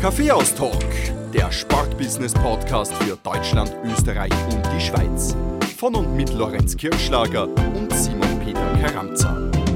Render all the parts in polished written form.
Kaffeehaus-Talk, der Sportbusiness-Podcast für Deutschland, Österreich und die Schweiz. Von und mit Lorenz Kirchschlager und Simon Peter Karamza.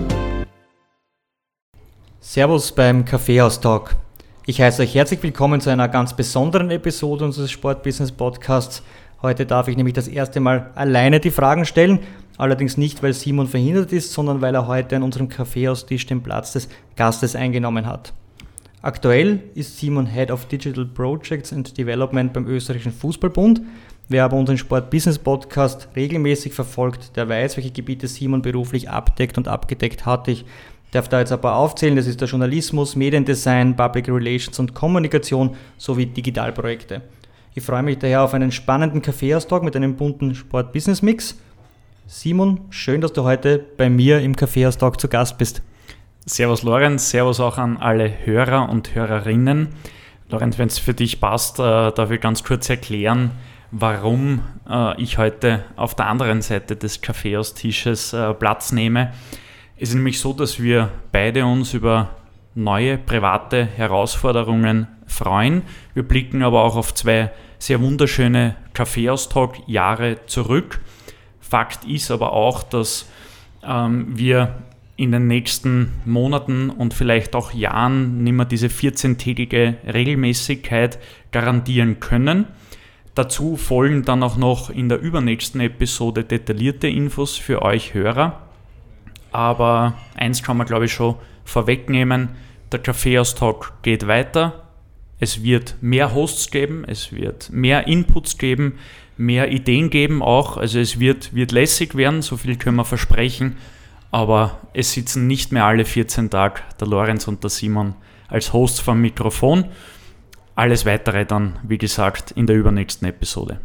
Servus beim Kaffeehaus-Talk. Ich heiße euch herzlich willkommen zu einer ganz besonderen Episode unseres Sportbusiness-Podcasts. Heute darf ich nämlich das erste Mal alleine die Fragen stellen. Allerdings nicht, weil Simon verhindert ist, sondern weil er heute an unserem Kaffeehaustisch den Platz des Gastes eingenommen hat. Aktuell ist Simon Head of Digital Projects and Development beim Österreichischen Fußballbund. Wer aber unseren Sport-Business-Podcast regelmäßig verfolgt, der weiß, welche Gebiete Simon beruflich abdeckt und abgedeckt hat. Ich darf da jetzt ein paar aufzählen. Das ist der Journalismus, Mediendesign, Public Relations und Kommunikation sowie Digitalprojekte. Ich freue mich daher auf einen spannenden Kaffeehaus-Talk mit einem bunten Sport-Business-Mix. Simon, schön, dass du heute bei mir im Kaffeehaus-Talk zu Gast bist. Servus Lorenz, servus auch an alle Hörer und Hörerinnen. Lorenz, wenn es für dich passt, darf ich ganz kurz erklären, warum ich heute auf der anderen Seite des Kaffeehaustisches Platz nehme. Es ist nämlich so, dass wir beide uns über neue private Herausforderungen freuen. Wir blicken aber auch auf zwei sehr wunderschöne Kaffeehaus-Talk-Jahre zurück. Fakt ist aber auch, dass wir in den nächsten Monaten und vielleicht auch Jahren nicht mehr diese 14-tägige Regelmäßigkeit garantieren können. Dazu folgen dann auch noch in der übernächsten Episode detaillierte Infos für euch Hörer. Aber eins kann man, glaube ich, schon vorwegnehmen: der Kaffeehaus-Talk geht weiter. Es wird mehr Hosts geben, es wird mehr Inputs geben, mehr Ideen geben auch. Also es wird lässig werden, so viel können wir versprechen. Aber es sitzen nicht mehr alle 14 Tage der Lorenz und der Simon als Hosts vom Mikrofon. Alles Weitere dann, wie gesagt, in der übernächsten Episode.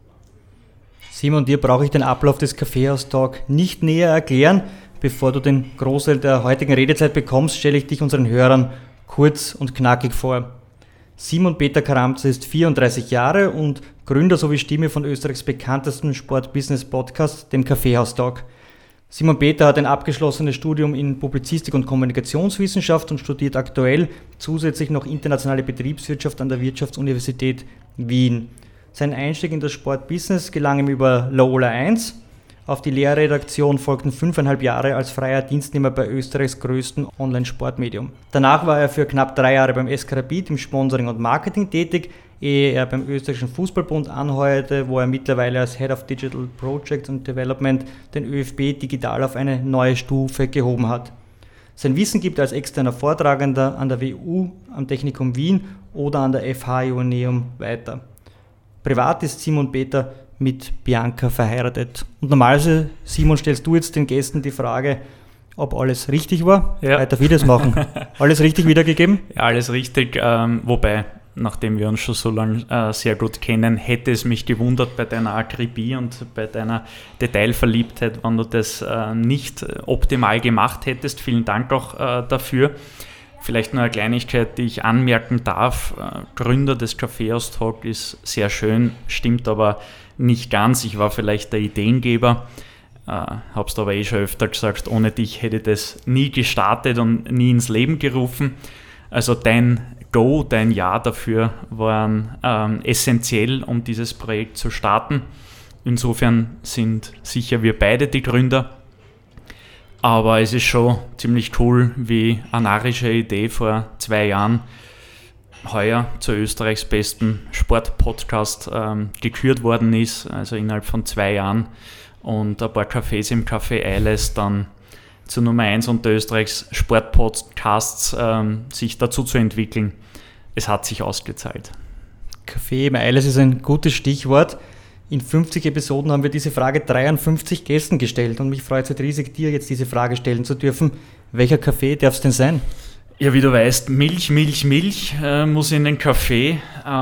Simon, dir brauche ich den Ablauf des Kaffeehaus-Talk nicht näher erklären. Bevor du den Großteil der heutigen Redezeit bekommst, stelle ich dich unseren Hörern kurz und knackig vor. Simon Peter Karamza ist 34 Jahre und Gründer sowie Stimme von Österreichs bekanntesten Sport-Business-Podcast, dem Kaffeehaus-Talk. Simon Peter hat ein abgeschlossenes Studium in Publizistik und Kommunikationswissenschaft und studiert aktuell zusätzlich noch internationale Betriebswirtschaft an der Wirtschaftsuniversität Wien. Sein Einstieg in das Sportbusiness gelang ihm über Laola 1. Auf die Lehrredaktion folgten 5,5 Jahre als freier Dienstnehmer bei Österreichs größtem Online-Sportmedium. Danach war er für knapp 3 Jahre beim SK Rapid im Sponsoring und Marketing tätig, ehe er beim Österreichischen Fußballbund anheuerte, wo er mittlerweile als Head of Digital Projects and Development den ÖFB digital auf eine neue Stufe gehoben hat. Sein Wissen gibt er als externer Vortragender an der WU, am Technikum Wien oder an der FH Joanneum weiter. Privat ist Simon Peter mit Bianca verheiratet. Und normalerweise, Simon, stellst du jetzt den Gästen die Frage, ob alles richtig war. Ja. Weiter Videos machen. Alles richtig wiedergegeben? Ja, alles richtig. Wobei, nachdem wir uns schon so lange sehr gut kennen, hätte es mich gewundert bei deiner Akribie und bei deiner Detailverliebtheit, wenn du das nicht optimal gemacht hättest. Vielen Dank auch dafür. Vielleicht nur eine Kleinigkeit, die ich anmerken darf. Gründer des Kaffeehaus-Talk ist sehr schön, stimmt aber nicht ganz. Ich war vielleicht der Ideengeber, hab's aber schon öfter gesagt, ohne dich hätte ich das nie gestartet und nie ins Leben gerufen. Also dein Go, dein Ja dafür waren essentiell, um dieses Projekt zu starten. Insofern sind sicher wir beide die Gründer. Aber es ist schon ziemlich cool, wie eine narische Idee vor 2 Jahren heuer zu Österreichs besten Sportpodcast gekürt worden ist, also innerhalb von 2 Jahren, und ein paar Cafés im Café Eiles dann zur Nummer 1 unter Österreichs Sportpodcasts sich dazu zu entwickeln. Es hat sich ausgezahlt. Café im Eiles ist ein gutes Stichwort. In 50 Episoden haben wir diese Frage 53 Gästen gestellt und mich freut es riesig, dir jetzt diese Frage stellen zu dürfen. Welcher Kaffee darf es denn sein? Ja, wie du weißt, Milch muss in den Kaffee.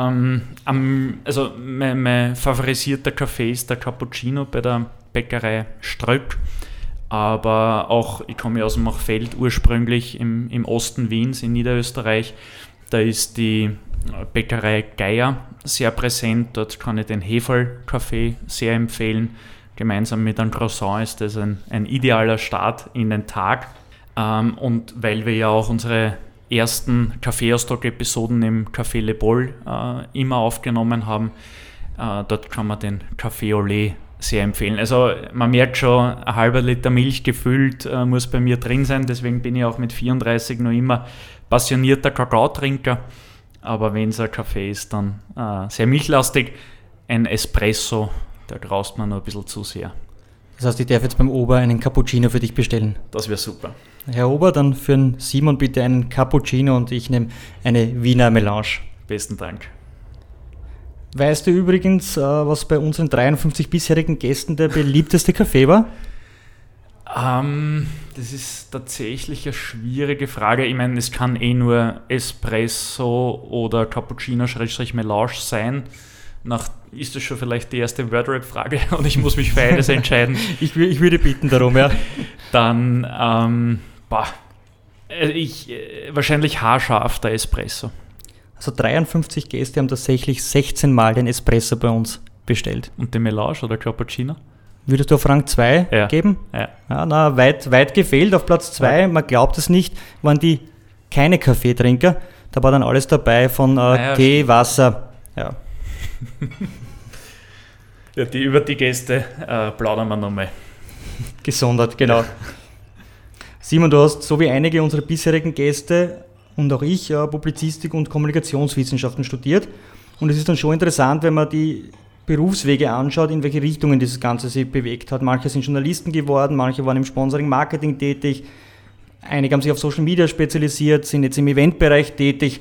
Also mein favorisierter Kaffee ist der Cappuccino bei der Bäckerei Ströck. Aber auch, ich komme ja aus dem Machfeld ursprünglich im Osten Wiens in Niederösterreich. Da ist die Bäckerei Geier sehr präsent. Dort kann ich den Heferl-Kaffee sehr empfehlen. Gemeinsam mit einem Croissant ist das ein idealer Start in den Tag. Und weil wir ja auch unsere ersten Kaffeeaustalk-Episoden im Café Le Bol immer aufgenommen haben. Dort kann man den Café au lait sehr empfehlen. Also man merkt schon, ein halber Liter Milch gefüllt muss bei mir drin sein, deswegen bin ich auch mit 34 noch immer passionierter Kakaotrinker. Aber wenn es ein Kaffee ist, dann sehr milchlastig. Ein Espresso, da graust man noch ein bisschen zu sehr. Das heißt, ich darf jetzt beim Ober einen Cappuccino für dich bestellen. Das wäre super. Herr Ober, dann für den Simon bitte einen Cappuccino und ich nehme eine Wiener Melange. Besten Dank. Weißt du übrigens, was bei unseren 53 bisherigen Gästen der beliebteste Kaffee war? Das ist tatsächlich eine schwierige Frage. Ich meine, es kann nur Espresso oder Cappuccino/Melange sein. Ist das schon vielleicht die erste Wordrap-Frage und ich muss mich für eines entscheiden? Ich würde bitten darum, ja. Dann, wahrscheinlich haarscharf der Espresso. Also 53 Gäste haben tatsächlich 16 Mal den Espresso bei uns bestellt. Und den Melange oder Cappuccino? Würdest du auf Rang 2 geben? Ja, weit gefehlt, auf Platz 2, ja. Man glaubt es nicht, waren die keine Kaffeetrinker. Da war dann alles dabei von Tee, Wasser. Ja. Ja, über die Gäste plaudern wir nochmal. Gesondert, genau. Simon, du hast so wie einige unserer bisherigen Gäste und auch ich Publizistik und Kommunikationswissenschaften studiert. Und es ist dann schon interessant, wenn man die Berufswege anschaut, in welche Richtungen dieses Ganze sich bewegt hat. Manche sind Journalisten geworden, manche waren im Sponsoring, Marketing tätig, einige haben sich auf Social Media spezialisiert, sind jetzt im Eventbereich tätig.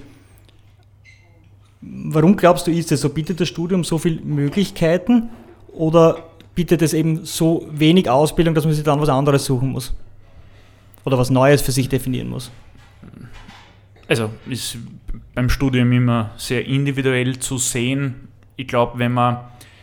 Warum glaubst du, ist es so? Bietet das Studium so viele Möglichkeiten oder bietet es eben so wenig Ausbildung, dass man sich dann was anderes suchen muss? Oder was Neues für sich definieren muss? Also ist beim Studium immer sehr individuell zu sehen. Ich glaube, wenn man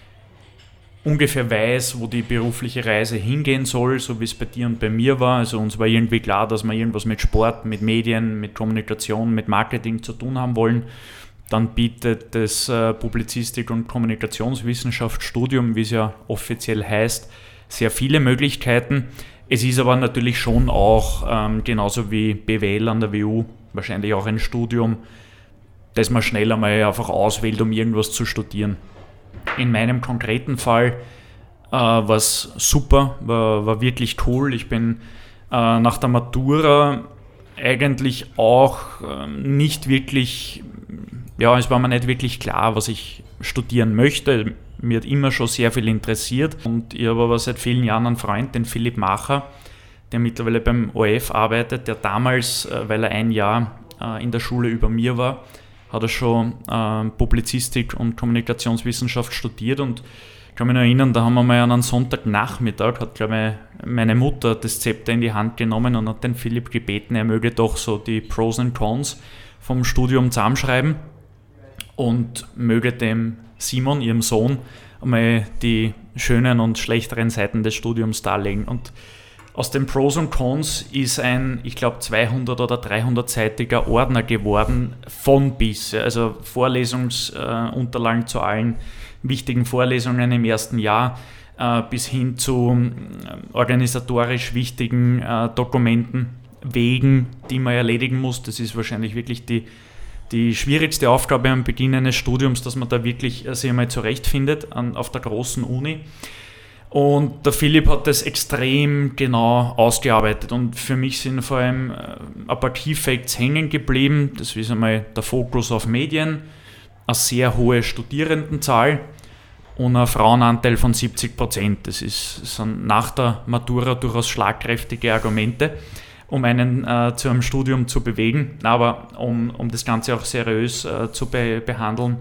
ungefähr weiß, wo die berufliche Reise hingehen soll, so wie es bei dir und bei mir war, also uns war irgendwie klar, dass wir irgendwas mit Sport, mit Medien, mit Kommunikation, mit Marketing zu tun haben wollen, dann bietet das Publizistik- und Kommunikationswissenschaftsstudium, wie es ja offiziell heißt, sehr viele Möglichkeiten. Es ist aber natürlich schon auch, genauso wie BWL an der WU, wahrscheinlich auch ein Studium, das man schnell einmal einfach auswählt, um irgendwas zu studieren. In meinem konkreten Fall war es super, war wirklich cool. Ich bin nach der Matura eigentlich auch nicht wirklich, es war mir nicht wirklich klar, was ich studieren möchte. Mir hat immer schon sehr viel interessiert und ich habe aber seit vielen Jahren einen Freund, den Philipp Macher, der mittlerweile beim ORF arbeitet, der damals, weil er ein Jahr in der Schule über mir war, hat er schon Publizistik und Kommunikationswissenschaft studiert und ich kann mich noch erinnern, da haben wir mal an einem Sonntagnachmittag, hat glaube ich meine Mutter das Zepter in die Hand genommen und hat den Philipp gebeten, er möge doch so die Pros und Cons vom Studium zusammenschreiben und möge dem Simon, ihrem Sohn, einmal die schönen und schlechteren Seiten des Studiums darlegen. Und aus den Pros und Cons ist ein, ich glaube, 200- oder 300-seitiger Ordner geworden, von bis. Also Vorlesungsunterlagen zu allen wichtigen Vorlesungen im ersten Jahr, bis hin zu organisatorisch wichtigen Dokumenten, Wegen, die man erledigen muss. Das ist wahrscheinlich wirklich die schwierigste Aufgabe am Beginn eines Studiums, dass man da wirklich sich einmal zurechtfindet auf der großen Uni. Und der Philipp hat das extrem genau ausgearbeitet und für mich sind vor allem ein paar Key Facts hängen geblieben. Das ist einmal der Fokus auf Medien, eine sehr hohe Studierendenzahl und ein Frauenanteil von 70%. Das sind nach der Matura durchaus schlagkräftige Argumente, um einen zu einem Studium zu bewegen, aber um das Ganze auch seriös zu behandeln.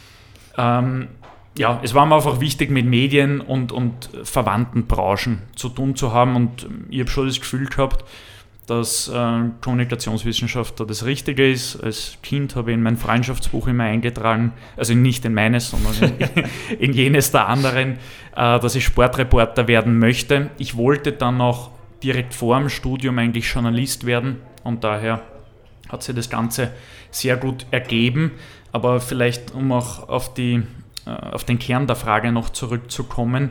Es war mir einfach wichtig, mit Medien und verwandten Branchen zu tun zu haben und ich habe schon das Gefühl gehabt, dass Kommunikationswissenschaft da das Richtige ist. Als Kind habe ich in mein Freundschaftsbuch immer eingetragen, also nicht in meines, sondern in jenes der anderen, dass ich Sportreporter werden möchte. Ich wollte dann auch direkt vor dem Studium eigentlich Journalist werden und daher hat sich das Ganze sehr gut ergeben. Aber vielleicht, um auch auf den Kern der Frage noch zurückzukommen,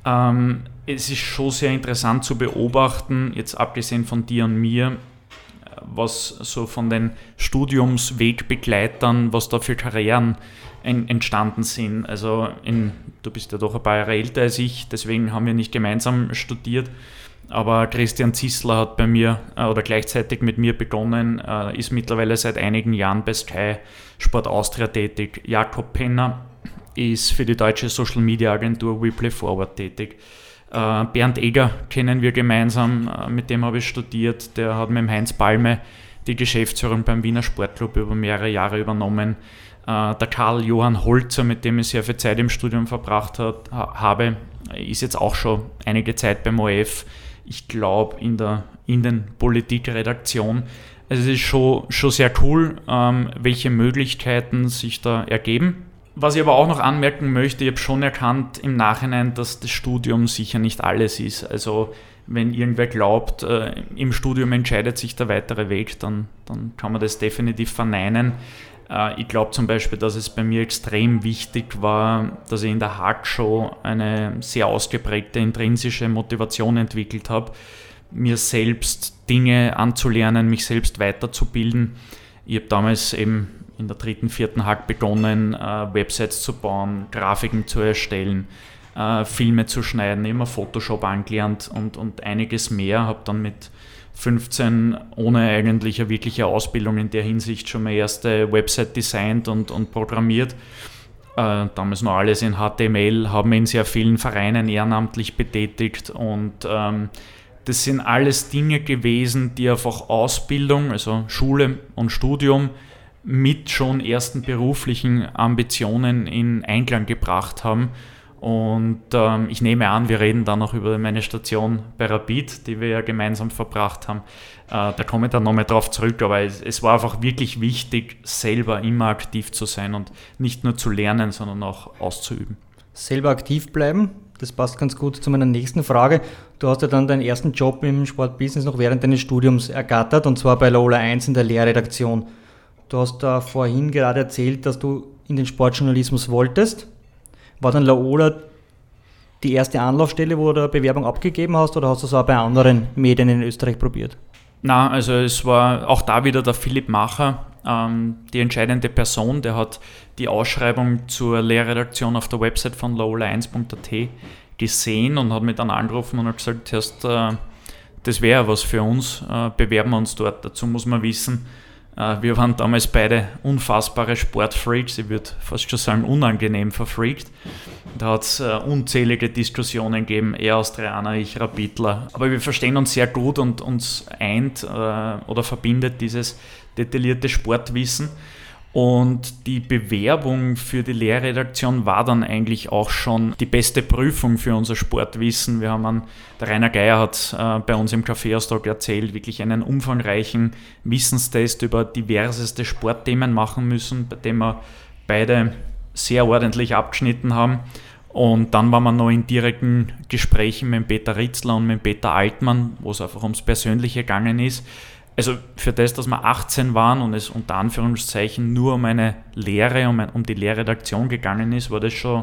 es ist schon sehr interessant zu beobachten, jetzt abgesehen von dir und mir, was so von den Studiumswegbegleitern, was da für Karrieren entstanden sind. Also du bist ja doch ein paar Jahre älter als ich, deswegen haben wir nicht gemeinsam studiert. Aber Christian Zissler hat bei mir oder gleichzeitig mit mir begonnen, ist mittlerweile seit einigen Jahren bei Sky Sport Austria tätig. Jakob Penner ist für die deutsche Social Media Agentur WePlayForward tätig. Bernd Egger kennen wir gemeinsam, mit dem habe ich studiert. Der hat mit dem Heinz Palme die Geschäftsführung beim Wiener Sportclub über mehrere Jahre übernommen. Der Karl-Johann Holzer, mit dem ich sehr viel Zeit im Studium verbracht habe, ist jetzt auch schon einige Zeit beim ORF. Ich glaube in der Politikredaktion. Also es ist schon sehr cool, welche Möglichkeiten sich da ergeben. Was ich aber auch noch anmerken möchte, ich habe schon erkannt im Nachhinein, dass das Studium sicher nicht alles ist. Also wenn irgendwer glaubt, im Studium entscheidet sich der weitere Weg, dann kann man das definitiv verneinen. Ich glaube zum Beispiel, dass es bei mir extrem wichtig war, dass ich in der Hack-Show eine sehr ausgeprägte intrinsische Motivation entwickelt habe, mir selbst Dinge anzulernen, mich selbst weiterzubilden. Ich habe damals eben in der 3., 4. Hack begonnen, Websites zu bauen, Grafiken zu erstellen, Filme zu schneiden, immer Photoshop angelernt und einiges mehr. Habe dann mit 15 ohne eigentlich eine wirkliche Ausbildung in der Hinsicht schon meine erste Website designt und programmiert. Damals noch alles in HTML, habe mich in sehr vielen Vereinen ehrenamtlich betätigt und das sind alles Dinge gewesen, die einfach Ausbildung, also Schule und Studium, mit schon ersten beruflichen Ambitionen in Einklang gebracht haben. Und ich nehme an, wir reden dann noch über meine Station bei Rapid, die wir ja gemeinsam verbracht haben. Da komme ich dann nochmal drauf zurück, aber es war einfach wirklich wichtig, selber immer aktiv zu sein und nicht nur zu lernen, sondern auch auszuüben. Selber aktiv bleiben, das passt ganz gut zu meiner nächsten Frage. Du hast ja dann deinen ersten Job im Sportbusiness noch während deines Studiums ergattert, und zwar bei Laola 1 in der Lehrredaktion. Du hast da vorhin gerade erzählt, dass du in den Sportjournalismus wolltest. War dann Laola die erste Anlaufstelle, wo du eine Bewerbung abgegeben hast, oder hast du es auch bei anderen Medien in Österreich probiert? Na, also es war auch da wieder der Philipp Macher, die entscheidende Person. Der hat die Ausschreibung zur Lehrredaktion auf der Website von laola1.at gesehen und hat mich dann angerufen und hat gesagt, das wäre was für uns, bewerben wir uns dort. Dazu muss man wissen, wir waren damals beide unfassbare Sportfreaks, ich würde fast schon sagen unangenehm verfreakt. Da hat es unzählige Diskussionen gegeben, er Austrianer, ich Rapidler. Aber wir verstehen uns sehr gut und uns eint oder verbindet dieses detaillierte Sportwissen. Und die Bewerbung für die Lehrredaktion war dann eigentlich auch schon die beste Prüfung für unser Sportwissen. Der Rainer Geier hat bei uns im Kaffeehaustag erzählt, wirklich einen umfangreichen Wissenstest über diverseste Sportthemen machen müssen, bei dem wir beide sehr ordentlich abgeschnitten haben. Und dann waren wir noch in direkten Gesprächen mit Peter Ritzler und mit Peter Altmann, wo es einfach ums Persönliche gegangen ist. Also für das, dass wir 18 waren und es unter Anführungszeichen nur um eine Lehre, um die Lehrredaktion gegangen ist, war das schon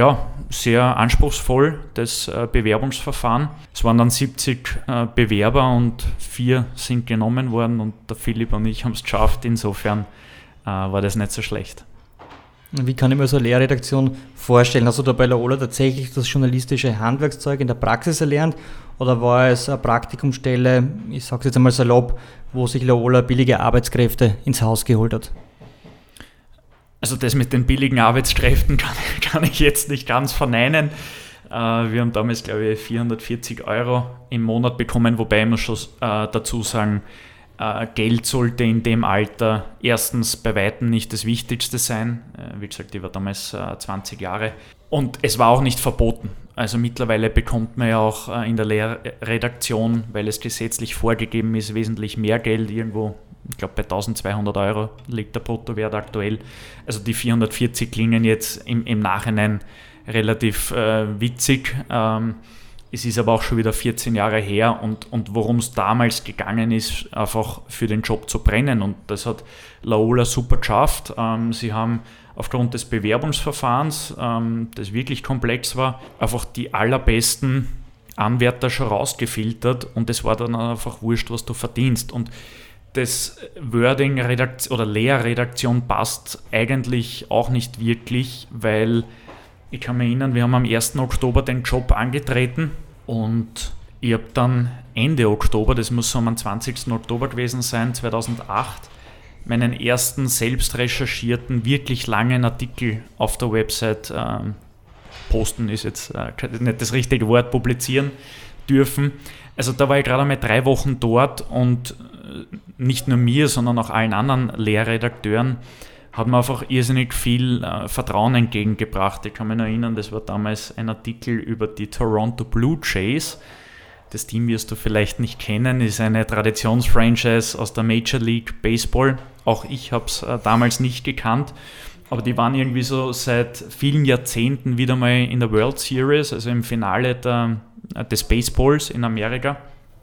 sehr anspruchsvoll, das Bewerbungsverfahren. Es waren dann 70 Bewerber und 4 sind genommen worden und der Philipp und ich haben es geschafft. Insofern war das nicht so schlecht. Wie kann ich mir so eine Lehrredaktion vorstellen? Hast du da bei Laola tatsächlich das journalistische Handwerkszeug in der Praxis erlernt, oder war es eine Praktikumsstelle, ich sage es jetzt einmal salopp, wo sich Laola billige Arbeitskräfte ins Haus geholt hat? Also das mit den billigen Arbeitskräften kann ich jetzt nicht ganz verneinen. Wir haben damals, glaube ich, 440 € im Monat bekommen, wobei ich muss schon dazu sagen, Geld sollte in dem Alter erstens bei Weitem nicht das Wichtigste sein. Wie gesagt, ich war damals 20 Jahre. Und es war auch nicht verboten. Also mittlerweile bekommt man ja auch in der Lehrredaktion, weil es gesetzlich vorgegeben ist, wesentlich mehr Geld. Irgendwo, ich glaube bei 1200 € liegt der Bruttowert aktuell. Also die 440 klingen jetzt im Nachhinein relativ witzig. Es ist aber auch schon wieder 14 Jahre her und worum es damals gegangen ist, einfach für den Job zu brennen. Und das hat Laola super geschafft. Sie haben aufgrund des Bewerbungsverfahrens, das wirklich komplex war, einfach die allerbesten Anwärter schon rausgefiltert und es war dann einfach wurscht, was du verdienst. Und das Wording oder Lehrredaktion passt eigentlich auch nicht wirklich, weil ich kann mich erinnern, wir haben am 1. Oktober den Job angetreten und ich habe dann Ende Oktober, das muss so am 20. Oktober gewesen sein, 2008, meinen ersten selbst recherchierten, wirklich langen Artikel auf der Website posten, ist jetzt nicht das richtige Wort, publizieren dürfen. Also da war ich gerade einmal 3 Wochen dort und nicht nur mir, sondern auch allen anderen Lehrredakteuren hat mir einfach irrsinnig viel Vertrauen entgegengebracht. Ich kann mich noch erinnern, das war damals ein Artikel über die Toronto Blue Jays. Das Team wirst du vielleicht nicht kennen, ist eine Traditionsfranchise aus der Major League Baseball. Auch ich habe es damals nicht gekannt, aber die waren irgendwie so seit vielen Jahrzehnten wieder mal in der World Series, also im Finale des Baseballs in Amerika.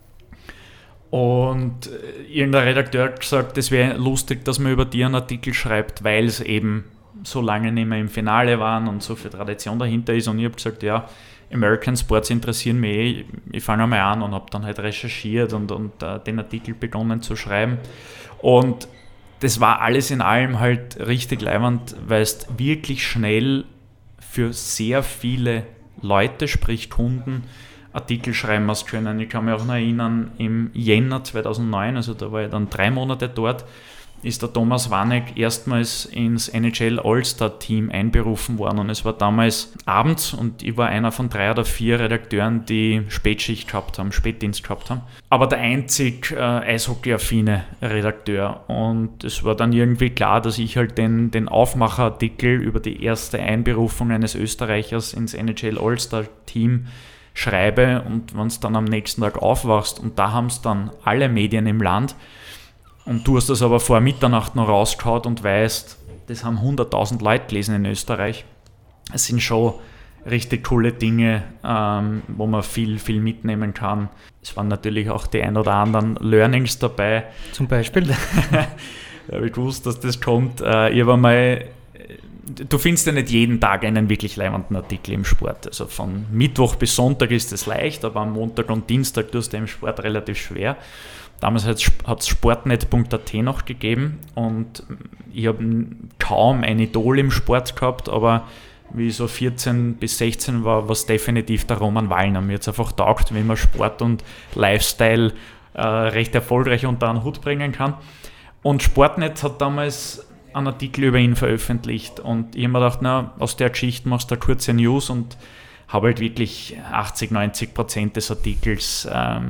Und irgendein Redakteur hat gesagt, das wäre lustig, dass man über die einen Artikel schreibt, weil es eben so lange nicht mehr im Finale waren und so viel Tradition dahinter ist. Und ich habe gesagt, ja, American Sports interessieren mich, ich fange einmal an und habe dann halt recherchiert und den Artikel begonnen zu schreiben. Und das war alles in allem halt richtig leibend, weil es wirklich schnell für sehr viele Leute, sprich Kunden, Artikel schreiben hast können. Ich kann mich auch noch erinnern, im Jänner 2009, also da war ich dann 3 Monate dort, ist der Thomas Vanek erstmals ins NHL All-Star-Team einberufen worden und es war damals abends und ich war einer von 3 oder 4 Redakteuren, die Spätdienst gehabt haben. Aber der einzig eishockey-affine Redakteur und es war dann irgendwie klar, dass ich halt den Aufmacherartikel über die erste Einberufung eines Österreichers ins NHL All-Star-Team schreibe und wenn es dann am nächsten Tag aufwachst und da haben es dann alle Medien im Land und du hast das aber vor Mitternacht noch rausgehauen und weißt, das haben 100.000 Leute gelesen in Österreich. Es sind schon richtig coole Dinge, wo man viel, viel mitnehmen kann. Es waren natürlich auch die ein oder anderen Learnings dabei. Zum Beispiel? Da habe ich gewusst, dass das kommt. Ich habe einmal... Du findest ja nicht jeden Tag einen wirklich leibenden Artikel im Sport. Also von Mittwoch bis Sonntag ist es leicht, aber am Montag und Dienstag tust du im Sport relativ schwer. Damals hat es sportnet.at noch gegeben und ich habe kaum ein Idol im Sport gehabt, aber wie ich so 14 bis 16 war es definitiv der Roman Wallner. Mir hat es einfach taugt, wie man Sport und Lifestyle recht erfolgreich unter einen Hut bringen kann. Und Sportnet hat damals einen Artikel über ihn veröffentlicht und ich habe mir gedacht, na, aus der Geschichte machst du eine kurze News und habe halt wirklich 80-90% des Artikels,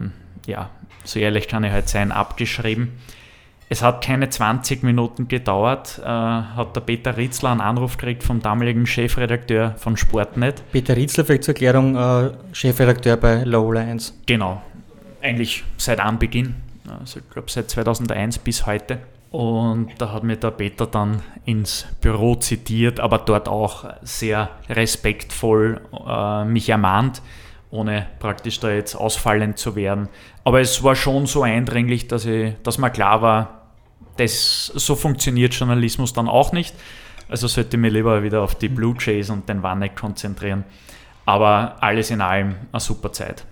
so ehrlich kann ich halt sein, abgeschrieben. Es hat keine 20 Minuten gedauert, hat der Peter Ritzler einen Anruf gekriegt vom damaligen Chefredakteur von Sportnet. Peter Ritzler, vielleicht zur Erklärung, Chefredakteur bei Laola 1. Genau, eigentlich seit Anbeginn, also ich glaube seit 2001 bis heute. Und da hat mir der Peter dann ins Büro zitiert, aber dort auch sehr respektvoll mich ermahnt, ohne praktisch da jetzt ausfallend zu werden. Aber es war schon so eindringlich, dass mir klar war, so funktioniert Journalismus dann auch nicht. Also sollte ich mich lieber wieder auf die Blue Jays und den Vanek konzentrieren. Aber alles in allem eine super Zeit.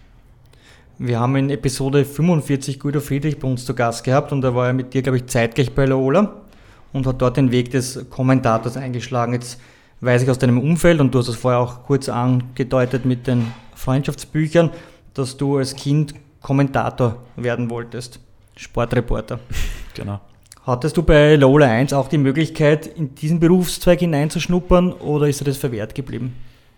Wir haben in Episode 45 Guido Friedrich bei uns zu Gast gehabt und da war er mit dir, glaube ich, zeitgleich bei Laola und hat dort den Weg des Kommentators eingeschlagen. Jetzt weiß ich aus deinem Umfeld, und du hast es vorher auch kurz angedeutet mit den Freundschaftsbüchern, dass du als Kind Kommentator werden wolltest, Sportreporter. Genau. Hattest du bei Laola 1 auch die Möglichkeit, in diesen Berufszweig hineinzuschnuppern oder ist dir das verwehrt geblieben?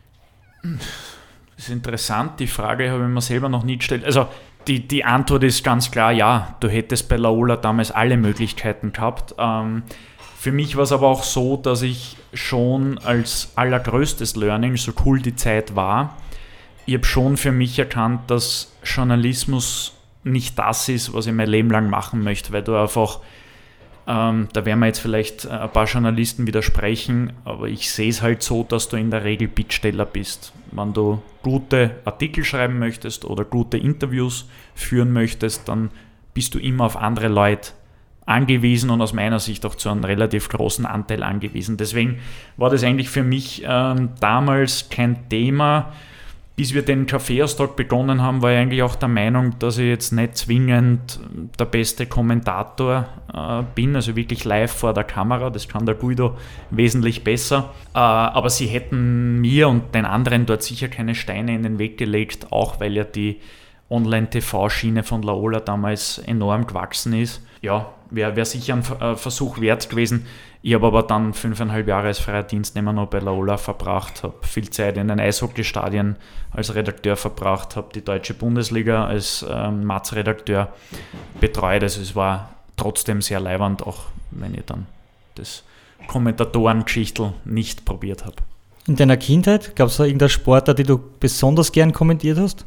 Das ist interessant, die Frage habe ich mir selber noch nie gestellt. Also die Antwort ist ganz klar, ja, du hättest bei Laola damals alle Möglichkeiten gehabt. Für mich war es aber auch so, dass ich schon als allergrößtes Learning, so cool die Zeit war, ich habe schon für mich erkannt, dass Journalismus nicht das ist, was ich mein Leben lang machen möchte, weil du einfach, da werden mir jetzt vielleicht ein paar Journalisten widersprechen, aber ich sehe es halt so, dass du in der Regel Bittsteller bist. Wenn du gute Artikel schreiben möchtest oder gute Interviews führen möchtest, dann bist du immer auf andere Leute angewiesen und aus meiner Sicht auch zu einem relativ großen Anteil angewiesen. Deswegen war das eigentlich für mich damals kein Thema. Bis wir den Kaffeeaustausch begonnen haben, war ich eigentlich auch der Meinung, dass ich jetzt nicht zwingend der beste Kommentator bin, also wirklich live vor der Kamera. Das kann der Guido wesentlich besser. Aber sie hätten mir und den anderen dort sicher keine Steine in den Weg gelegt, auch weil ja die Online-TV-Schiene von Laola damals enorm gewachsen ist. Ja, wäre sicher ein Versuch wert gewesen. Ich habe aber dann 5,5 Jahre als freier Dienstnehmer noch bei Laola verbracht, habe viel Zeit in den Eishockeystadien als Redakteur verbracht, habe die Deutsche Bundesliga als Matz-Redakteur betreut. Also es war trotzdem sehr leiwand, auch wenn ich dann das Kommentatoren-Geschichtel nicht probiert habe. In deiner Kindheit, gab es da irgendeine Sportart, die du besonders gern kommentiert hast?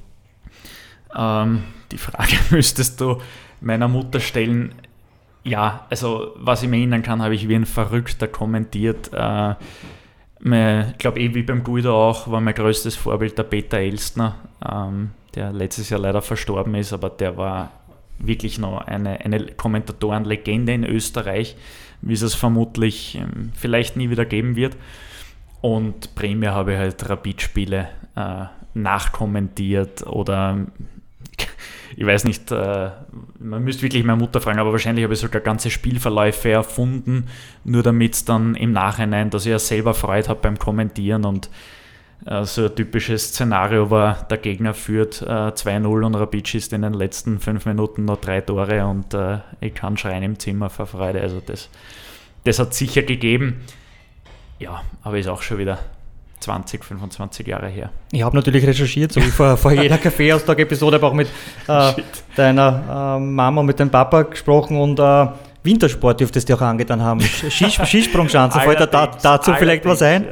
Die Frage müsstest du meiner Mutter stellen. Also was ich mir erinnern kann, habe ich wie ein Verrückter kommentiert. Ich glaube, wie beim Guido auch, war mein größtes Vorbild der Peter Elstner, der letztes Jahr leider verstorben ist, aber der war wirklich noch eine Kommentatorenlegende in Österreich, wie es vermutlich vielleicht nie wieder geben wird. Und primär habe ich halt Rapid-Spiele nachkommentiert oder ich weiß nicht, man müsste wirklich meine Mutter fragen, aber wahrscheinlich habe ich sogar ganze Spielverläufe erfunden, nur damit es dann im Nachhinein, dass ich ja selber Freude habe beim Kommentieren und so ein typisches Szenario war, der Gegner führt 2-0 und Rapid schießt in den letzten 5 Minuten noch 3 Tore und ich kann schreien im Zimmer vor Freude, also das hat es sicher gegeben, ja, aber ist auch schon wieder 20, 25 Jahre her. Ich habe natürlich recherchiert, so wie vor jeder Kaffeeaustausch-Episode, aber auch mit deiner Mama und mit deinem Papa gesprochen und Wintersport dürftest du auch angetan haben. Skisprungschanzen, fällt dazu vielleicht was ein?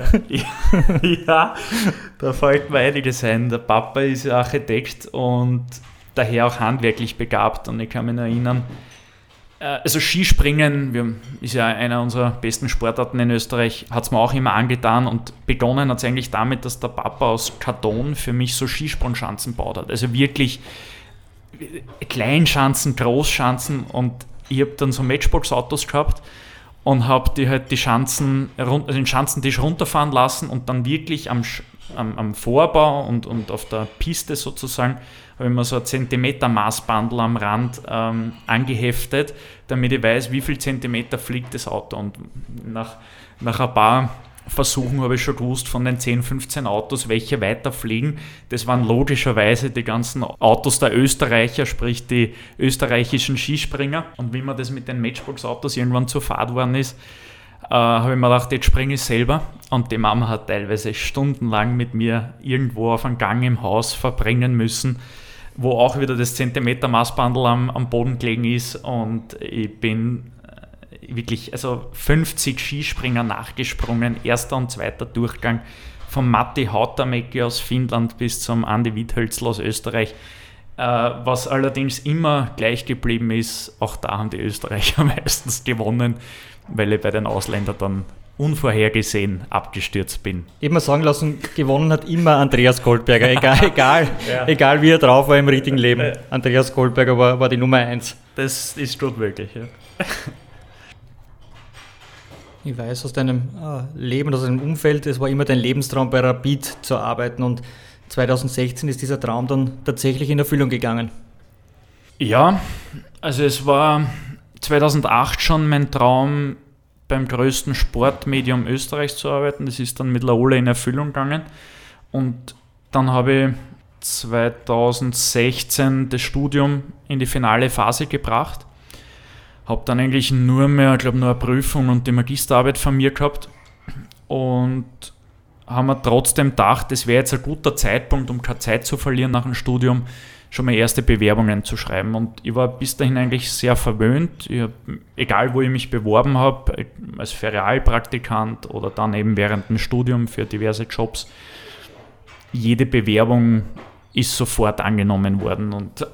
Ja, da fällt mir einiges ein. Der Papa ist ja Architekt und daher auch handwerklich begabt und ich kann mich noch erinnern, also Skispringen ist ja einer unserer besten Sportarten in Österreich, hat es mir auch immer angetan und begonnen hat es eigentlich damit, dass der Papa aus Karton für mich so Skisprungschanzen gebaut hat. Also wirklich Kleinschanzen, Großschanzen und ich habe dann so Matchbox-Autos gehabt und habe die Schanzen, also den Schanzentisch runterfahren lassen und dann wirklich am Vorbau und auf der Piste sozusagen habe ich mir so ein Zentimeter-Maßbandel am Rand angeheftet, damit ich weiß, wie viel Zentimeter fliegt das Auto. Und nach ein paar Versuchen habe ich schon gewusst, von den 10, 15 Autos, welche weiterfliegen. Das waren logischerweise die ganzen Autos der Österreicher, sprich die österreichischen Skispringer. Und wie mir das mit den Matchbox-Autos irgendwann zu fad geworden ist, habe ich mir gedacht, jetzt springe ich selber. Und die Mama hat teilweise stundenlang mit mir irgendwo auf einem Gang im Haus verbringen müssen, wo auch wieder das Zentimeter-Maßbandel am Boden gelegen ist. Und ich bin wirklich 50 Skispringer nachgesprungen, erster und zweiter Durchgang, vom Matti Hautamäki aus Finnland bis zum Andi Wiethölzl aus Österreich. Was allerdings immer gleich geblieben ist, auch da haben die Österreicher meistens gewonnen, weil ich bei den Ausländern dann unvorhergesehen abgestürzt bin. Ich habe mir sagen lassen, gewonnen hat immer Andreas Goldberger, egal wie er drauf war im richtigen Leben. Andreas Goldberger war die Nummer 1. Das ist gut möglich, ja. Ich weiß aus deinem Leben, aus deinem Umfeld, es war immer dein Lebenstraum, bei Rapid zu arbeiten und 2016 ist dieser Traum dann tatsächlich in Erfüllung gegangen. Ja, also es war 2008 schon mein Traum, beim größten Sportmedium Österreichs zu arbeiten. Das ist dann mit Laola in Erfüllung gegangen. Und dann habe ich 2016 das Studium in die finale Phase gebracht. Habe dann eigentlich nur eine Prüfung und die Magisterarbeit von mir gehabt. Und haben wir trotzdem gedacht, das wäre jetzt ein guter Zeitpunkt, um keine Zeit zu verlieren nach dem Studium, schon mal erste Bewerbungen zu schreiben. Und ich war bis dahin eigentlich sehr verwöhnt. Egal, wo ich mich beworben habe, als Ferialpraktikant oder dann eben während dem Studium für diverse Jobs, jede Bewerbung ist sofort angenommen worden. Und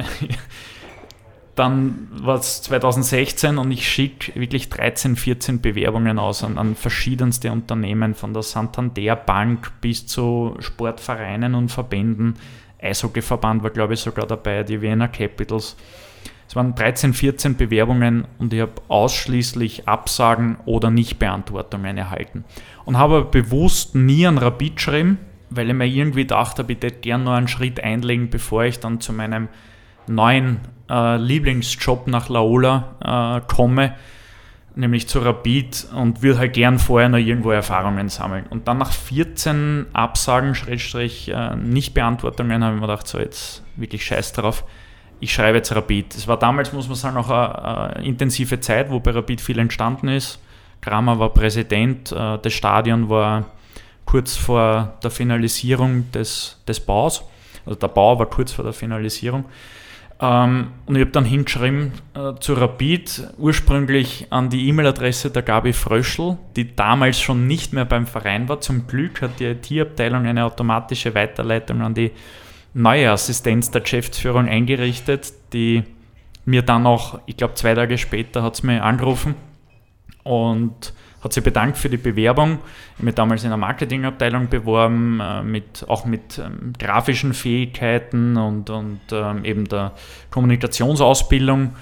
dann war es 2016 und ich schicke wirklich 13, 14 Bewerbungen aus an verschiedenste Unternehmen, von der Santander Bank bis zu Sportvereinen und Verbänden. Eishockeyverband war, glaube ich, sogar dabei, die Vienna Capitals. Es waren 13, 14 Bewerbungen und ich habe ausschließlich Absagen oder Nichtbeantwortungen erhalten. Und habe bewusst nie an Rapid geschrieben, weil ich mir irgendwie gedacht habe, ich hätte gerne noch einen Schritt einlegen, bevor ich dann zu meinem neuen Lieblingsjob nach Laola komme, nämlich zu Rapid, und würde halt gern vorher noch irgendwo Erfahrungen sammeln. Und dann nach 14 Absagen, Nichtbeantwortungen, habe ich mir gedacht, so jetzt wirklich scheiß drauf, ich schreibe jetzt Rapid. Es war damals, muss man sagen, auch eine intensive Zeit, wo bei Rapid viel entstanden ist. Kramer war Präsident, das Stadion war kurz vor der Finalisierung des Baus, also der Bau war kurz vor der Finalisierung. Und ich habe dann hingeschrieben zu Rapid, ursprünglich an die E-Mail-Adresse der Gabi Fröschl, die damals schon nicht mehr beim Verein war. Zum Glück hat die IT-Abteilung eine automatische Weiterleitung an die neue Assistenz der Geschäftsführung eingerichtet, die mir dann auch, ich glaube 2 Tage später, hat sie mich angerufen und hat sich bedankt für die Bewerbung. Ich habe mich damals in der Marketingabteilung beworben, auch mit grafischen Fähigkeiten und eben der Kommunikationsausbildung.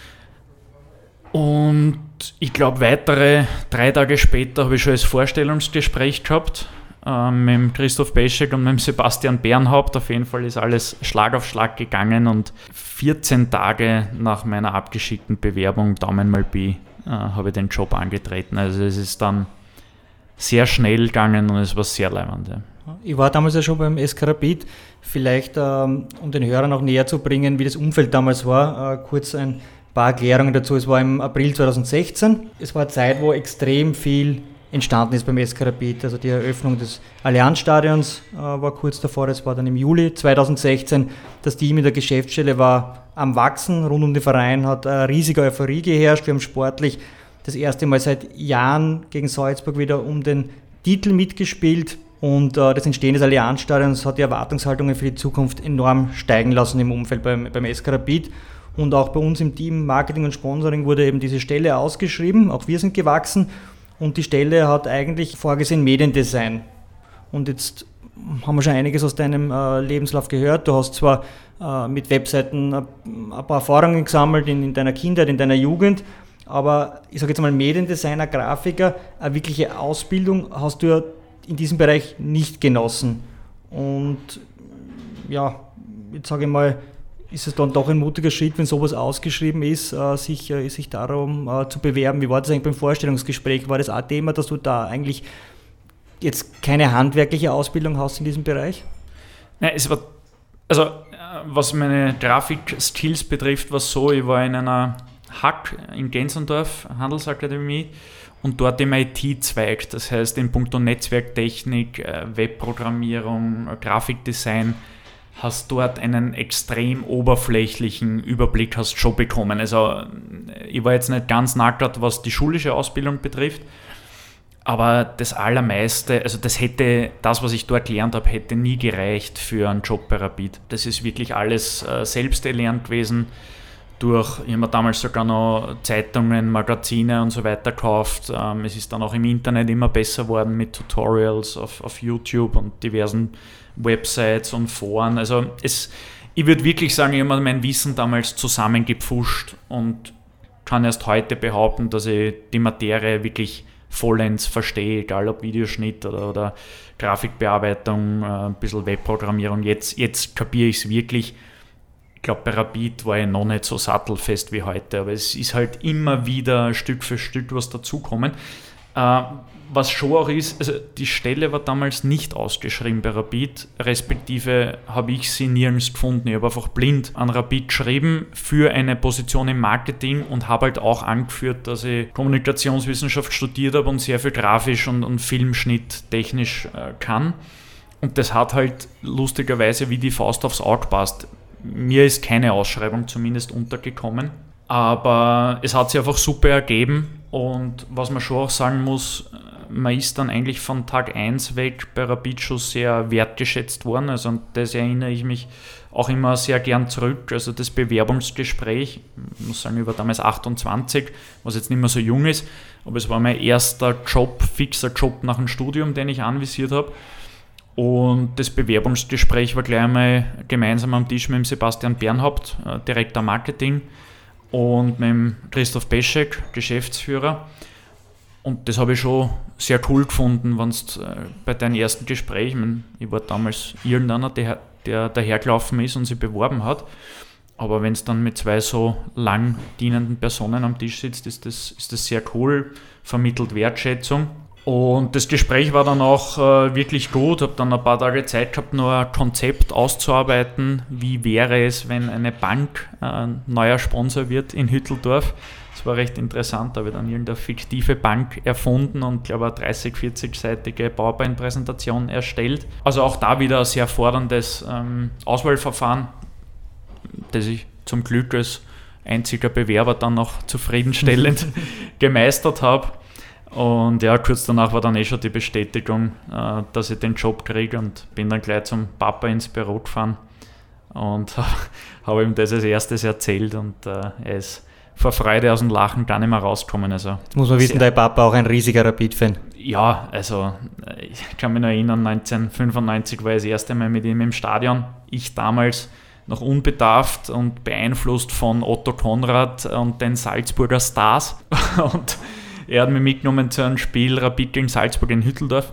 Und ich glaube, weitere 3 Tage später habe ich schon das Vorstellungsgespräch gehabt mit dem Christoph Peschek und mit dem Sebastian Bernhaupt. Auf jeden Fall ist alles Schlag auf Schlag gegangen und 14 Tage nach meiner abgeschickten Bewerbung, Daumen mal Pi, habe ich den Job angetreten. Also es ist dann sehr schnell gegangen und es war sehr leibend. Ja. Ich war damals ja schon beim SK Rapid. Vielleicht, um den Hörern auch näher zu bringen, wie das Umfeld damals war, kurz ein paar Erklärungen dazu. Es war im April 2016. Es war eine Zeit, wo extrem viel entstanden ist beim SK Rapid. Also die Eröffnung des Allianzstadions war kurz davor, das war dann im Juli 2016. Das Team in der Geschäftsstelle war am Wachsen, rund um den Verein hat eine riesige Euphorie geherrscht. Wir haben sportlich das erste Mal seit Jahren gegen Salzburg wieder um den Titel mitgespielt und das Entstehen des Allianzstadions hat die Erwartungshaltungen für die Zukunft enorm steigen lassen im Umfeld beim SK Rapid. Und auch bei uns im Team Marketing und Sponsoring wurde eben diese Stelle ausgeschrieben, auch wir sind gewachsen. Und die Stelle hat eigentlich vorgesehen Mediendesign. Und jetzt haben wir schon einiges aus deinem Lebenslauf gehört. Du hast zwar mit Webseiten ein paar Erfahrungen gesammelt in deiner Kindheit, in deiner Jugend, aber ich sage jetzt mal Mediendesigner, Grafiker, eine wirkliche Ausbildung hast du ja in diesem Bereich nicht genossen. Und ja, jetzt sage ich mal, ist es dann doch ein mutiger Schritt, wenn sowas ausgeschrieben ist, sich darum zu bewerben. Wie war das eigentlich beim Vorstellungsgespräch? War das auch Thema, dass du da eigentlich jetzt keine handwerkliche Ausbildung hast in diesem Bereich? Nein, es war, also was meine Grafik-Skills betrifft, war es so, ich war in einer Hack in Gensendorf, Handelsakademie, und dort im IT-Zweig, das heißt in puncto Netzwerktechnik, Webprogrammierung, Grafikdesign, hast dort einen extrem oberflächlichen Überblick hast schon bekommen. Also ich war jetzt nicht ganz nackert, was die schulische Ausbildung betrifft, aber das Allermeiste, also das, was ich dort gelernt habe, hätte nie gereicht für einen Job bei Rapid. Das ist wirklich alles selbst erlernt gewesen. Ich habe mir damals sogar noch Zeitungen, Magazine und so weiter gekauft. Es ist dann auch im Internet immer besser geworden mit Tutorials auf YouTube und diversen Websites und Foren. Also ich würde wirklich sagen, ich habe mir mein Wissen damals zusammengepfuscht und kann erst heute behaupten, dass ich die Materie wirklich vollends verstehe, egal ob Videoschnitt oder Grafikbearbeitung, ein bisschen Webprogrammierung. Jetzt kapiere ich es wirklich. Ich glaube, bei Rapid war ich noch nicht so sattelfest wie heute, aber es ist halt immer wieder Stück für Stück was dazukommen. Was schon auch ist, also die Stelle war damals nicht ausgeschrieben bei Rapid, respektive habe ich sie nirgends gefunden. Ich habe einfach blind an Rapid geschrieben für eine Position im Marketing und habe halt auch angeführt, dass ich Kommunikationswissenschaft studiert habe und sehr viel grafisch und Filmschnitt technisch kann. Und das hat halt lustigerweise wie die Faust aufs Auge passt. Mir ist keine Ausschreibung zumindest untergekommen, aber es hat sich einfach super ergeben und was man schon auch sagen muss, man ist dann eigentlich von Tag 1 weg bei Rapid schon sehr wertgeschätzt worden, also an das erinnere ich mich auch immer sehr gern zurück, also das Bewerbungsgespräch, ich muss sagen, ich war damals 28, was jetzt nicht mehr so jung ist, aber es war mein erster Job, fixer Job nach dem Studium, den ich anvisiert habe. Und das Bewerbungsgespräch war gleich einmal gemeinsam am Tisch mit dem Sebastian Bernhaupt, Direktor Marketing, und mit dem Christoph Peschek, Geschäftsführer. Und das habe ich schon sehr cool gefunden, wenn du bei deinen ersten Gesprächen, ich war damals irgendeiner, der dahergelaufen ist und sich beworben hat, aber wenn es dann mit 2 so lang dienenden Personen am Tisch sitzt, ist das sehr cool, vermittelt Wertschätzung. Und das Gespräch war dann auch wirklich gut, habe dann ein paar Tage Zeit gehabt, noch ein Konzept auszuarbeiten, wie wäre es, wenn eine Bank neuer Sponsor wird in Hütteldorf. Das war recht interessant, da habe ich dann irgendeine fiktive Bank erfunden und glaube eine 30-40-seitige PowerPoint-Präsentation erstellt. Also auch da wieder ein sehr forderndes Auswahlverfahren, das ich zum Glück als einziger Bewerber dann noch zufriedenstellend gemeistert habe. Und ja, kurz danach war dann schon die Bestätigung, dass ich den Job kriege und bin dann gleich zum Papa ins Büro gefahren und habe ihm das als erstes erzählt und er ist vor Freude aus dem Lachen gar nicht mehr rauskommen. Also, jetzt muss man wissen, dein Papa auch ein riesiger Rapid-Fan. Ja, also ich kann mich noch erinnern, 1995 war ich das erste Mal mit ihm im Stadion. Ich damals noch unbedarft und beeinflusst von Otto Konrad und den Salzburger Stars. Und er hat mich mitgenommen zu einem Spiel Rapid gegen Salzburg in Hütteldorf.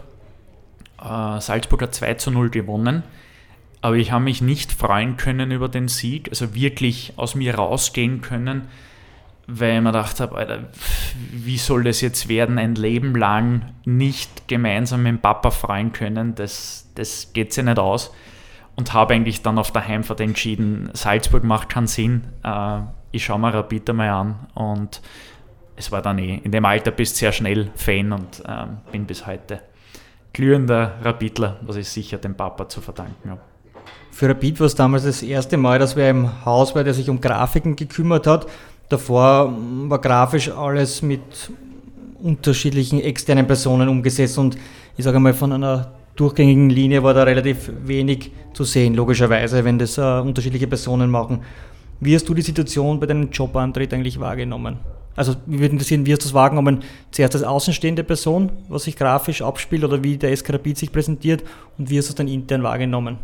Salzburg hat 2:0 gewonnen. Aber ich habe mich nicht freuen können über den Sieg, also wirklich aus mir rausgehen können, weil ich mir gedacht habe, Alter, wie soll das jetzt werden, ein Leben lang nicht gemeinsam mit dem Papa freuen können, das geht sich nicht aus. Und habe eigentlich dann auf der Heimfahrt entschieden, Salzburg macht keinen Sinn, ich schaue mir Rapid einmal an. Und es war dann in dem Alter bist du sehr schnell Fan und bin bis heute glühender Rapidler, was ich sicher dem Papa zu verdanken habe. Für Rapid war es damals das erste Mal, dass wer im Haus war, der sich um Grafiken gekümmert hat. Davor war grafisch alles mit unterschiedlichen externen Personen umgesetzt und ich sage mal, von einer durchgängigen Linie war da relativ wenig zu sehen, logischerweise, wenn das unterschiedliche Personen machen. Wie hast du die Situation bei deinem Jobantritt eigentlich wahrgenommen? Also mich würde interessieren, wie hast du das wahrgenommen? Zuerst als außenstehende Person, was sich grafisch abspielt oder wie der SK Rapid sich präsentiert und wie hast du es dann intern wahrgenommen?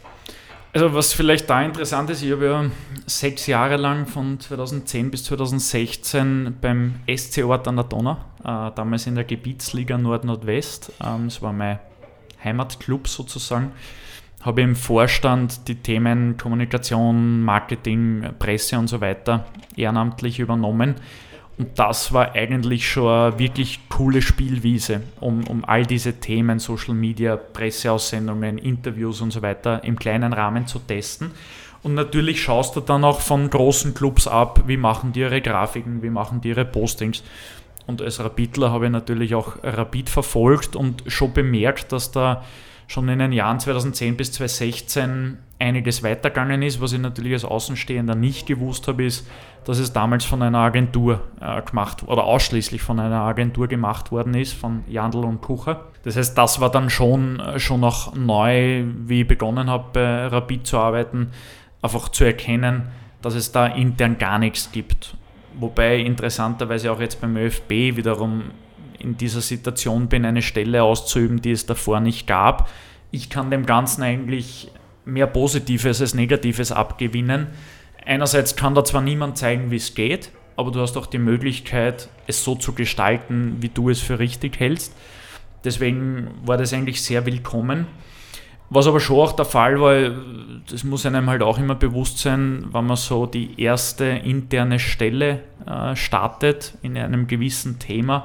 Also was vielleicht da interessant ist, ich habe ja 6 Jahre lang von 2010 bis 2016 beim SC Ort an der Donau, damals in der Gebietsliga Nord-Nordwest, das war mein Heimatclub sozusagen, habe im Vorstand die Themen Kommunikation, Marketing, Presse und so weiter ehrenamtlich übernommen. Und das war eigentlich schon eine wirklich coole Spielwiese, um all diese Themen, Social Media, Presseaussendungen, Interviews und so weiter im kleinen Rahmen zu testen. Und natürlich schaust du dann auch von großen Clubs ab, wie machen die ihre Grafiken, wie machen die ihre Postings. Und als Rapidler habe ich natürlich auch Rapid verfolgt und schon bemerkt, dass da schon in den Jahren 2010 bis 2016 einiges weitergegangen ist. Was ich natürlich als Außenstehender nicht gewusst habe, ist, dass es damals von einer Agentur gemacht oder ausschließlich von einer Agentur gemacht worden ist, von Jandl und Kucher. Das heißt, das war dann schon noch neu, wie ich begonnen habe, bei Rapid zu arbeiten, einfach zu erkennen, dass es da intern gar nichts gibt. Wobei ich interessanterweise auch jetzt beim ÖFB wiederum in dieser Situation bin, eine Stelle auszuüben, die es davor nicht gab. Ich kann dem Ganzen eigentlich mehr Positives als Negatives abgewinnen. Einerseits kann da zwar niemand zeigen, wie es geht, aber du hast auch die Möglichkeit, es so zu gestalten, wie du es für richtig hältst. Deswegen war das eigentlich sehr willkommen. Was aber schon auch der Fall war, das muss einem halt auch immer bewusst sein, wenn man so die erste interne Stelle startet in einem gewissen Thema.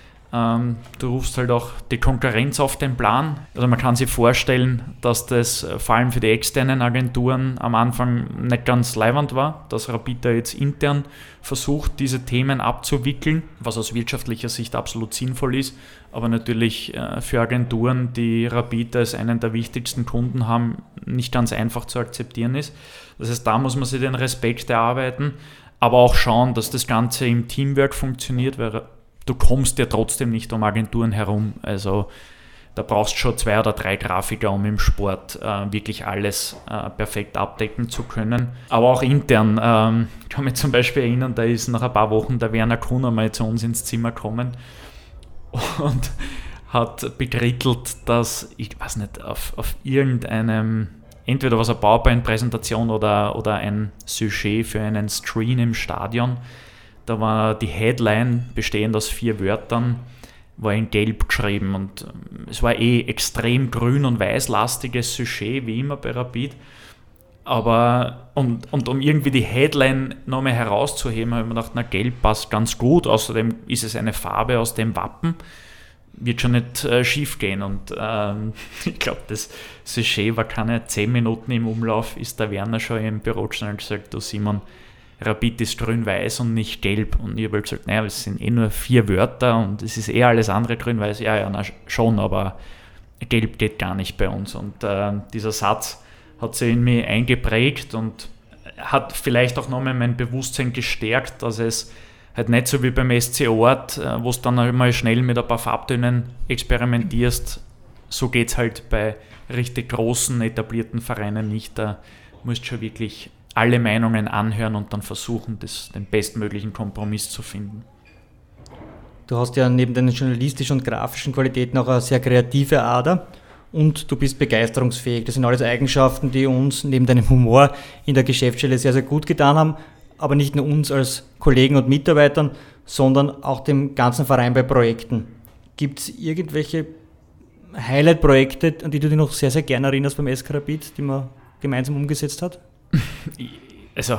Du rufst halt auch die Konkurrenz auf den Plan. Also man kann sich vorstellen, dass das vor allem für die externen Agenturen am Anfang nicht ganz leiwand war, dass Rapid da jetzt intern versucht, diese Themen abzuwickeln, was aus wirtschaftlicher Sicht absolut sinnvoll ist, aber natürlich für Agenturen, die Rapid als einen der wichtigsten Kunden haben, nicht ganz einfach zu akzeptieren ist. Das heißt, da muss man sich den Respekt erarbeiten, aber auch schauen, dass das Ganze im Teamwork funktioniert, weil du kommst ja trotzdem nicht um Agenturen herum. Also da brauchst du schon 2 oder 3 Grafiker, um im Sport wirklich alles perfekt abdecken zu können. Aber auch intern, ich kann mich zum Beispiel erinnern, da ist nach ein paar Wochen der Werner Kuhner mal zu uns ins Zimmer gekommen und hat bekrittelt, dass, ich weiß nicht, auf irgendeinem, entweder was eine PowerPoint-Präsentation oder ein Sujet für einen Screen im Stadion, da war die Headline bestehend aus 4 Wörtern, war in Gelb geschrieben und es war extrem grün- und weißlastiges Sujet, wie immer bei Rapid. Aber und um irgendwie die Headline nochmal herauszuheben, habe ich mir gedacht, na, Gelb passt ganz gut. Außerdem ist es eine Farbe aus dem Wappen. Wird schon nicht schief gehen. Und ich glaube, das Sujet war keine 10 Minuten im Umlauf, ist der Werner schon im Büro gestanden und gesagt, du Simon, Rapid ist grün-weiß und nicht gelb. Und ich habe gesagt, naja, es sind nur 4 Wörter und es ist alles andere grün-weiß. Ja, na, schon, aber gelb geht gar nicht bei uns. Und dieser Satz hat sich in mich eingeprägt und hat vielleicht auch nochmal mein Bewusstsein gestärkt, dass es halt nicht so wie beim SC Ort, wo du dann einmal schnell mit ein paar Farbtönen experimentierst, so geht es halt bei richtig großen, etablierten Vereinen nicht. Da musst du schon wirklich alle Meinungen anhören und dann versuchen, den bestmöglichen Kompromiss zu finden. Du hast ja neben den journalistischen und grafischen Qualitäten auch eine sehr kreative Ader und du bist begeisterungsfähig. Das sind alles Eigenschaften, die uns neben deinem Humor in der Geschäftsstelle sehr, sehr gut getan haben, aber nicht nur uns als Kollegen und Mitarbeitern, sondern auch dem ganzen Verein bei Projekten. Gibt es irgendwelche Highlight-Projekte, an die du dich noch sehr, sehr gerne erinnerst beim SK Rapid, die man gemeinsam umgesetzt hat? Also,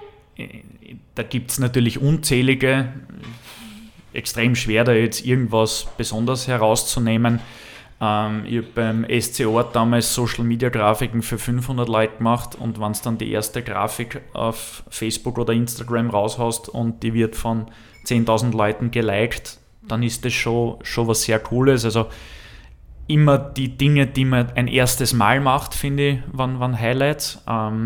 da gibt es natürlich unzählige, extrem schwer da jetzt irgendwas besonders herauszunehmen. Ich habe beim SC Ort damals Social-Media-Grafiken für 500 Leute gemacht und wenn du dann die erste Grafik auf Facebook oder Instagram raushaust und die wird von 10.000 Leuten geliked, dann ist das schon was sehr Cooles. Also immer die Dinge, die man ein erstes Mal macht, finde ich, waren Highlights.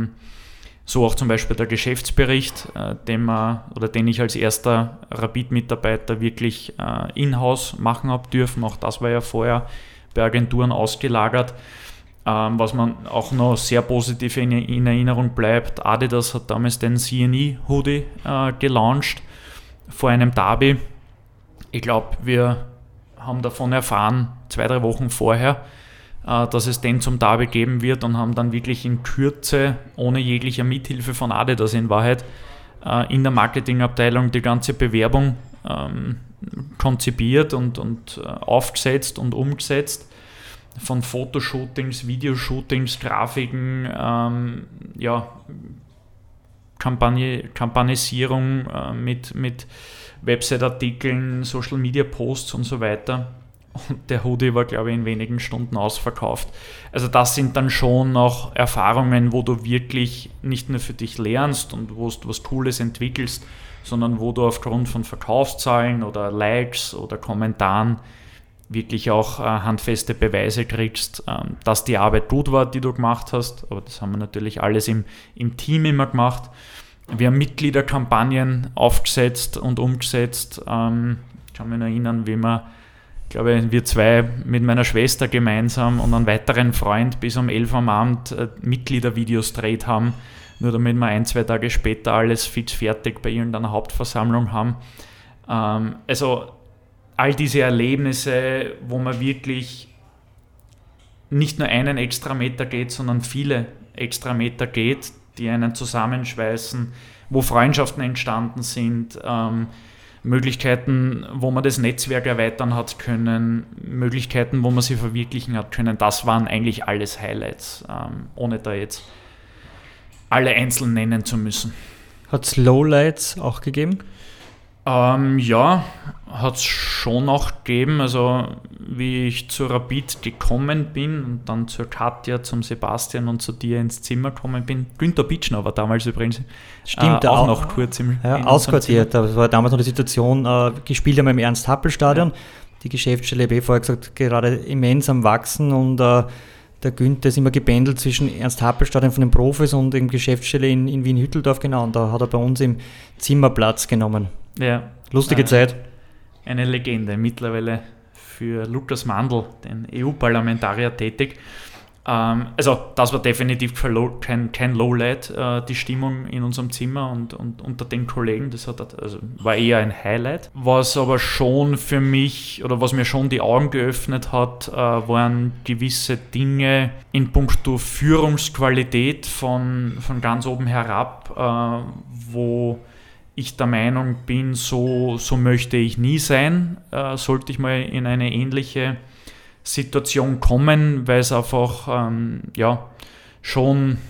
So auch zum Beispiel der Geschäftsbericht, den ich als erster Rapid-Mitarbeiter wirklich in-house machen habe dürfen. Auch das war ja vorher bei Agenturen ausgelagert. Was man auch noch sehr positiv in Erinnerung bleibt, Adidas hat damals den CNE-Hoodie gelauncht vor einem Derby. Ich glaube, wir haben davon erfahren, 2-3 Wochen vorher, dass es den zum Derby geben wird und haben dann wirklich in Kürze, ohne jegliche Mithilfe von Adidas in Wahrheit, in der Marketingabteilung die ganze Bewerbung konzipiert und aufgesetzt und umgesetzt. Von Fotoshootings, Videoshootings, Grafiken, Kampagnisierung mit Website-Artikeln, Social-Media-Posts und so weiter. Und der Hoodie war, glaube ich, in wenigen Stunden ausverkauft. Also das sind dann schon noch Erfahrungen, wo du wirklich nicht nur für dich lernst und wo du was Cooles entwickelst, sondern wo du aufgrund von Verkaufszahlen oder Likes oder Kommentaren wirklich auch handfeste Beweise kriegst, dass die Arbeit gut war, die du gemacht hast. Aber das haben wir natürlich alles im Team immer gemacht. Wir haben Mitgliederkampagnen aufgesetzt und umgesetzt. Ich kann mich noch erinnern, wie wir 2 mit meiner Schwester gemeinsam und einem weiteren Freund bis um 11 Uhr am Abend Mitgliedervideos gedreht haben, nur damit wir 1-2 Tage später alles fix fertig bei irgendeiner Hauptversammlung haben. Also all diese Erlebnisse, wo man wirklich nicht nur einen Extrameter geht, sondern viele Extrameter geht, die einen zusammenschweißen, wo Freundschaften entstanden sind, Möglichkeiten, wo man das Netzwerk erweitern hat können, Möglichkeiten, wo man sie verwirklichen hat können, das waren eigentlich alles Highlights, ohne da jetzt alle einzeln nennen zu müssen. Hat es Lowlights auch gegeben? Ja, hat es schon auch gegeben. Also wie ich zu Rapid gekommen bin und dann zur Katja, zum Sebastian und zu dir ins Zimmer gekommen bin. Günther Bitschner war damals übrigens auch noch kurz ausquartiert. Das war damals noch die Situation, gespielt haben wir im Ernst-Happel-Stadion. Ja. Die Geschäftsstelle, habe ich vorher gesagt, gerade immens am Wachsen und der Günther ist immer gependelt zwischen Ernst-Happel-Stadion von den Profis und der Geschäftsstelle in Wien-Hütteldorf, genau. Und da hat er bei uns im Zimmer Platz genommen. Ja. Lustige Zeit. Eine Legende, mittlerweile für Lukas Mandl, den EU-Parlamentarier, tätig. Also das war definitiv kein Lowlight, die Stimmung in unserem Zimmer und unter den Kollegen, war eher ein Highlight. Was aber schon für mich, oder was mir schon die Augen geöffnet hat, waren gewisse Dinge in puncto Führungsqualität von ganz oben herab, wo ich der Meinung bin, so möchte ich nie sein, sollte ich mal in eine ähnliche Situation kommen, weil es einfach schon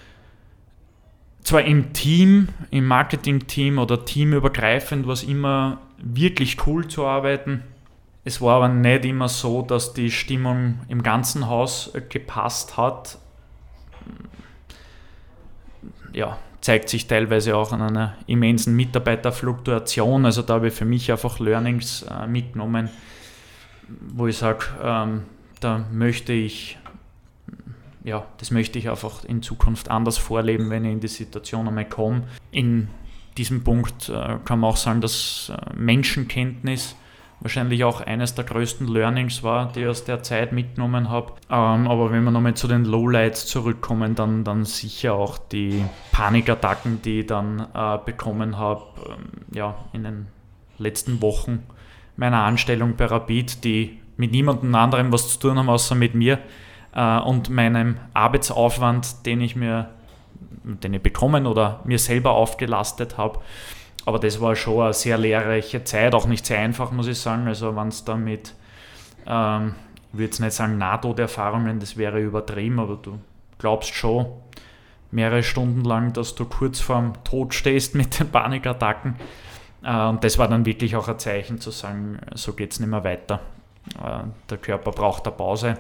zwar im Team, im Marketing-Team oder teamübergreifend war es immer wirklich cool zu arbeiten. Es war aber nicht immer so, dass die Stimmung im ganzen Haus gepasst hat. Ja, zeigt sich teilweise auch an einer immensen Mitarbeiterfluktuation. Also da habe ich für mich einfach Learnings mitgenommen, wo ich sage, das möchte ich einfach in Zukunft anders vorleben, wenn ich in die Situation einmal komme. In diesem Punkt kann man auch sagen, dass Menschenkenntnis wahrscheinlich auch eines der größten Learnings war, die ich aus der Zeit mitgenommen habe. Aber wenn wir nochmal zu den Lowlights zurückkommen, dann sicher auch die Panikattacken, die ich dann bekommen habe, in den letzten Wochen meiner Anstellung bei Rapid, die mit niemandem anderem was zu tun haben, außer mit mir und meinem Arbeitsaufwand, den ich bekommen oder mir selber aufgelastet habe. Aber das war schon eine sehr lehrreiche Zeit, auch nicht sehr einfach, muss ich sagen. Also wenn es dann mit, ich würde jetzt nicht sagen Nahtoderfahrungen, das wäre übertrieben, aber du glaubst schon mehrere Stunden lang, dass du kurz vorm Tod stehst mit den Panikattacken. Und das war dann wirklich auch ein Zeichen zu sagen, so geht es nicht mehr weiter. Der Körper braucht eine Pause.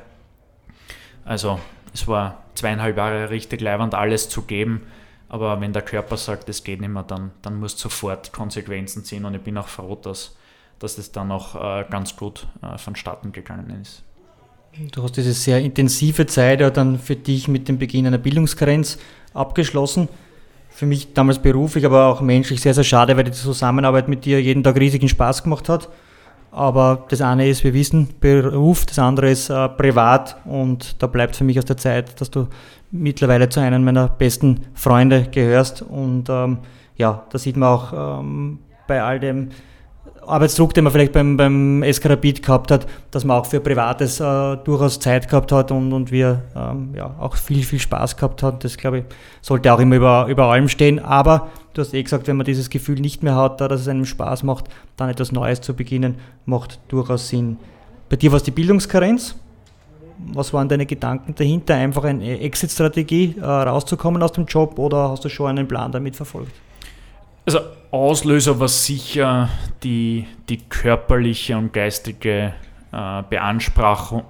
Also es war 2,5 Jahre richtig leiwand, alles zu geben. Aber wenn der Körper sagt, es geht nicht mehr, dann musst du sofort Konsequenzen ziehen. Und ich bin auch froh, dass das dann auch ganz gut vonstatten gegangen ist. Du hast diese sehr intensive Zeit ja dann für dich mit dem Beginn einer Bildungskarenz abgeschlossen. Für mich damals beruflich, aber auch menschlich sehr, sehr schade, weil die Zusammenarbeit mit dir jeden Tag riesigen Spaß gemacht hat. Aber das eine ist, wir wissen, Beruf, das andere ist privat, und da bleibt für mich aus der Zeit, dass du mittlerweile zu einem meiner besten Freunde gehörst, und da sieht man auch bei all dem Arbeitsdruck, den man vielleicht beim SK Rapid gehabt hat, dass man auch für Privates durchaus Zeit gehabt hat und wir auch viel, viel Spaß gehabt haben. Das, glaube ich, sollte auch immer über allem stehen. Aber du hast gesagt, wenn man dieses Gefühl nicht mehr hat, dass es einem Spaß macht, dann etwas Neues zu beginnen, macht durchaus Sinn. Bei dir war es die Bildungskarenz. Was waren deine Gedanken dahinter? Einfach eine Exit-Strategie, rauszukommen aus dem Job, oder hast du schon einen Plan damit verfolgt? Also Auslöser war sicher die körperliche und geistige Beanspruchung.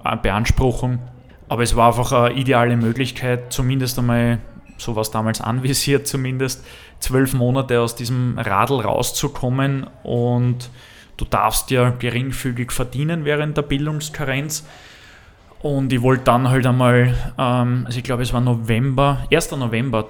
Aber es war einfach eine ideale Möglichkeit, zumindest einmal, so war es damals anvisiert, zumindest 12 Monate aus diesem Radl rauszukommen, und du darfst ja geringfügig verdienen während der Bildungskarenz. Und ich wollte dann halt einmal, ich glaube es war 1. November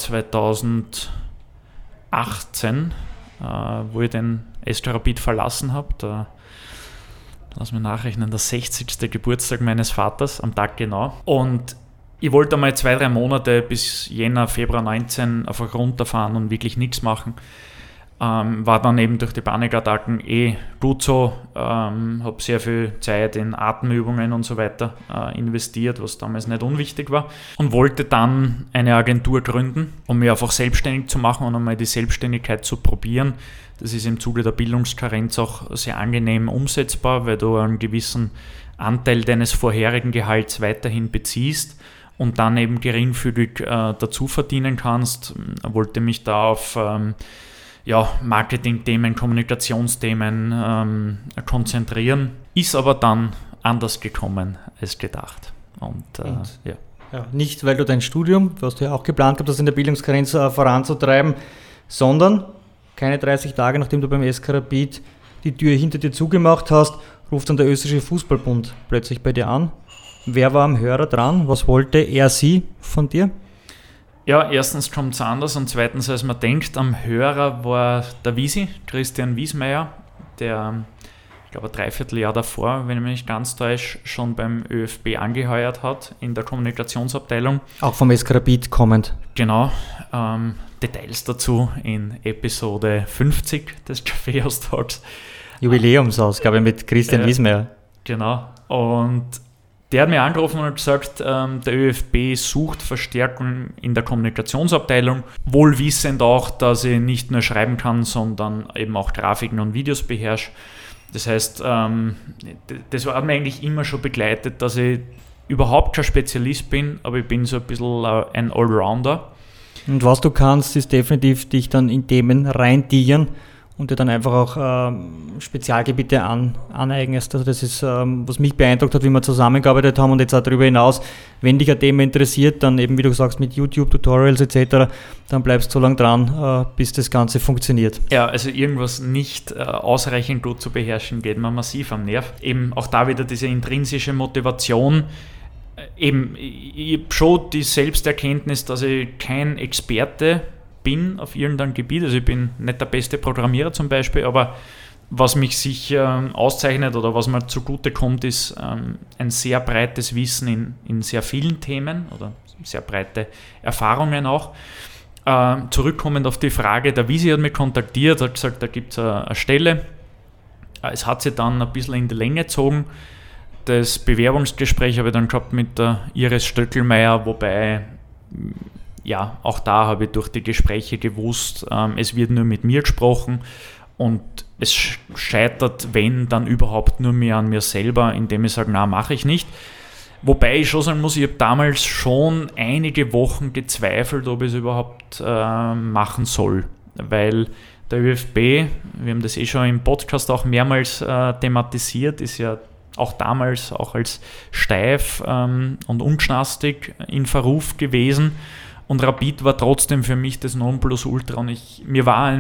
2018, wo ich den SK Rapid verlassen habe. Da, lass mich nachrechnen, der 60. Geburtstag meines Vaters, am Tag genau. Und ich wollte einmal 2-3 Monate bis Jänner, Februar 19 einfach runterfahren und wirklich nichts machen. War dann eben durch die Panikattacken gut so, habe sehr viel Zeit in Atemübungen und so weiter investiert, was damals nicht unwichtig war, und wollte dann eine Agentur gründen, um mich einfach selbstständig zu machen und einmal die Selbstständigkeit zu probieren. Das ist im Zuge der Bildungskarenz auch sehr angenehm umsetzbar, weil du einen gewissen Anteil deines vorherigen Gehalts weiterhin beziehst und dann eben geringfügig dazu verdienen kannst. Ich wollte mich da auf Marketing-Themen, Kommunikationsthemen konzentrieren. Ist aber dann anders gekommen als gedacht. Nicht, weil du dein Studium, was du ja auch geplant hast, das in der Bildungskarenz voranzutreiben, sondern keine 30 Tage, nachdem du beim SK Rapid die Tür hinter dir zugemacht hast, ruft dann der österreichische Fußballbund plötzlich bei dir an. Wer war am Hörer dran? Was wollte sie von dir? Ja, erstens kommt es anders, und zweitens, als man denkt, am Hörer war der Christian Wiesmeier, der, ich glaube, ein Dreivierteljahr davor, wenn ich mich nicht ganz täusche, schon beim ÖFB angeheuert hat, in der Kommunikationsabteilung. Auch vom SK Rapid kommend. Genau. Details dazu in Episode 50 des Kaffeehaus-Talks. Jubiläumsausgabe mit Christian Wiesmeier. Genau. Und Der hat mir angerufen und hat gesagt, der ÖFB sucht Verstärkung in der Kommunikationsabteilung, wohl wissend auch, dass ich nicht nur schreiben kann, sondern eben auch Grafiken und Videos beherrsche. Das heißt, das hat mir eigentlich immer schon begleitet, dass ich überhaupt kein Spezialist bin, aber ich bin so ein bisschen ein Allrounder. Und was du kannst, ist definitiv dich dann in Themen reintigern und dir dann einfach auch Spezialgebiete aneignest. Also das ist, was mich beeindruckt hat, wie wir zusammengearbeitet haben und jetzt auch darüber hinaus, wenn dich ein Thema interessiert, dann eben, wie du sagst, mit YouTube-Tutorials etc., dann bleibst du so lange dran, bis das Ganze funktioniert. Ja, also irgendwas nicht ausreichend gut zu beherrschen, geht mir massiv am Nerv. Eben auch da wieder diese intrinsische Motivation. Eben, ich habe schon die Selbsterkenntnis, dass ich kein Experte bin auf irgendeinem Gebiet. Also ich bin nicht der beste Programmierer zum Beispiel, aber was mich sicher auszeichnet oder was mir zugute kommt, ist ein sehr breites Wissen in sehr vielen Themen oder sehr breite Erfahrungen auch. Zurückkommend auf die Frage, der Visi hat mich kontaktiert, hat gesagt, da gibt es eine Stelle. Es hat sich dann ein bisschen in die Länge gezogen. Das Bewerbungsgespräch habe ich dann gehabt mit der Iris Stöckelmeier, wobei, ja, auch da habe ich durch die Gespräche gewusst, es wird nur mit mir gesprochen und es scheitert, wenn, dann überhaupt nur mehr an mir selber, indem ich sage, na, mache ich nicht. Wobei ich schon sagen muss, ich habe damals schon einige Wochen gezweifelt, ob ich es überhaupt machen soll, weil der ÖFB, wir haben das schon im Podcast auch mehrmals thematisiert, ist ja auch damals auch als steif und unschnastig in Verruf gewesen und Rapid war trotzdem für mich das Nonplusultra und ich war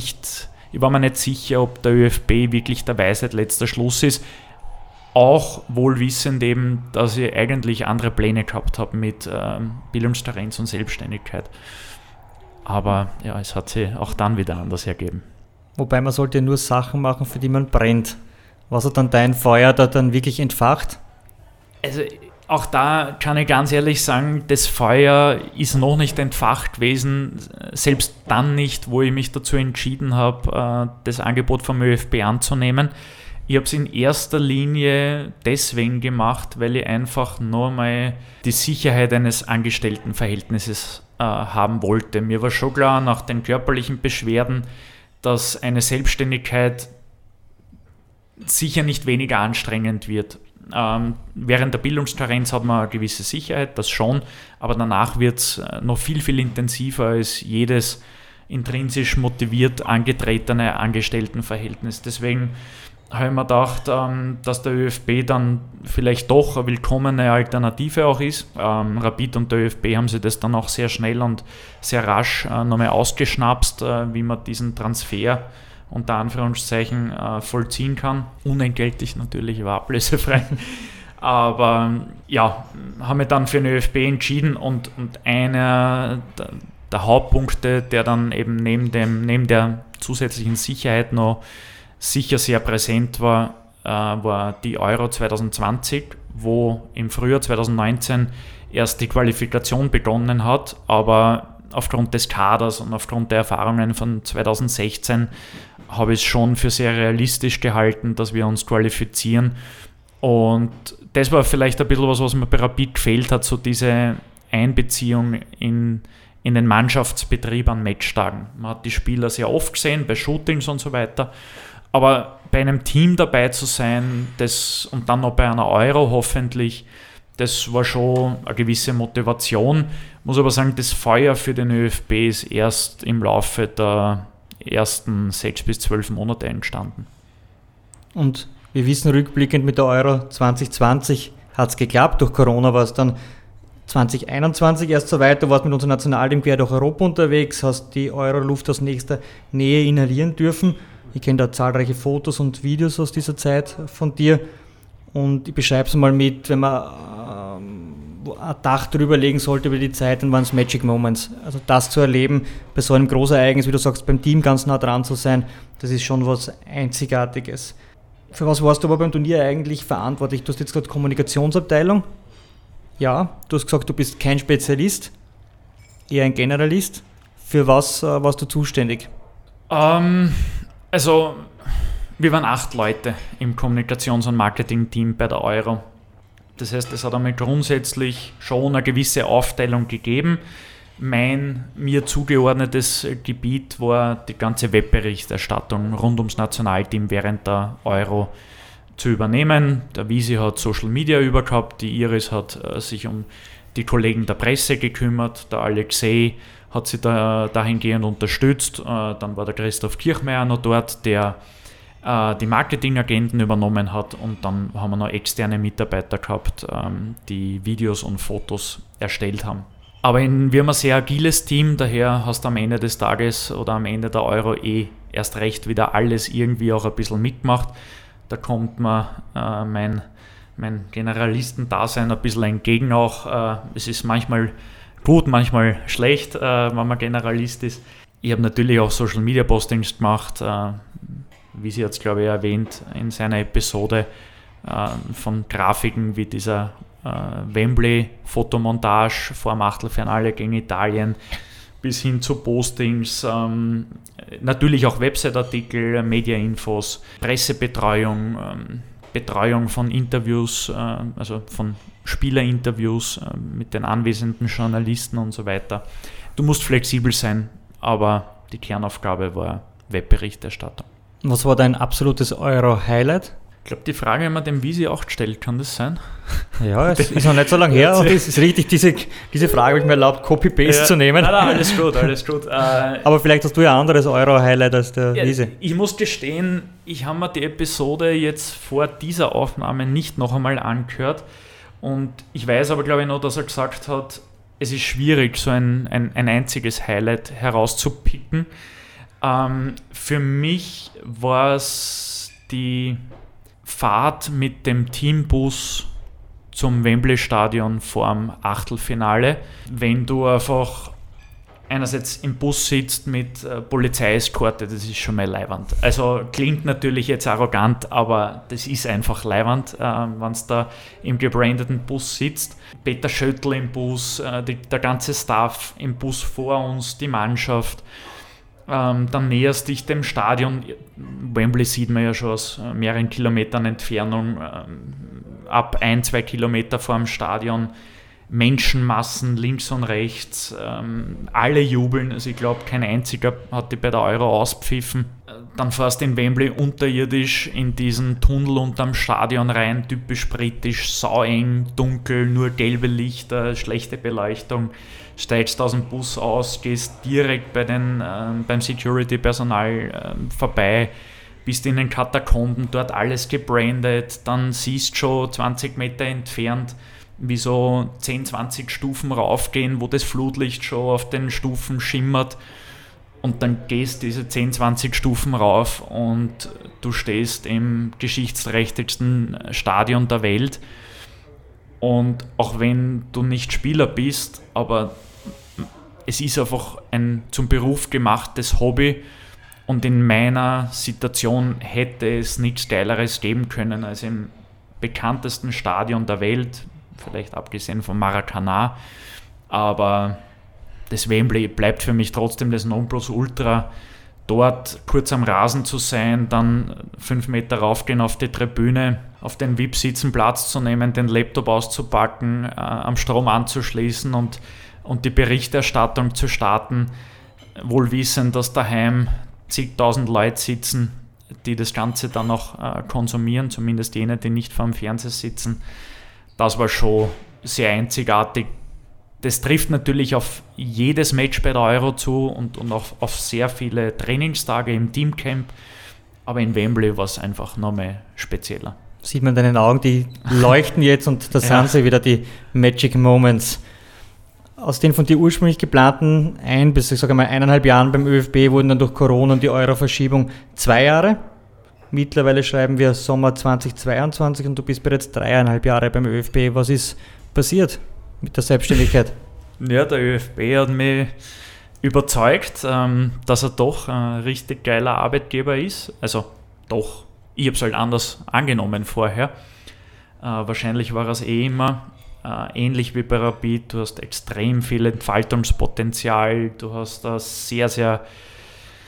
mir nicht sicher, ob der ÖFB wirklich der Weisheit letzter Schluss ist, auch wohl wissend eben, dass ich eigentlich andere Pläne gehabt habe mit Bildungskarenz und Selbstständigkeit. Aber ja, es hat sich auch dann wieder anders ergeben. Wobei man sollte nur Sachen machen, für die man brennt. Was hat dann dein Feuer da dann wirklich entfacht? Also auch da kann ich ganz ehrlich sagen, das Feuer ist noch nicht entfacht gewesen, selbst dann nicht, wo ich mich dazu entschieden habe, das Angebot vom ÖFB anzunehmen. Ich habe es in erster Linie deswegen gemacht, weil ich einfach nur mal die Sicherheit eines Angestelltenverhältnisses haben wollte. Mir war schon klar, nach den körperlichen Beschwerden, dass eine Selbstständigkeit sicher nicht weniger anstrengend wird. Während der Bildungskarenz hat man eine gewisse Sicherheit, das schon, aber danach wird es noch viel, viel intensiver als jedes intrinsisch motiviert angetretene Angestelltenverhältnis. Deswegen habe ich mir gedacht, dass der ÖFB dann vielleicht doch eine willkommene Alternative auch ist. Rapid und der ÖFB haben sich das dann auch sehr schnell und sehr rasch nochmal ausgeschnapst, wie man diesen Transfer unter Anführungszeichen vollziehen kann. Unentgeltlich natürlich, war ablösefrei. Aber ja, haben wir dann für den ÖFB entschieden und einer der Hauptpunkte, der dann eben neben der zusätzlichen Sicherheit noch sicher sehr präsent war, war die Euro 2020, wo im Frühjahr 2019 erst die Qualifikation begonnen hat, aber aufgrund des Kaders und aufgrund der Erfahrungen von 2016 habe ich es schon für sehr realistisch gehalten, dass wir uns qualifizieren. Und das war vielleicht ein bisschen was mir bei Rapid gefehlt hat, so diese Einbeziehung in den Mannschaftsbetrieb an Matchtagen. Man hat die Spieler sehr oft gesehen, bei Shootings und so weiter, aber bei einem Team dabei zu sein, das und dann noch bei einer Euro hoffentlich, das war schon eine gewisse Motivation. Ich muss aber sagen, das Feuer für den ÖFB ist erst im Laufe der ersten 6 bis 12 Monate entstanden. Und wir wissen rückblickend, mit der Euro 2020 hat es geklappt. Durch Corona war es dann 2021 erst so weit. Du warst mit unserem Nationalteam quer durch Europa unterwegs, hast die Euro-Luft aus nächster Nähe inhalieren dürfen. Ich kenne da zahlreiche Fotos und Videos aus dieser Zeit von dir. Und ich beschreibe es mal mit, wenn man ein Dach drüber legen sollte über die Zeit, dann waren es Magic Moments. Also das zu erleben, bei so einem Großereignis, wie du sagst, beim Team ganz nah dran zu sein, das ist schon was Einzigartiges. Für was warst du aber beim Turnier eigentlich verantwortlich? Du hast jetzt gerade Kommunikationsabteilung. Ja, du hast gesagt, du bist kein Spezialist, eher ein Generalist. Für was warst du zuständig? Wir waren 8 Leute im Kommunikations- und Marketing-Team bei der Euro. Das heißt, es hat einmal grundsätzlich schon eine gewisse Aufteilung gegeben. Mein mir zugeordnetes Gebiet war die ganze Webberichterstattung rund ums Nationalteam während der Euro zu übernehmen. Der Visi hat Social Media übergehabt, die Iris hat sich um die Kollegen der Presse gekümmert, der Alexei hat sie dahingehend unterstützt. Dann war der Christoph Kirchmeier noch dort, der die Marketingagenten übernommen hat, und dann haben wir noch externe Mitarbeiter gehabt, die Videos und Fotos erstellt haben. Aber wir haben ein sehr agiles Team, daher hast du am Ende des Tages oder am Ende der Euro erst recht wieder alles irgendwie auch ein bisschen mitgemacht. Da kommt mir mein Generalistendasein ein bisschen entgegen auch. Es ist manchmal gut, manchmal schlecht, wenn man Generalist ist. Ich habe natürlich auch Social Media Postings gemacht, wie sie jetzt, glaube ich, erwähnt in seiner Episode, von Grafiken wie dieser Wembley-Fotomontage vor dem Achtelfinale gegen Italien bis hin zu Postings, natürlich auch Website-Artikel, Media-Infos, Pressebetreuung, Betreuung von Interviews, also von Spielerinterviews mit den anwesenden Journalisten und so weiter. Du musst flexibel sein, aber die Kernaufgabe war Webberichterstattung. Was war dein absolutes Euro-Highlight? Ich glaube, die Frage, wenn man dem Visi auch gestellt, kann das sein? Ja, es ist noch nicht so lange her und es ist richtig, diese Frage habe ich mir erlaubt, Copy-Paste zu nehmen. Nein, alles gut. Aber vielleicht hast du ja ein anderes Euro-Highlight als der Visi. Ich muss gestehen, ich habe mir die Episode jetzt vor dieser Aufnahme nicht noch einmal angehört, und ich weiß aber, glaube ich, noch, dass er gesagt hat, es ist schwierig, so ein einziges Highlight herauszupicken. Für mich war es die Fahrt mit dem Teambus zum Wembley-Stadion vor dem Achtelfinale. Wenn du einfach einerseits im Bus sitzt mit Polizeieskorte, das ist schon mal leiwand. Also klingt natürlich jetzt arrogant, aber das ist einfach leiwand, wenn du da im gebrandeten Bus sitzt. Peter Schöttl im Bus, der ganze Staff im Bus vor uns, die Mannschaft. Dann näherst dich dem Stadion. Wembley sieht man ja schon aus mehreren Kilometern Entfernung, ab 1-2 Kilometer vor dem Stadion. Menschenmassen links und rechts, alle jubeln, also ich glaube, kein einziger hat die bei der Euro auspfiffen. Dann fährst du in Wembley unterirdisch in diesen Tunnel unterm Stadion rein, typisch britisch, saueng, dunkel, nur gelbe Lichter, schlechte Beleuchtung. Steigst aus dem Bus aus, gehst direkt beim Security-Personal vorbei, bist in den Katakomben, dort alles gebrandet, dann siehst schon 20 Meter entfernt, wie so 10-20 Stufen raufgehen, wo das Flutlicht schon auf den Stufen schimmert, und dann gehst diese 10-20 Stufen rauf und du stehst im geschichtsträchtigsten Stadion der Welt. Und auch wenn du nicht Spieler bist, aber es ist einfach ein zum Beruf gemachtes Hobby, und in meiner Situation hätte es nichts Geileres geben können als im bekanntesten Stadion der Welt, vielleicht abgesehen vom Maracanã, aber das Wembley bleibt für mich trotzdem das Nonplusultra. Dort kurz am Rasen zu sein, dann 5 Meter raufgehen auf die Tribüne, auf den VIP-Sitzen Platz zu nehmen, den Laptop auszupacken, am Strom anzuschließen und die Berichterstattung zu starten, wohl wissend, dass daheim zigtausend Leute sitzen, die das Ganze dann noch konsumieren, zumindest jene, die nicht vor dem Fernseher sitzen. Das war schon sehr einzigartig. Das trifft natürlich auf jedes Match bei der Euro zu und auch auf sehr viele Trainingstage im Teamcamp, aber in Wembley war es einfach nochmal spezieller. Sieht man in deinen Augen, die leuchten jetzt, und da sind sie wieder, die Magic Moments. Aus den von dir ursprünglich geplanten 1,5 Jahren beim ÖFB wurden dann durch Corona und die Euro-Verschiebung 2 Jahre. Mittlerweile schreiben wir Sommer 2022 und du bist bereits 3,5 Jahre beim ÖFB. Was ist passiert mit der Selbstständigkeit? Ja, der ÖFB hat mich überzeugt, dass er doch ein richtig geiler Arbeitgeber ist. Also doch, ich habe es halt anders angenommen vorher. Wahrscheinlich war es immer ähnlich wie bei Rapid. Du hast extrem viel Entfaltungspotenzial, du hast ein sehr, sehr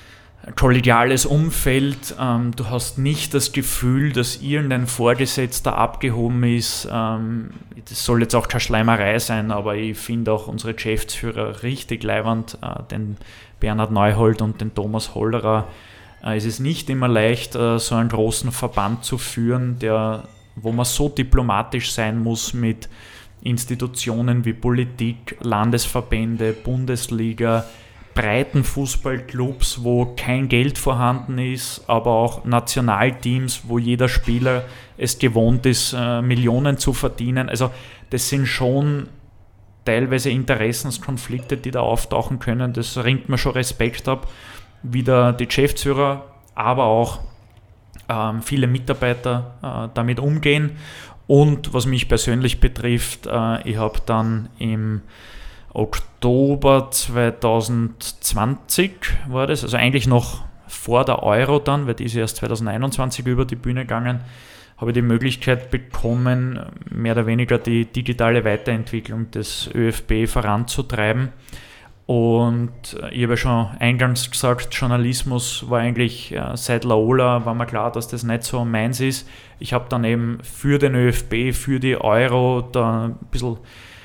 kollegiales Umfeld. Du hast nicht das Gefühl, dass irgendein Vorgesetzter abgehoben ist. Das soll jetzt auch keine Schleimerei sein, aber ich finde auch unsere Geschäftsführer richtig leiwand, den Bernhard Neuhold und den Thomas Hollerer. Es ist nicht immer leicht, so einen großen Verband zu führen, wo man so diplomatisch sein muss mit Institutionen wie Politik, Landesverbände, Bundesliga, breiten Fußballclubs, wo kein Geld vorhanden ist, aber auch Nationalteams, wo jeder Spieler es gewohnt ist, Millionen zu verdienen. Also das sind schon teilweise Interessenskonflikte, die da auftauchen können. Das ringt mir schon Respekt ab, wie da die Geschäftsführer, aber auch viele Mitarbeiter damit umgehen. Und was mich persönlich betrifft, ich habe dann im Oktober 2020 war das, also eigentlich noch vor der Euro dann, weil die ist erst 2021 über die Bühne gegangen, habe ich die Möglichkeit bekommen, mehr oder weniger die digitale Weiterentwicklung des ÖFB voranzutreiben. Und ich habe ja schon eingangs gesagt, Journalismus war eigentlich seit Laola, war mir klar, dass das nicht so meins ist. Ich habe dann eben für den ÖFB, für die Euro da ein bisschen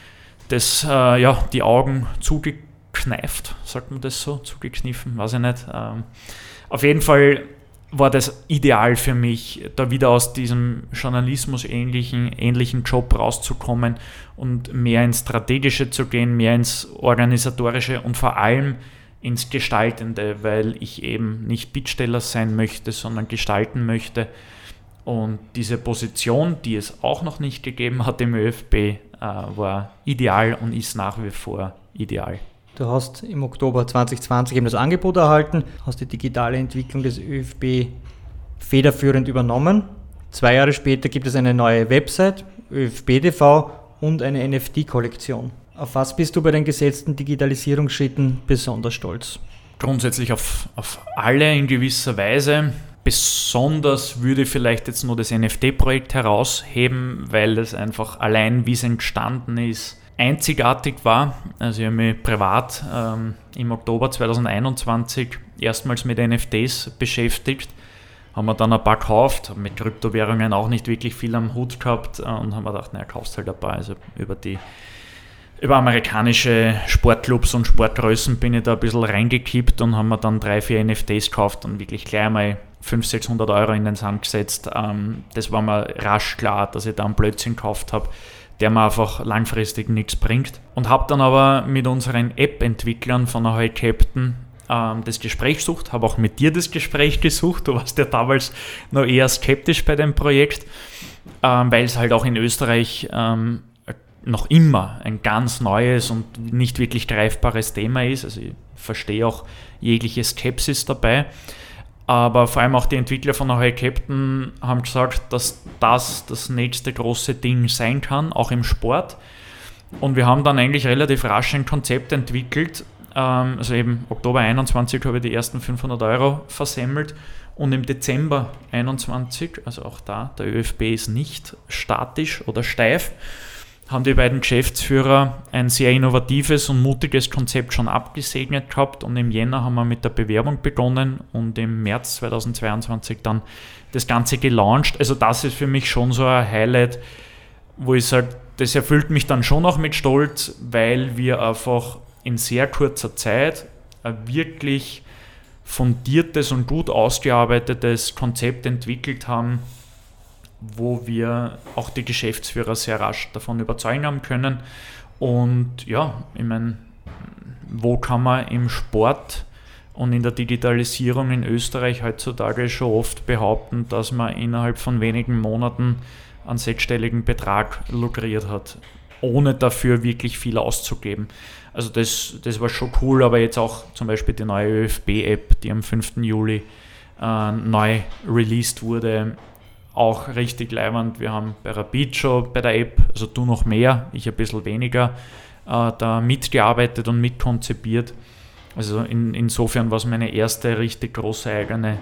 die Augen zugekneift, sagt man das so, zugekniffen, weiß ich nicht. Auf jeden Fall war das ideal für mich, da wieder aus diesem Journalismus-ähnlichen Job rauszukommen und mehr ins Strategische zu gehen, mehr ins Organisatorische und vor allem ins Gestaltende, weil ich eben nicht Bittsteller sein möchte, sondern gestalten möchte. Und diese Position, die es auch noch nicht gegeben hat im ÖFB, war ideal und ist nach wie vor ideal. Du hast im Oktober 2020 eben das Angebot erhalten, hast die digitale Entwicklung des ÖFB federführend übernommen. 2 Jahre später gibt es eine neue Website, ÖFB-TV und eine NFT-Kollektion. Auf was bist du bei den gesetzten Digitalisierungsschritten besonders stolz? Grundsätzlich auf alle in gewisser Weise. Besonders würde ich vielleicht jetzt nur das NFT-Projekt herausheben, weil es einfach allein, wie es entstanden ist, einzigartig war. Also ich habe mich privat im Oktober 2021 erstmals mit NFTs beschäftigt, haben wir dann ein paar gekauft, haben mit Kryptowährungen auch nicht wirklich viel am Hut gehabt und haben wir gedacht, naja, kaufst halt ein paar. Also über amerikanische Sportclubs und Sportgrößen bin ich da ein bisschen reingekippt und haben wir dann 3-4 NFTs gekauft und wirklich gleich mal 500-600 Euro in den Sand gesetzt. Das war mir rasch klar, dass ich da einen Blödsinn gekauft habe, der mir einfach langfristig nichts bringt. Und habe dann aber mit unseren App-Entwicklern von Ahoy Captain das Gespräch gesucht, habe auch mit dir das Gespräch gesucht. Du warst ja damals noch eher skeptisch bei dem Projekt, weil es halt auch in Österreich noch immer ein ganz neues und nicht wirklich greifbares Thema ist. Also ich verstehe auch jegliche Skepsis dabei. Aber vor allem auch die Entwickler von Ahoy Captain haben gesagt, dass das nächste große Ding sein kann, auch im Sport. Und wir haben dann eigentlich relativ rasch ein Konzept entwickelt. Also eben Oktober 21 habe ich die ersten 500 Euro versemmelt. Und im Dezember 21, also auch da, der ÖFB ist nicht statisch oder steif, haben die beiden Geschäftsführer ein sehr innovatives und mutiges Konzept schon abgesegnet gehabt und im Jänner haben wir mit der Bewerbung begonnen und im März 2022 dann das Ganze gelauncht. Also das ist für mich schon so ein Highlight, wo ich sage, das erfüllt mich dann schon auch mit Stolz, weil wir einfach in sehr kurzer Zeit ein wirklich fundiertes und gut ausgearbeitetes Konzept entwickelt haben, wo wir auch die Geschäftsführer sehr rasch davon überzeugen haben können. Und ja, ich meine, wo kann man im Sport und in der Digitalisierung in Österreich heutzutage schon oft behaupten, dass man innerhalb von wenigen Monaten einen 6-stelligen Betrag lukriert hat, ohne dafür wirklich viel auszugeben. Also das war schon cool, aber jetzt auch zum Beispiel die neue ÖFB-App, die am 5. Juli neu released wurde, auch richtig leibend. Wir haben bei Rapid schon bei der App, also du noch mehr, ich ein bisschen weniger, da mitgearbeitet und mitkonzipiert. Also insofern war es meine erste richtig große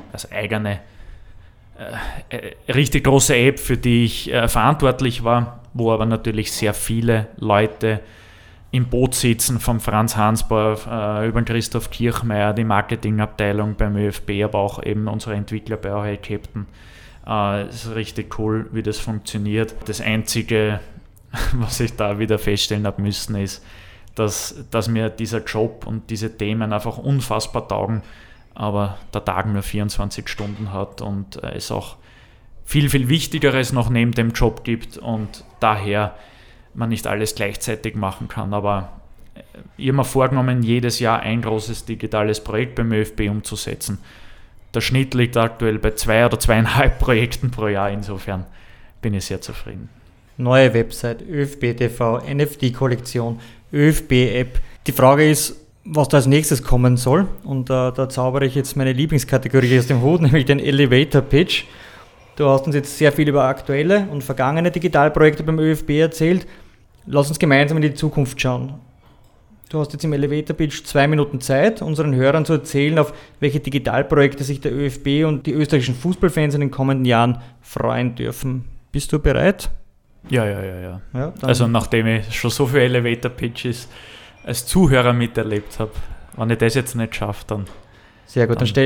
richtig große App, für die ich verantwortlich war, wo aber natürlich sehr viele Leute im Boot sitzen, vom Franz Hansbauer über den Christoph Kirchmeier, die Marketingabteilung beim ÖFB, aber auch eben unsere Entwickler bei OHL Captain. Es ist richtig cool, wie das funktioniert. Das Einzige, was ich da wieder feststellen habe müssen, ist, dass mir dieser Job und diese Themen einfach unfassbar taugen, aber der Tag nur 24 Stunden hat und es auch viel, viel Wichtigeres noch neben dem Job gibt und daher man nicht alles gleichzeitig machen kann. Aber ich habe mir vorgenommen, jedes Jahr ein großes digitales Projekt beim ÖFB umzusetzen. Der Schnitt liegt aktuell bei 2 oder 2,5 Projekten pro Jahr, insofern bin ich sehr zufrieden. Neue Website, ÖFB TV, NFT-Kollektion, ÖFB-App. Die Frage ist, was da als nächstes kommen soll. Und da zaubere ich jetzt meine Lieblingskategorie aus dem Hut, nämlich den Elevator Pitch. Du hast uns jetzt sehr viel über aktuelle und vergangene Digitalprojekte beim ÖFB erzählt. Lass uns gemeinsam in die Zukunft schauen. Du hast jetzt im Elevator Pitch 2 Minuten Zeit, unseren Hörern zu erzählen, auf welche Digitalprojekte sich der ÖFB und die österreichischen Fußballfans in den kommenden Jahren freuen dürfen. Bist du bereit? Ja. Also nachdem ich schon so viele Elevator Pitches als Zuhörer miterlebt habe, wenn ich das jetzt nicht schaffe, dann sehr gut, dann stelle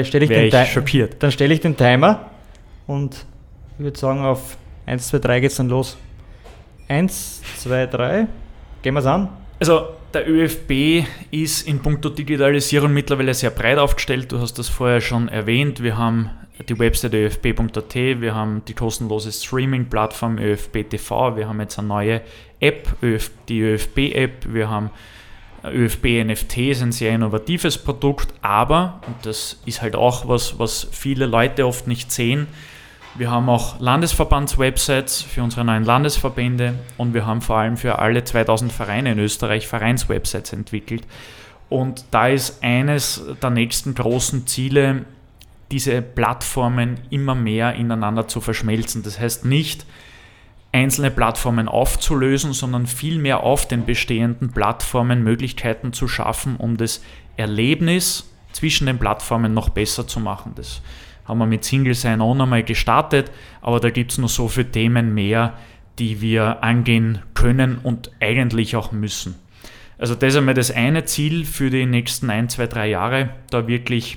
ich den Timer und ich würde sagen, auf 1, 2, 3 geht es dann los. 1, 2, 3, gehen wir es an. Also der ÖFB ist in puncto Digitalisierung mittlerweile sehr breit aufgestellt. Du hast das vorher schon erwähnt. Wir haben die Website ÖFB.at, wir haben die kostenlose Streaming-Plattform ÖFB TV, wir haben jetzt eine neue App, die ÖFB-App, wir haben ÖFB NFTs, ein sehr innovatives Produkt, aber, und das ist halt auch was viele Leute oft nicht sehen, wir haben auch Landesverbands-Websites für unsere neuen Landesverbände und wir haben vor allem für alle 2000 Vereine in Österreich Vereinswebsites entwickelt. Und da ist eines der nächsten großen Ziele, diese Plattformen immer mehr ineinander zu verschmelzen. Das heißt nicht, einzelne Plattformen aufzulösen, sondern vielmehr auf den bestehenden Plattformen Möglichkeiten zu schaffen, um das Erlebnis zwischen den Plattformen noch besser zu machen. Das haben wir mit Single Sign-On einmal gestartet, aber da gibt es noch so viele Themen mehr, die wir angehen können und eigentlich auch müssen. Also das ist einmal das eine Ziel für die nächsten 1, 2, 3 Jahre, da wirklich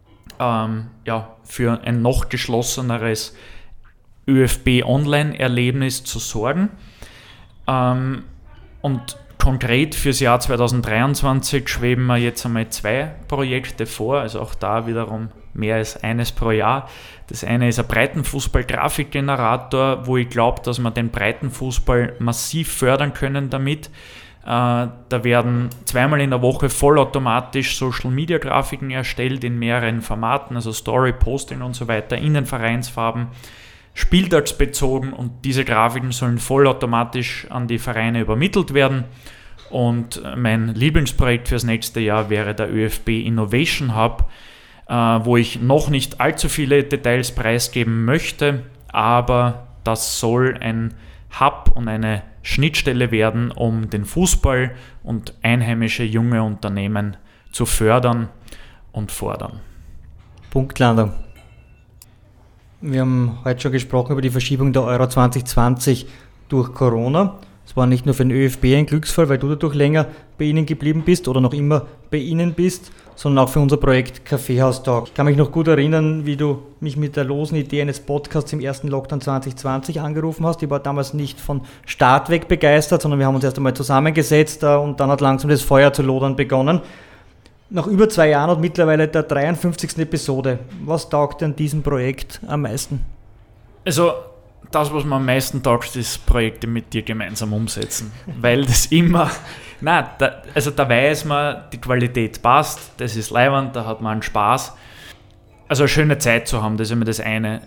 für ein noch geschlosseneres ÖFB-Online-Erlebnis zu sorgen. Und konkret fürs Jahr 2023 schweben wir jetzt einmal 2 Projekte vor, also auch da wiederum mehr als eines pro Jahr. Das eine ist ein Breitenfußball-Grafikgenerator, wo ich glaube, dass wir den Breitenfußball massiv fördern können damit. Da werden 2-mal in der Woche vollautomatisch Social-Media-Grafiken erstellt in mehreren Formaten, also Story, Posting und so weiter, in den Vereinsfarben, spieltagsbezogen, und diese Grafiken sollen vollautomatisch an die Vereine übermittelt werden. Und mein Lieblingsprojekt fürs nächste Jahr wäre der ÖFB Innovation Hub, wo ich noch nicht allzu viele Details preisgeben möchte, aber das soll ein Hub und eine Schnittstelle werden, um den Fußball und einheimische junge Unternehmen zu fördern und fordern. Punktlandung. Wir haben heute schon gesprochen über die Verschiebung der Euro 2020 durch Corona. Es war nicht nur für den ÖFB ein Glücksfall, weil du dadurch länger bei Ihnen geblieben bist oder noch immer bei Ihnen bist, sondern auch für unser Projekt Kaffeehaus-Talk. Ich kann mich noch gut erinnern, wie du mich mit der losen Idee eines Podcasts im ersten Lockdown 2020 angerufen hast. Ich war damals nicht von Start weg begeistert, sondern wir haben uns erst einmal zusammengesetzt und dann hat langsam das Feuer zu lodern begonnen. Nach über 2 Jahren und mittlerweile der 53. Episode. Was taugt dir an diesem Projekt am meisten? Also das, was mir am meisten taugt, ist Projekte mit dir gemeinsam umsetzen. Weil das immer, da weiß man, die Qualität passt, das ist leiwand, da hat man einen Spaß. Also eine schöne Zeit zu haben, das ist immer das eine.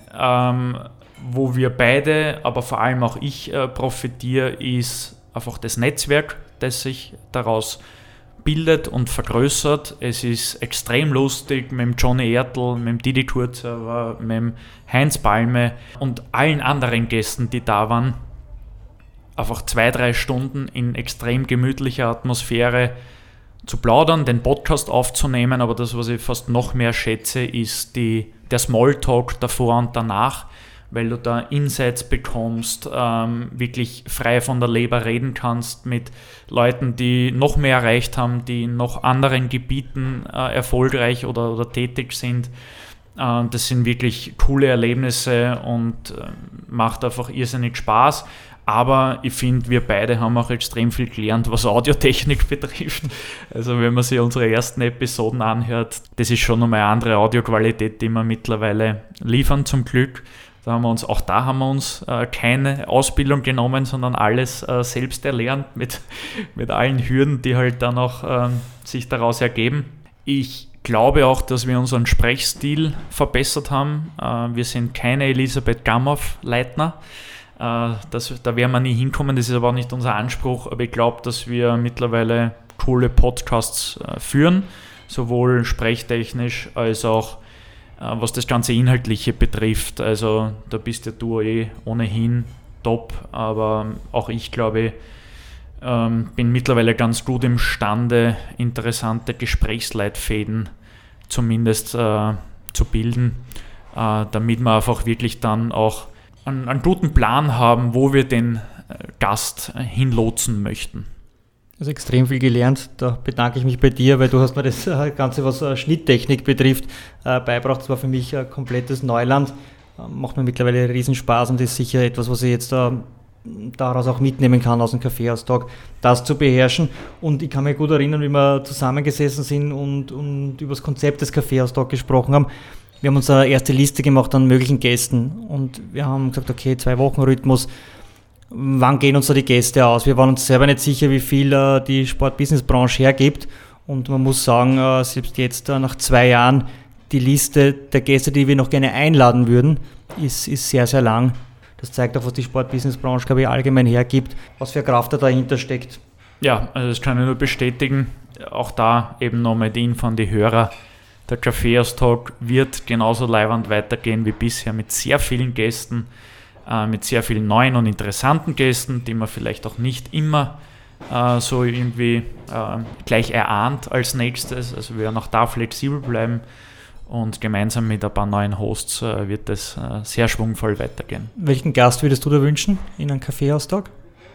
Wo wir beide, aber vor allem auch ich profitiere, ist einfach das Netzwerk, das sich daraus bildet und vergrößert. Es ist extrem lustig mit dem Johnny Ertl, mit dem Didi Kurzer, mit dem Heinz Balme und allen anderen Gästen, die da waren. Einfach 2-3 Stunden in extrem gemütlicher Atmosphäre zu plaudern, den Podcast aufzunehmen, aber das, was ich fast noch mehr schätze, ist der Smalltalk davor und danach, weil du da Insights bekommst, wirklich frei von der Leber reden kannst mit Leuten, die noch mehr erreicht haben, die in noch anderen Gebieten erfolgreich oder tätig sind. Das sind wirklich coole Erlebnisse und macht einfach irrsinnig Spaß. Aber ich finde, wir beide haben auch extrem viel gelernt, was Audiotechnik betrifft. Also wenn man sich unsere ersten Episoden anhört, das ist schon nochmal eine andere Audioqualität, die wir mittlerweile liefern, zum Glück. Da haben wir uns keine Ausbildung genommen, sondern alles selbst erlernt mit allen Hürden, die halt dann auch sich daraus ergeben. Ich glaube auch, dass wir unseren Sprechstil verbessert haben. Wir sind keine Elisabeth Gamhoff-Leitner. Da werden wir nie hinkommen, das ist aber auch nicht unser Anspruch, aber ich glaube, dass wir mittlerweile coole Podcasts führen, sowohl sprechtechnisch als auch was das ganze Inhaltliche betrifft. Also da bist ja du ohnehin top, aber auch ich glaube, bin mittlerweile ganz gut imstande, interessante Gesprächsleitfäden zumindest zu bilden, damit wir einfach wirklich dann auch einen guten Plan haben, wo wir den Gast hinlotsen möchten. Also extrem viel gelernt, da bedanke ich mich bei dir, weil du hast mir das Ganze, was Schnitttechnik betrifft, beigebracht. Das war für mich ein komplettes Neuland, macht mir mittlerweile riesen Spaß und ist sicher etwas, was ich jetzt daraus auch mitnehmen kann aus dem Kaffeehaus-Talk, das zu beherrschen. Und ich kann mich gut erinnern, wie wir zusammengesessen sind und über das Konzept des Kaffeehaus-Talk gesprochen haben. Wir haben uns eine erste Liste gemacht an möglichen Gästen und wir haben gesagt, okay, 2-Wochen-Rhythmus, wann gehen uns da die Gäste aus? Wir waren uns selber nicht sicher, wie viel die Sport-Business-Branche hergibt und man muss sagen, selbst jetzt nach 2 Jahren, die Liste der Gäste, die wir noch gerne einladen würden, ist sehr, sehr lang. Das zeigt auch, was die Sport-Business-Branche, glaube ich, allgemein hergibt, was für Kraft da dahinter steckt. Ja, also das kann ich nur bestätigen. Auch da eben nochmal die Info an die Hörer. Der Kaffeehaus-Talk wird genauso leiwand weitergehen wie bisher mit sehr vielen Gästen, mit sehr vielen neuen und interessanten Gästen, die man vielleicht auch nicht immer so irgendwie gleich erahnt als nächstes. Also wir werden auch da flexibel bleiben und gemeinsam mit ein paar neuen Hosts wird es sehr schwungvoll weitergehen. Welchen Gast würdest du da wünschen in einem Kaffeehaus-Talk?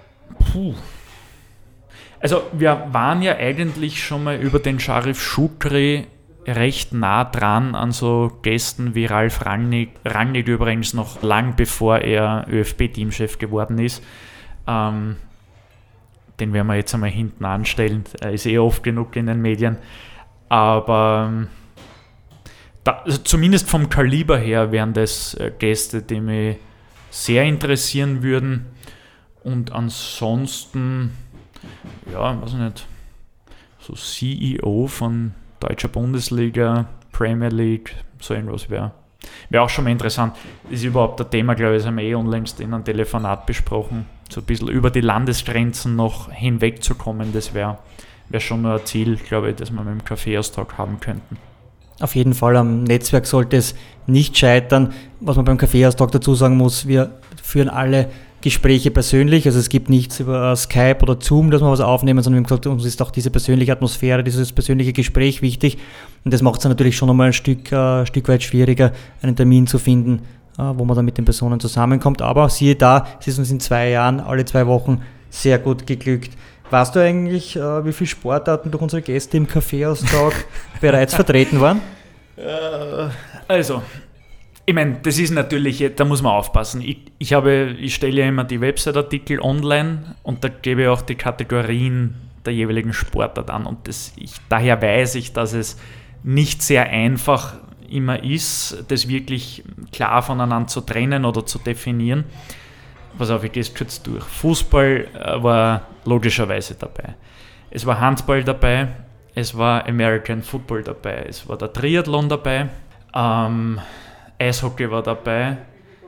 Also wir waren ja eigentlich schon mal über den Sharif Shukri recht nah dran an so Gästen wie Ralf Rangnick übrigens noch lang bevor er ÖFB-Teamchef geworden ist. Den werden wir jetzt einmal hinten anstellen, er ist oft genug in den Medien. Aber also zumindest vom Kaliber her wären das Gäste, die mich sehr interessieren würden. Und ansonsten, ja, weiß nicht, so CEO von Deutscher Bundesliga, Premier League, so irgendwas wäre auch schon mal interessant. Das ist überhaupt ein Thema, glaube ich, das haben wir unlängst in einem Telefonat besprochen, so ein bisschen über die Landesgrenzen noch hinwegzukommen. Das wäre schon nur ein Ziel, glaube ich, das wir mit dem Kaffeehaus-Talk haben könnten. Auf jeden Fall, am Netzwerk sollte es nicht scheitern. Was man beim Kaffeehaus-Talk dazu sagen muss, wir führen alle Gespräche persönlich, also es gibt nichts über Skype oder Zoom, dass wir was aufnehmen, sondern wir haben gesagt, uns ist auch diese persönliche Atmosphäre, dieses persönliche Gespräch wichtig und das macht es natürlich schon einmal ein Stück weit schwieriger, einen Termin zu finden, wo man dann mit den Personen zusammenkommt, aber siehe da, es ist uns in 2 Jahren, alle 2 Wochen sehr gut geglückt. Weißt du eigentlich, wie viele Sportarten durch unsere Gäste im Kaffeehaus-Talk bereits vertreten waren? Also, ich meine, das ist natürlich, da muss man aufpassen. Ich stelle ja immer die Website-Artikel online und da gebe ich auch die Kategorien der jeweiligen Sportart an. Und daher weiß ich, dass es nicht sehr einfach immer ist, das wirklich klar voneinander zu trennen oder zu definieren. Pass auf, ich gehe es kurz durch. Fußball war logischerweise dabei. Es war Handball dabei, es war American Football dabei, es war der Triathlon dabei, Eishockey war dabei,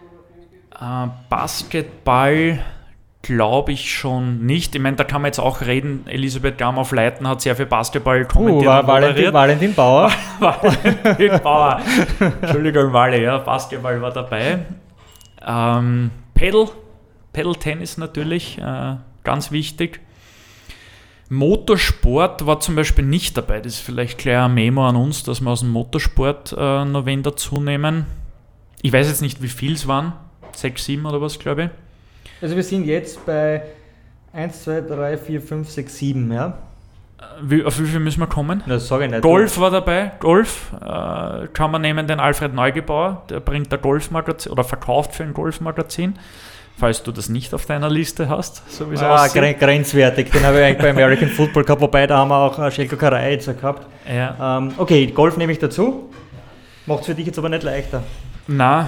Basketball glaube ich schon nicht. Ich meine, da kann man jetzt auch reden, Elisabeth Gamhoff-Leitner hat sehr viel Basketball kommentiert. Valentin Bauer. Valentin Bauer. Entschuldigung, Walle, ja, Basketball war dabei. Paddle-Tennis natürlich, ganz wichtig. Motorsport war zum Beispiel nicht dabei. Das ist vielleicht gleich ein Memo an uns, dass wir aus dem Motorsport noch wen dazu nehmen. Ich weiß jetzt nicht, wie viel es waren. 6, 7 oder was, glaube ich. Also wir sind jetzt bei 1, 2, 3, 4, 5, 6, 7, ja? Auf wie viel müssen wir kommen? Das sage ich nicht. Golf war dabei. Golf kann man nehmen, den Alfred Neugebauer. Der bringt ein Golfmagazin oder verkauft für ein Golfmagazin. Falls du das nicht auf deiner Liste hast, so wie es aussieht. Grenzwertig. Den habe ich eigentlich bei American Football gehabt, wobei da haben wir auch Željko Karajica gehabt. Ja. Okay, Golf nehme ich dazu. Macht es für dich jetzt aber nicht leichter. Nein,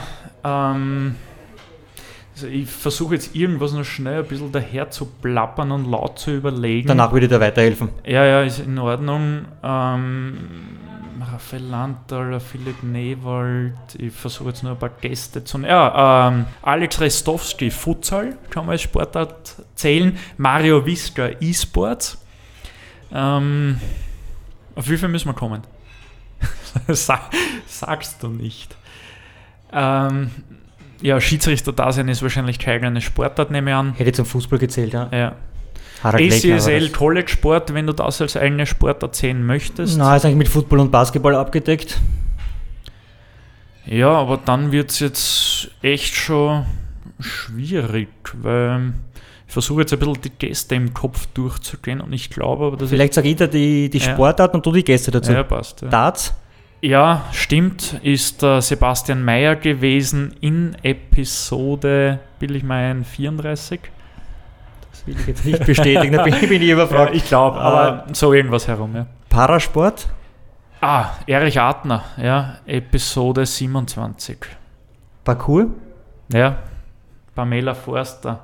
also ich versuche jetzt irgendwas noch schnell ein bisschen daher zu plappern und laut zu überlegen. Danach würde ich dir weiterhelfen. Ja, ist in Ordnung. Raphael Landal, Philipp Newald, ich versuche jetzt nur ein paar Gäste zu nehmen. Alex Restowski, Futsal, kann man als Sportart zählen. Mario Wiska, E-Sports. Auf wie viel müssen wir kommen? Sagst du nicht. Schiedsrichter-Dasein ist wahrscheinlich keine kleine Sportart, nehme ich an. Hätte zum Fußball gezählt, ja. ACSL College Sport, wenn du das als eigene Sportart sehen möchtest. Na, ist eigentlich mit Football und Basketball abgedeckt. Ja, aber dann wird es jetzt echt schon schwierig, weil ich versuche jetzt ein bisschen die Gäste im Kopf durchzugehen und ich glaube aber, dass vielleicht sage ich dir die Sportart und du die Gäste dazu. Ja, passt. Ja. Darts? Ja, stimmt, ist Sebastian Mayer gewesen in Episode, will ich meinen, 34. Das will ich jetzt nicht bestätigen, da bin ich überfragt. Ja, ich glaube, aber so irgendwas herum, ja. Parasport? Erich Adner, ja, Episode 27. Parkour? Ja, Pamela Forster.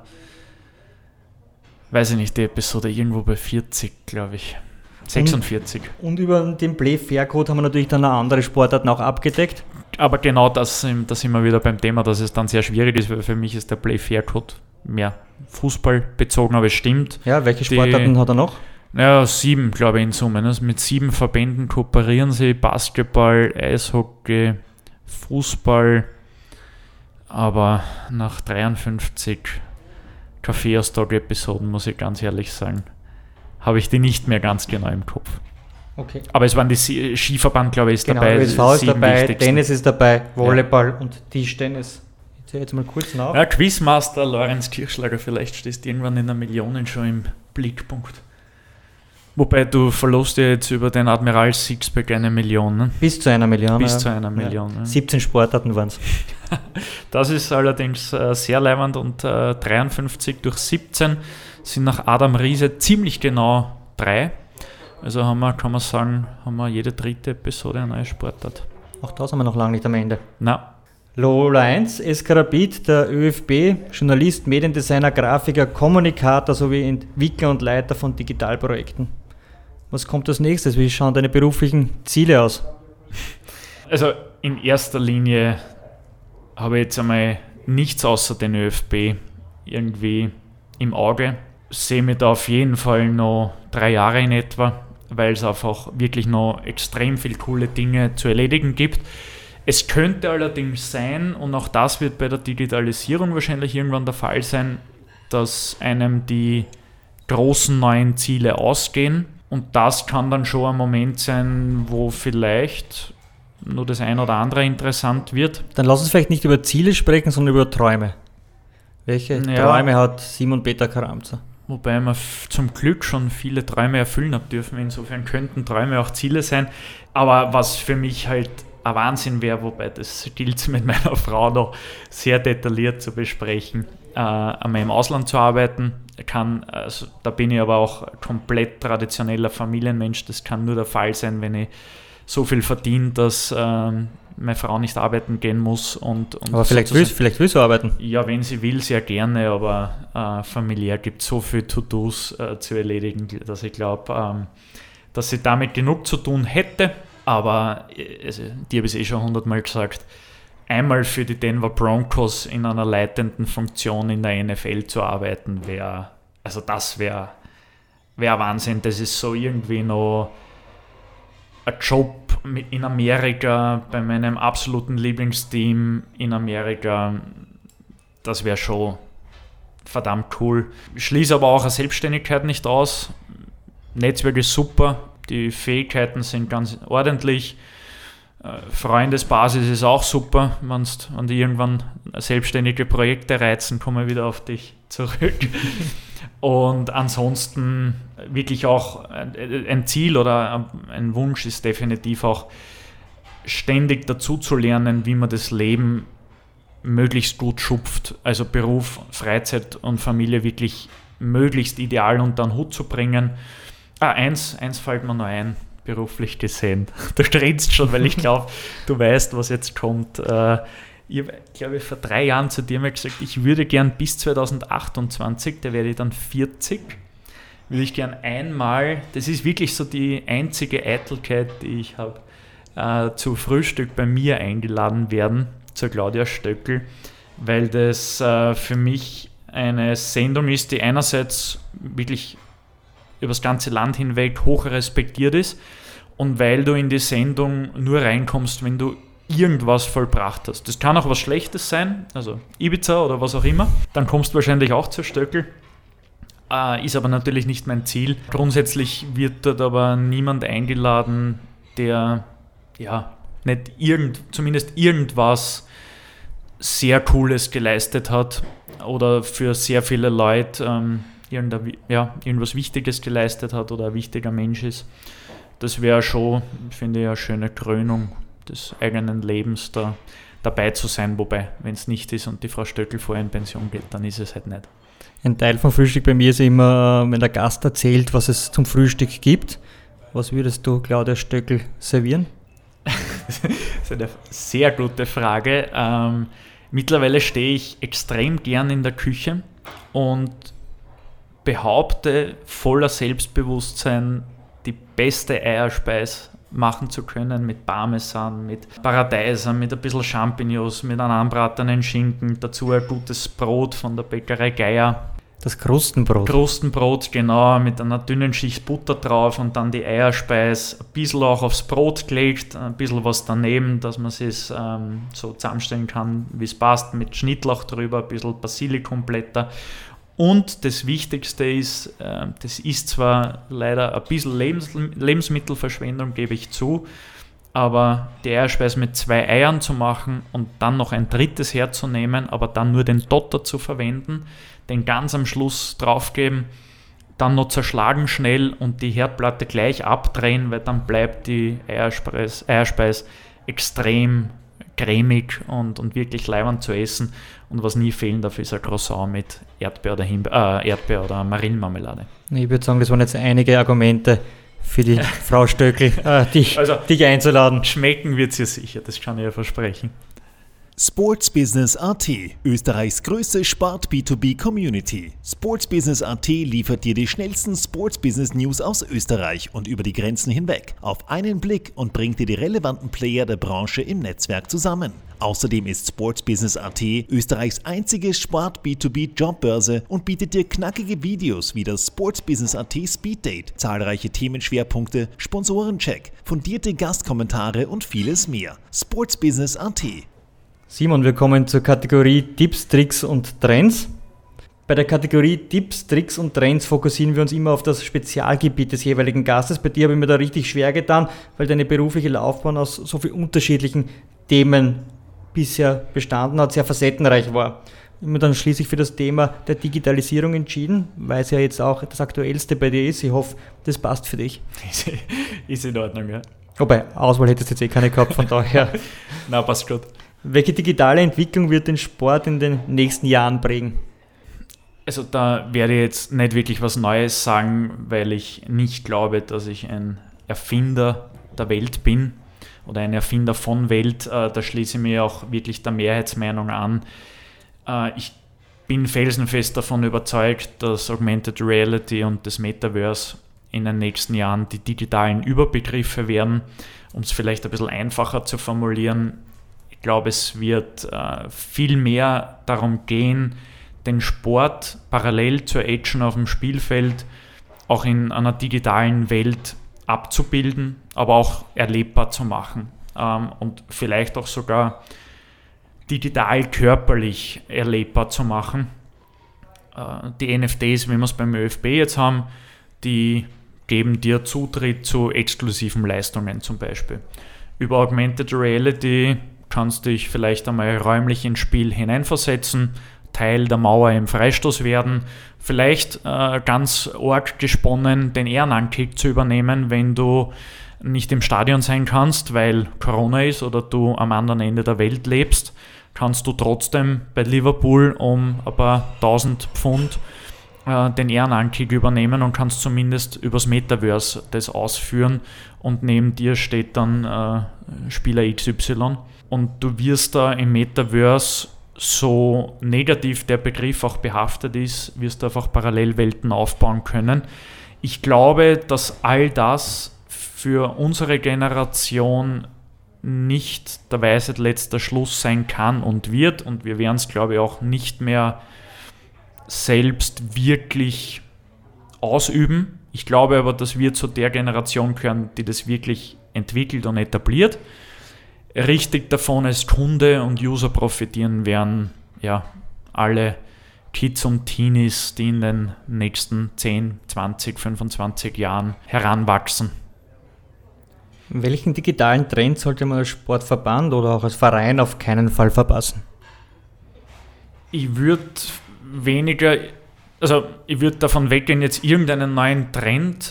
Weiß ich nicht, die Episode irgendwo bei 40, glaube ich. 46. Und über den Play-Fair-Code haben wir natürlich dann eine andere Sportart auch abgedeckt. Aber genau das sind wir wieder beim Thema, dass es dann sehr schwierig ist, weil für mich ist der Play-Fair-Code mehr Fußball bezogen, aber es stimmt. Ja, welche Sportarten hat er noch? Ja, 7, glaube ich, in Summe. Also mit 7 Verbänden kooperieren sie. Basketball, Eishockey, Fußball. Aber nach 53 Kaffeeaustausch-Episoden, muss ich ganz ehrlich sagen, habe ich die nicht mehr ganz genau im Kopf. Okay. Aber es waren die Skiverband, glaube ich, ist genau, dabei. ÖSV ist dabei, Tennis ist dabei, Volleyball und Tischtennis. Ich zähle jetzt mal kurz nach. Ja, Quizmaster Lorenz Kirchschlager, vielleicht stehst du irgendwann in der Millionen schon im Blickpunkt. Wobei du verlust ja jetzt über den Admiral Sixpack 1 Million. Ne? Bis zu 1 Million. Bis zu 1 Million. Ja. 17 Sportarten waren es. Das ist allerdings sehr leibend und 53 durch 17 sind nach Adam Riese ziemlich genau 3. Also kann man sagen, haben wir jede dritte Episode eine neue Sportart. Auch da sind wir noch lange nicht am Ende. Na. Lola 1, Eskarabit, der ÖFB, Journalist, Mediendesigner, Grafiker, Kommunikator sowie Entwickler und Leiter von Digitalprojekten. Was kommt als nächstes? Wie schauen deine beruflichen Ziele aus? Also in erster Linie habe ich jetzt einmal nichts außer den ÖFB irgendwie im Auge. Sehe mich da auf jeden Fall noch 3 Jahre in etwa, weil es einfach wirklich noch extrem viele coole Dinge zu erledigen gibt. Es könnte allerdings sein, und auch das wird bei der Digitalisierung wahrscheinlich irgendwann der Fall sein, dass einem die großen neuen Ziele ausgehen. Und das kann dann schon ein Moment sein, wo vielleicht nur das ein oder andere interessant wird. Dann lass uns vielleicht nicht über Ziele sprechen, sondern über Träume. Welche Träume hat Simon Peter Karamza? Wobei wir zum Glück schon viele Träume erfüllen haben dürfen. Insofern könnten Träume auch Ziele sein. Aber was für mich halt ein Wahnsinn wäre, wobei das gilt mit meiner Frau noch sehr detailliert zu besprechen, einmal im Ausland zu arbeiten. Also da bin ich aber auch komplett traditioneller Familienmensch. Das kann nur der Fall sein, wenn ich so viel verdiene, dass meine Frau nicht arbeiten gehen muss. Aber vielleicht willst du arbeiten? Ja, wenn sie will, sehr gerne, aber familiär gibt es so viel To-Dos zu erledigen, dass ich glaube, dass sie damit genug zu tun hätte. Aber die habe ich schon 100-mal gesagt, einmal für die Denver Broncos in einer leitenden Funktion in der NFL zu arbeiten, wäre Wahnsinn. Das ist so irgendwie noch ein Job in Amerika, bei meinem absoluten Lieblingsteam in Amerika. Das wäre schon verdammt cool. Ich schließe aber auch eine Selbstständigkeit nicht aus. Netzwerk ist super, die Fähigkeiten sind ganz ordentlich. Freundesbasis ist auch super, wenn die irgendwann selbstständige Projekte reizen, kommen wir wieder auf dich zurück. Und ansonsten wirklich auch ein Ziel oder ein Wunsch ist definitiv auch, ständig dazu zu lernen, wie man das Leben möglichst gut schupft, also Beruf, Freizeit und Familie wirklich möglichst ideal unter den Hut zu bringen. Eins fällt mir noch ein, beruflich gesehen. Du grinst schon, weil ich glaube, du weißt, was jetzt kommt. Ich habe, glaube ich, vor 3 Jahren zu dir mal gesagt, ich würde gern bis 2028, da werde ich dann 40, würde ich gern einmal, das ist wirklich so die einzige Eitelkeit, die ich habe, zu Frühstück bei mir eingeladen werden, zur Claudia Stöckl, weil das für mich eine Sendung ist, die einerseits wirklich über das ganze Land hinweg hoch respektiert ist und weil du in die Sendung nur reinkommst, wenn du irgendwas vollbracht hast. Das kann auch was Schlechtes sein, also Ibiza oder was auch immer, dann kommst du wahrscheinlich auch zur Stöckl. Ist aber natürlich nicht mein Ziel. Grundsätzlich wird dort aber niemand eingeladen, der nicht zumindest irgendwas sehr Cooles geleistet hat oder für sehr viele Leute irgendwas Wichtiges geleistet hat oder ein wichtiger Mensch ist. Das wäre schon, finde ich, eine schöne Krönung des eigenen Lebens, da dabei zu sein. Wobei, wenn es nicht ist und die Frau Stöckl vorher in Pension geht, dann ist es halt nicht. Ein Teil vom Frühstück bei mir ist immer, wenn der Gast erzählt, was es zum Frühstück gibt. Was würdest du Claudia Stöckl servieren? Das ist eine sehr gute Frage. Mittlerweile stehe ich extrem gern in der Küche und behaupte voller Selbstbewusstsein, die beste Eierspeis machen zu können mit Parmesan, mit Paradeiser, mit ein bisschen Champignons, mit einem anbratenen Schinken, dazu ein gutes Brot von der Bäckerei Geier. Das Krustenbrot. Krustenbrot, genau, mit einer dünnen Schicht Butter drauf und dann die Eierspeis, ein bisschen auch aufs Brot gelegt, ein bisschen was daneben, dass man es so zusammenstellen kann, wie es passt, mit Schnittlauch drüber, ein bisschen Basilikumblätter. Und das Wichtigste ist, das ist zwar leider ein bisschen Lebensmittelverschwendung, gebe ich zu, aber die Eierspeis mit 2 Eiern zu machen und dann noch ein drittes herzunehmen, aber dann nur den Dotter zu verwenden, den ganz am Schluss draufgeben, dann noch zerschlagen schnell und die Herdplatte gleich abdrehen, weil dann bleibt die Eierspeis extrem cremig und wirklich leibend zu essen. Und was nie fehlen darf, ist ein Croissant mit Erdbeer oder Marillenmarmelade. Ich würde sagen, das waren jetzt einige Argumente für die Frau Stöckl, dich einzuladen. Schmecken wird es ihr sicher, das kann ich ja versprechen. Sportsbusiness.at, Österreichs größte Sport-B2B-Community. Sportsbusiness.at liefert dir die schnellsten Sportsbusiness-News aus Österreich und über die Grenzen hinweg auf einen Blick und bringt dir die relevanten Player der Branche im Netzwerk zusammen. Außerdem ist Sportsbusiness.at Österreichs einzige Sport-B2B-Jobbörse und bietet dir knackige Videos wie das Sportsbusiness.at Speeddate, zahlreiche Themenschwerpunkte, Sponsorencheck, fundierte Gastkommentare und vieles mehr. Sportsbusiness.at. Simon, wir kommen zur Kategorie Tipps, Tricks und Trends. Bei der Kategorie Tipps, Tricks und Trends fokussieren wir uns immer auf das Spezialgebiet des jeweiligen Gastes. Bei dir habe ich mir da richtig schwer getan, weil deine berufliche Laufbahn aus so vielen unterschiedlichen Themen bisher bestanden hat, sehr facettenreich war. Ich habe mich dann schließlich für das Thema der Digitalisierung entschieden, weil es ja jetzt auch das Aktuellste bei dir ist. Ich hoffe, das passt für dich. Ist in Ordnung, ja. Wobei, Auswahl hättest du jetzt keine gehabt, von daher. Na, passt gut. Welche digitale Entwicklung wird den Sport in den nächsten Jahren prägen? Also da werde ich jetzt nicht wirklich was Neues sagen, weil ich nicht glaube, dass ich ein Erfinder der Welt bin oder ein Erfinder von Welt. Da schließe ich mir auch wirklich der Mehrheitsmeinung an. Ich bin felsenfest davon überzeugt, dass Augmented Reality und das Metaverse in den nächsten Jahren die digitalen Überbegriffe werden. Um es vielleicht ein bisschen einfacher zu formulieren, ich glaube, es wird viel mehr darum gehen, den Sport parallel zur Action auf dem Spielfeld auch in einer digitalen Welt abzubilden, aber auch erlebbar zu machen und vielleicht auch sogar digital körperlich erlebbar zu machen. Die NFTs, wie wir es beim ÖFB jetzt haben, die geben dir Zutritt zu exklusiven Leistungen zum Beispiel. Über Augmented Reality kannst du dich vielleicht einmal räumlich ins Spiel hineinversetzen, Teil der Mauer im Freistoß werden, vielleicht ganz arg gesponnen den Ehrenankick zu übernehmen, wenn du nicht im Stadion sein kannst, weil Corona ist oder du am anderen Ende der Welt lebst, kannst du trotzdem bei Liverpool um ein paar 1000 Pfund den Ehrenankick übernehmen und kannst zumindest übers Metaverse das ausführen und neben dir steht dann Spieler XY und du wirst da im Metaverse, so negativ der Begriff auch behaftet ist, wirst du einfach Parallelwelten aufbauen können. Ich glaube, dass all das für unsere Generation nicht der Weisheit letzter Schluss sein kann und wird und wir werden es, glaube ich, auch nicht mehr selbst wirklich ausüben. Ich glaube aber, dass wir zu der Generation gehören, die das wirklich entwickelt und etabliert. Richtig davon als Kunde und User profitieren werden ja alle Kids und Teenies, die in den nächsten 10, 20, 25 Jahren heranwachsen. Welchen digitalen Trend sollte man als Sportverband oder auch als Verein auf keinen Fall verpassen? Ich würde davon weggehen, jetzt irgendeinen neuen Trend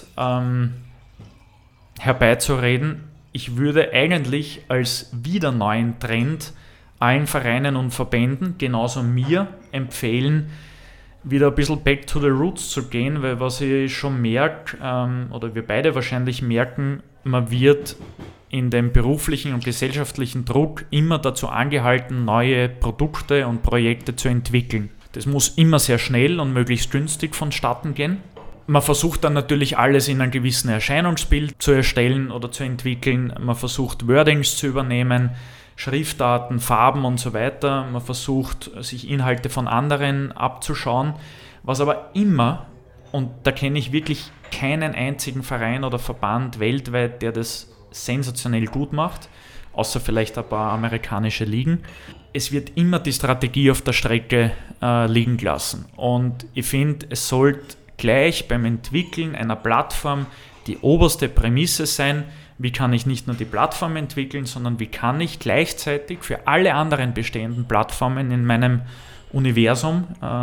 herbeizureden. Ich würde eigentlich als wieder neuen Trend allen Vereinen und Verbänden, genauso mir, empfehlen, wieder ein bisschen back to the roots zu gehen, weil was ich schon merke, oder wir beide wahrscheinlich merken, man wird in dem beruflichen und gesellschaftlichen Druck immer dazu angehalten, neue Produkte und Projekte zu entwickeln. Das muss immer sehr schnell und möglichst günstig vonstatten gehen. Man versucht dann natürlich alles in einem gewissen Erscheinungsbild zu erstellen oder zu entwickeln. Man versucht Wordings zu übernehmen, Schriftarten, Farben und so weiter. Man versucht, sich Inhalte von anderen abzuschauen. Was aber immer, und da kenne ich wirklich keinen einzigen Verein oder Verband weltweit, der das sensationell gut macht, außer vielleicht ein paar amerikanische Ligen. Es wird immer die Strategie auf der Strecke liegen gelassen. Und ich finde, es sollte gleich beim Entwickeln einer Plattform die oberste Prämisse sein, wie kann ich nicht nur die Plattform entwickeln, sondern wie kann ich gleichzeitig für alle anderen bestehenden Plattformen in meinem Universum,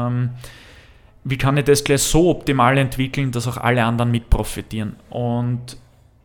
wie kann ich das gleich so optimal entwickeln, dass auch alle anderen mit profitieren. Und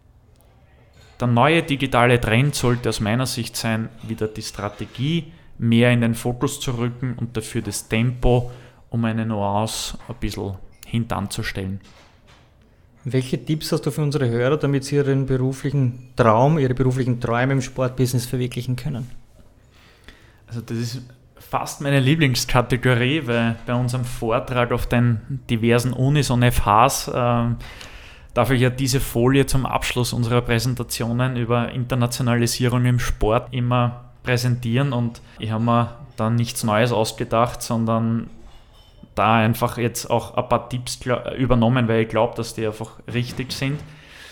der neue digitale Trend sollte aus meiner Sicht sein, wieder die Strategie mehr in den Fokus zu rücken und dafür das Tempo um eine Nuance ein bisschen hintanzustellen. Welche Tipps hast du für unsere Hörer, damit sie ihren beruflichen Traum, ihre beruflichen Träume im Sportbusiness verwirklichen können? Also das ist fast meine Lieblingskategorie, weil bei unserem Vortrag auf den diversen Unis und FHs darf ich ja diese Folie zum Abschluss unserer Präsentationen über Internationalisierung im Sport immer präsentieren und ich habe mir da nichts Neues ausgedacht, sondern da einfach jetzt auch ein paar Tipps übernommen, weil ich glaube, dass die einfach richtig sind.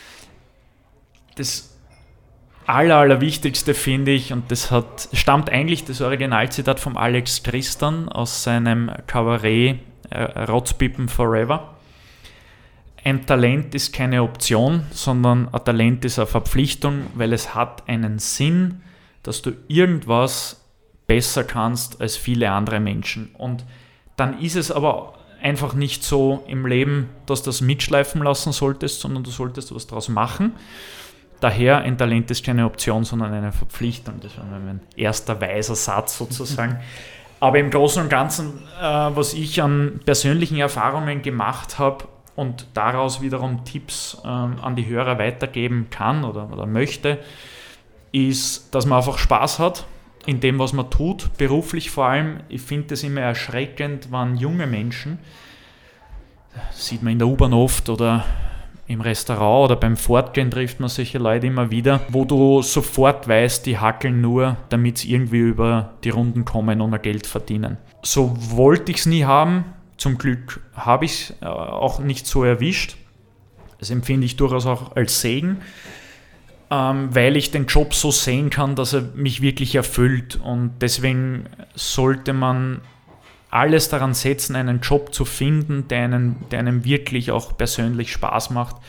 Das Allerwichtigste finde ich, und das stammt eigentlich das Originalzitat vom Alex Tristan aus seinem Kabarett Rotzpippen Forever. Ein Talent ist keine Option, sondern ein Talent ist eine Verpflichtung, weil es hat einen Sinn, dass du irgendwas besser kannst als viele andere Menschen. Und dann ist es aber einfach nicht so im Leben, dass du das mitschleifen lassen solltest, sondern du solltest was daraus machen. Daher, ein Talent ist keine Option, sondern eine Verpflichtung. Das war mein erster weiser Satz sozusagen. Aber im Großen und Ganzen, was ich an persönlichen Erfahrungen gemacht habe und daraus wiederum Tipps an die Hörer weitergeben kann oder möchte, ist, dass man einfach Spaß hat in dem, was man tut, beruflich vor allem. Ich finde es immer erschreckend, wenn junge Menschen, das sieht man in der U-Bahn oft oder im Restaurant oder beim Fortgehen trifft man solche Leute immer wieder, wo du sofort weißt, die hackeln nur, damit sie irgendwie über die Runden kommen und Geld verdienen. So wollte ich es nie haben. Zum Glück habe ich es auch nicht so erwischt. Das empfinde ich durchaus auch als Segen, weil ich den Job so sehen kann, dass er mich wirklich erfüllt. Und deswegen sollte man alles daran setzen, einen Job zu finden, der einem wirklich auch persönlich Spaß macht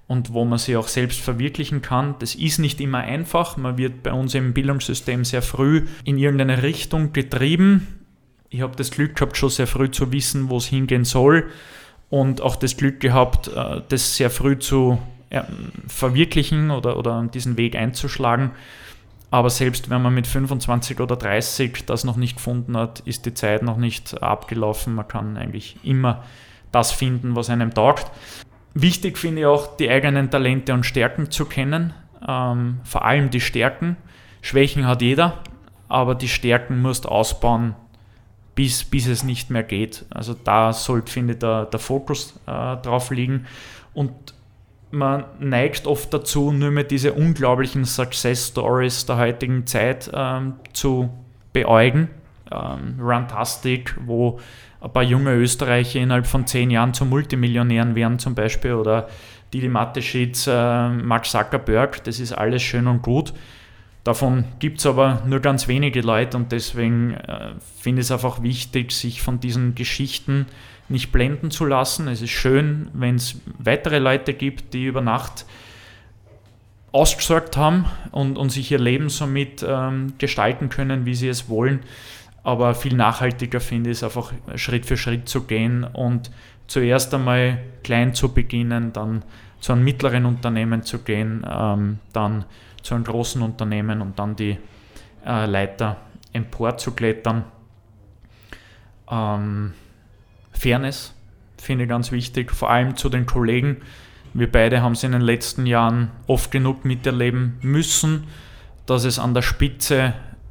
und wo man sich auch selbst verwirklichen kann. Das ist nicht immer einfach. Man wird bei uns im Bildungssystem sehr früh in irgendeine Richtung getrieben. Ich habe das Glück gehabt, schon sehr früh zu wissen, wo es hingehen soll und auch das Glück gehabt, das sehr früh zu verwirklichen oder diesen Weg einzuschlagen. Aber selbst wenn man mit 25 oder 30 das noch nicht gefunden hat, ist die Zeit noch nicht abgelaufen. Man kann eigentlich immer das finden, was einem taugt. Wichtig finde ich auch, die eigenen Talente und Stärken zu kennen. Vor allem die Stärken. Schwächen hat jeder, aber die Stärken musst du ausbauen, bis es nicht mehr geht. Also da sollte, finde ich, der Fokus drauf liegen. Und man neigt oft dazu, nur mehr diese unglaublichen Success-Stories der heutigen Zeit zu beäugen. Runtastic, wo ein paar junge Österreicher innerhalb von 10 Jahren zu Multimillionären werden zum Beispiel, oder Didi Mateschitz, Mark Zuckerberg, das ist alles schön und gut. Davon gibt es aber nur ganz wenige Leute und deswegen finde ich es einfach wichtig, sich von diesen Geschichten nicht blenden zu lassen. Es ist schön, wenn es weitere Leute gibt, die über Nacht ausgesorgt haben und sich ihr Leben somit gestalten können, wie sie es wollen. Aber viel nachhaltiger finde ich es einfach, Schritt für Schritt zu gehen und zuerst einmal klein zu beginnen, dann zu einem mittleren Unternehmen zu gehen, dann zu einem großen Unternehmen und dann die Leiter emporzuklettern. Fairness finde ich ganz wichtig, vor allem zu den Kollegen. Wir beide haben es in den letzten Jahren oft genug miterleben müssen, dass es an der Spitze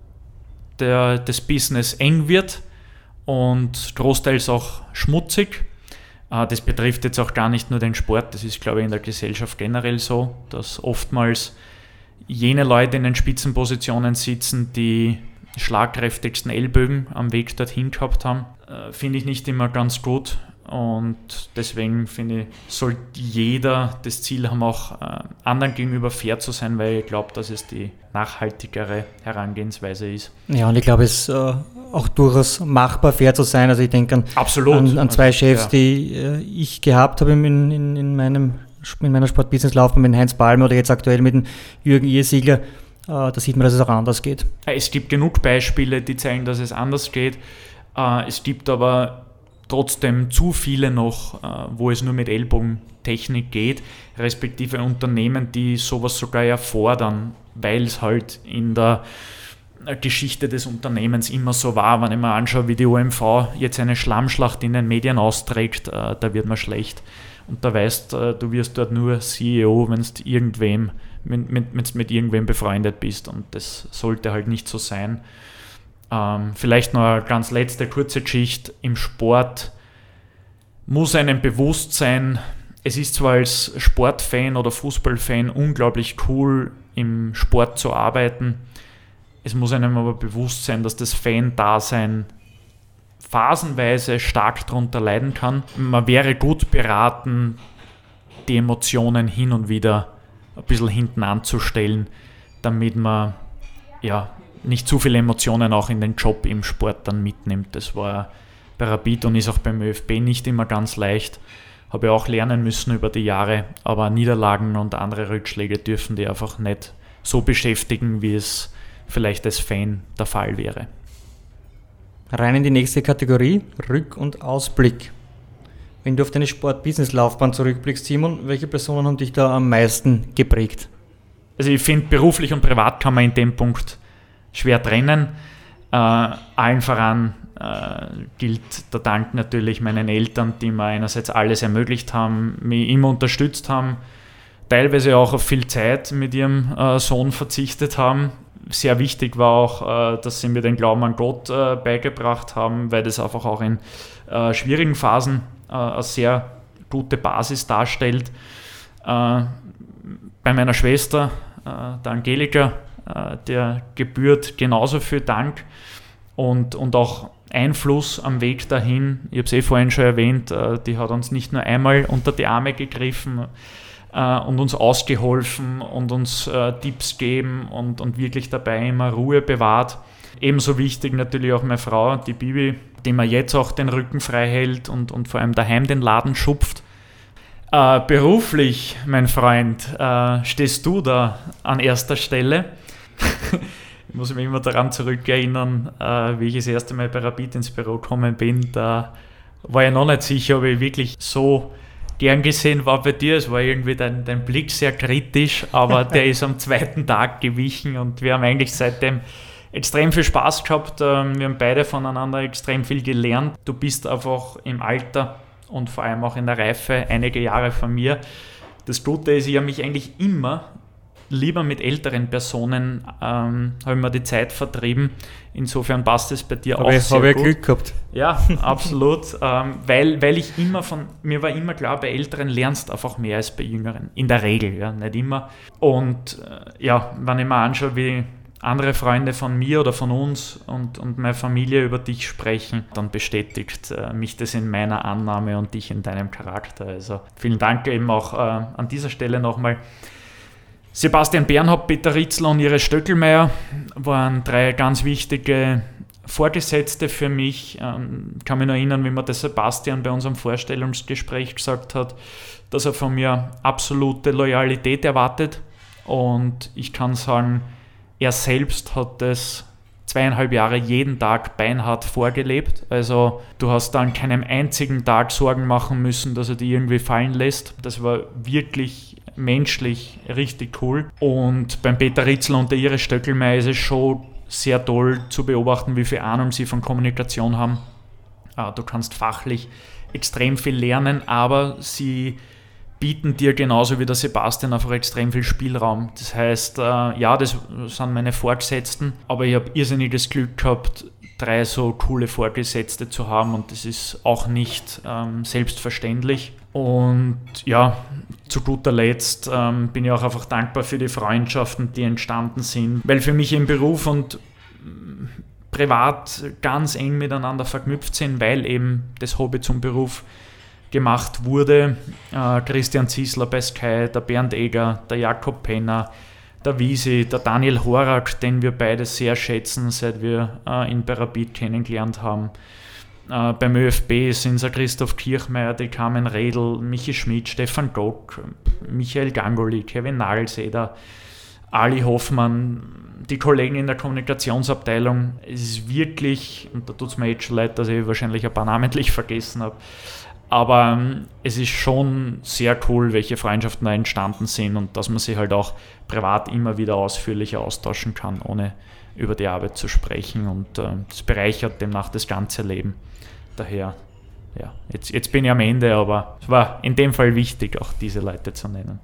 des Business eng wird und großteils auch schmutzig. Das betrifft jetzt auch gar nicht nur den Sport, das ist, glaube ich, in der Gesellschaft generell so, dass oftmals jene Leute in den Spitzenpositionen sitzen, die schlagkräftigsten Ellbogen am Weg dorthin gehabt haben. Finde ich nicht immer ganz gut und deswegen finde ich, sollte jeder das Ziel haben, auch anderen gegenüber fair zu sein, weil ich glaube, dass es die nachhaltigere Herangehensweise ist. Ja, und ich glaube, es ist auch durchaus machbar, fair zu sein. Also ich denke an zwei Chefs, die ich gehabt habe in meiner Sportbusiness-Laufbahn mit Heinz Balmer oder jetzt aktuell mit dem Jürgen Irrsiegler. Da sieht man, dass es auch anders geht. Es gibt genug Beispiele, die zeigen, dass es anders geht. Es gibt aber trotzdem zu viele noch, wo es nur mit Ellbogentechnik geht, respektive Unternehmen, die sowas sogar erfordern, weil es halt in der Geschichte des Unternehmens immer so war. Wenn ich mir anschaue, wie die OMV jetzt eine Schlammschlacht in den Medien austrägt, da wird man schlecht. Und da weißt du, wirst dort nur CEO, wenn du mit irgendwem befreundet bist. Und das sollte halt nicht so sein. Vielleicht noch eine ganz letzte kurze Geschichte. Im Sport muss einem bewusst sein, es ist zwar als Sportfan oder Fußballfan unglaublich cool, im Sport zu arbeiten. Es muss einem aber bewusst sein, dass das Fan-Dasein phasenweise stark darunter leiden kann. Man wäre gut beraten, die Emotionen hin und wieder ein bisschen hinten anzustellen, damit man nicht zu viele Emotionen auch in den Job im Sport dann mitnimmt. Das war bei Rapid und ist auch beim ÖFB nicht immer ganz leicht. Habe ich auch lernen müssen über die Jahre, aber Niederlagen und andere Rückschläge dürfen die einfach nicht so beschäftigen, wie es vielleicht als Fan der Fall wäre. Rein in die nächste Kategorie, Rück- und Ausblick. Wenn du auf deine Sport-Business-Laufbahn zurückblickst, Simon, welche Personen haben dich da am meisten geprägt? Also ich finde, beruflich und privat kann man in dem Punkt schwer trennen. Allen voran gilt der Dank natürlich meinen Eltern, die mir einerseits alles ermöglicht haben, mich immer unterstützt haben, teilweise auch auf viel Zeit mit ihrem Sohn verzichtet haben. Sehr wichtig war auch, dass sie mir den Glauben an Gott beigebracht haben, weil das einfach auch in schwierigen Phasen eine sehr gute Basis darstellt. Bei meiner Schwester, der Angelika, der gebührt genauso viel Dank und auch Einfluss am Weg dahin. Ich habe es vorhin schon erwähnt, die hat uns nicht nur einmal unter die Arme gegriffen und uns ausgeholfen und uns Tipps geben und wirklich dabei immer Ruhe bewahrt. Ebenso wichtig natürlich auch meine Frau, die Bibi, die mir jetzt auch den Rücken frei hält und vor allem daheim den Laden schupft. Beruflich, mein Freund, stehst du da an erster Stelle. Ich muss mich immer daran zurückerinnern, wie ich das erste Mal bei Rapid ins Büro gekommen bin. Da war ich noch nicht sicher, ob ich wirklich so gern gesehen war bei dir. Es war irgendwie dein Blick sehr kritisch, aber der ist am zweiten Tag gewichen und wir haben eigentlich seitdem extrem viel Spaß gehabt. Wir haben beide voneinander extrem viel gelernt. Du bist einfach im Alter und vor allem auch in der Reife einige Jahre von mir. Das Gute ist, ich habe mich eigentlich immer lieber mit älteren Personen habe ich mir die Zeit vertrieben. Insofern passt es bei dir auch sehr gut. Habe ich Glück gehabt. Ja, absolut. Weil ich mir war immer klar, bei Älteren lernst du einfach mehr als bei Jüngeren. In der Regel, ja, nicht immer. Und wenn ich mir anschaue, wie andere Freunde von mir oder von uns und meine Familie über dich sprechen, dann bestätigt mich das in meiner Annahme und dich in deinem Charakter. Also vielen Dank eben auch an dieser Stelle nochmal. Sebastian Bernhard, Peter Ritzler und Iris Stöckelmeier waren 3 ganz wichtige Vorgesetzte für mich. Ich kann mich noch erinnern, wie mir der Sebastian bei unserem Vorstellungsgespräch gesagt hat, dass er von mir absolute Loyalität erwartet. Und ich kann sagen, er selbst hat das 2,5 Jahre jeden Tag beinhart vorgelebt. Also du hast da an keinem einzigen Tag Sorgen machen müssen, dass er die irgendwie fallen lässt. Das war wirklich menschlich richtig cool. Und beim Peter Ritzler und der Iris Stöckelmeier ist es schon sehr toll zu beobachten, wie viel Ahnung sie von Kommunikation haben. Du kannst fachlich extrem viel lernen, aber sie bieten dir genauso wie der Sebastian einfach extrem viel Spielraum. Das heißt, das sind meine Vorgesetzten, aber ich habe irrsinniges Glück gehabt, 3 so coole Vorgesetzte zu haben und das ist auch nicht selbstverständlich. Und ja, zu guter Letzt bin ich auch einfach dankbar für die Freundschaften, die entstanden sind, weil für mich im Beruf und privat ganz eng miteinander verknüpft sind, weil eben das Hobby zum Beruf gemacht wurde. Christian Ziesler bei Sky, der Bernd Eger, der Jakob Penner, der Wiesi, der Daniel Horak, den wir beide sehr schätzen, seit wir ihn bei Rapid kennengelernt haben. Beim ÖFB sind es Christoph Kirchmeier, die Carmen Redl, Michi Schmidt, Stefan Gock, Michael Gangoli, Kevin Nagelseder, Ali Hoffmann, die Kollegen in der Kommunikationsabteilung. Es ist wirklich, und da tut es mir jetzt schon leid, dass ich wahrscheinlich ein paar namentlich vergessen habe, aber es ist schon sehr cool, welche Freundschaften da entstanden sind und dass man sich halt auch privat immer wieder ausführlicher austauschen kann, ohne über die Arbeit zu sprechen. Und das bereichert demnach das ganze Leben. Daher, ja, jetzt bin ich am Ende, aber es war in dem Fall wichtig, auch diese Leute zu nennen.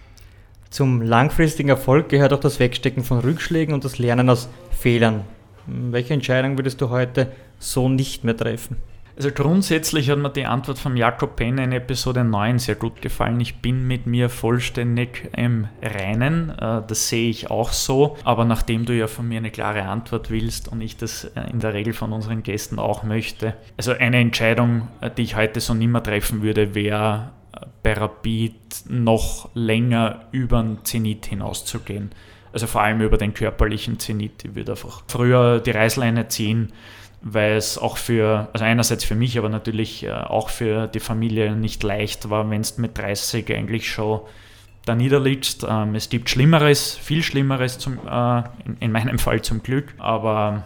Zum langfristigen Erfolg gehört auch das Wegstecken von Rückschlägen und das Lernen aus Fehlern. Welche Entscheidung würdest du heute so nicht mehr treffen? Also grundsätzlich hat mir die Antwort von Jakob Penner in Episode 9 sehr gut gefallen. Ich bin mit mir vollständig im Reinen, das sehe ich auch so. Aber nachdem du ja von mir eine klare Antwort willst und ich das in der Regel von unseren Gästen auch möchte, also eine Entscheidung, die ich heute so nicht mehr treffen würde, wäre bei Rapid noch länger über den Zenit hinauszugehen. Also vor allem über den körperlichen Zenit. Ich würde einfach früher die Reißleine ziehen, weil es auch also einerseits für mich, aber natürlich auch für die Familie nicht leicht war, wenn du mit 30 eigentlich schon da niederliegst. Es gibt Schlimmeres, viel Schlimmeres, in meinem Fall zum Glück, aber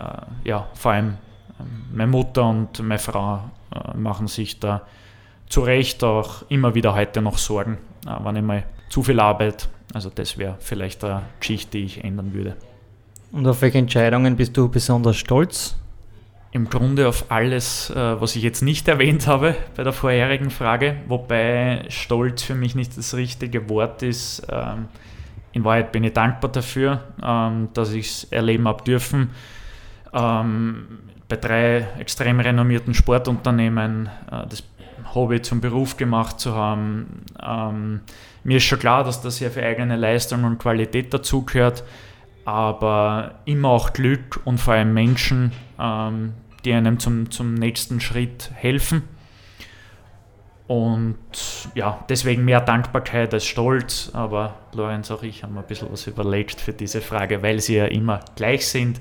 vor allem meine Mutter und meine Frau machen sich da zu Recht auch immer wieder heute noch Sorgen, wenn ich mal zu viel arbeite. Also das wäre vielleicht eine Geschichte, die ich ändern würde. Und auf welche Entscheidungen bist du besonders stolz? Im Grunde auf alles, was ich jetzt nicht erwähnt habe bei der vorherigen Frage, wobei Stolz für mich nicht das richtige Wort ist. In Wahrheit bin ich dankbar dafür, dass ich es erleben habe dürfen, bei 3 extrem renommierten Sportunternehmen das Hobby zum Beruf gemacht zu haben. Mir ist schon klar, dass da sehr viel eigene Leistung und Qualität dazugehört, aber immer auch Glück und vor allem Menschen, die einem zum nächsten Schritt helfen. Und ja, deswegen mehr Dankbarkeit als Stolz, aber Lorenz, auch ich habe mir ein bisschen was überlegt für diese Frage, weil sie ja immer gleich sind.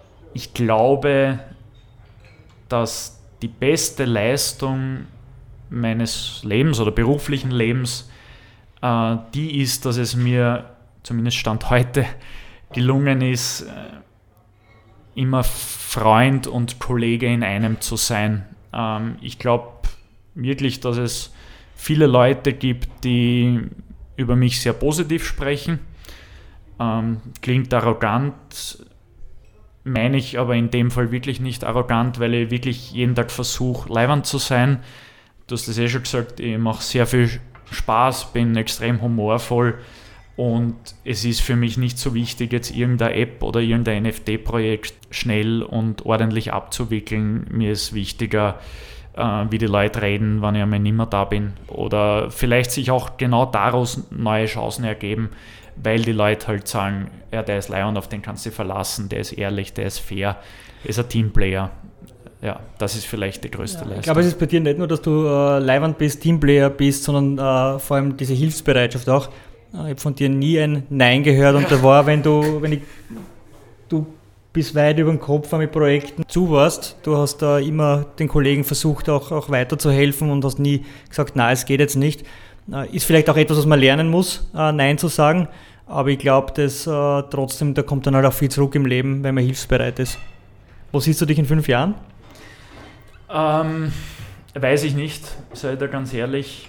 Ich glaube, dass die beste Leistung, meines Lebens oder beruflichen Lebens, die ist, dass es mir, zumindest Stand heute, gelungen ist, immer Freund und Kollege in einem zu sein. Ich glaube wirklich, dass es viele Leute gibt, die über mich sehr positiv sprechen. Klingt arrogant, meine ich aber in dem Fall wirklich nicht arrogant, weil ich wirklich jeden Tag versuche, leiwand zu sein. Du hast das schon gesagt, ich mache sehr viel Spaß, bin extrem humorvoll und es ist für mich nicht so wichtig, jetzt irgendeine App oder irgendein NFT-Projekt schnell und ordentlich abzuwickeln. Mir ist wichtiger, wie die Leute reden, wenn ich einmal nicht mehr da bin. Oder vielleicht sich auch genau daraus neue Chancen ergeben, weil die Leute halt sagen, ja, der ist Leihwand, auf den kannst du dich verlassen, der ist ehrlich, der ist fair, der ist ein Teamplayer. Ja, das ist vielleicht die größte Leistung. Ich glaube, es ist bei dir nicht nur, dass du Leihwand bist, Teamplayer bist, sondern vor allem diese Hilfsbereitschaft auch. Ich habe von dir nie ein Nein gehört und da war, du bis weit über den Kopf mit Projekten zu warst. Du hast da immer den Kollegen versucht, auch weiterzuhelfen und hast nie gesagt, nein, es geht jetzt nicht. Ist vielleicht auch etwas, was man lernen muss, Nein zu sagen, aber ich glaube, dass trotzdem, da kommt dann halt auch viel zurück im Leben, wenn man hilfsbereit ist. Wo siehst du dich in 5 Jahren? Weiß ich nicht, sei da ganz ehrlich,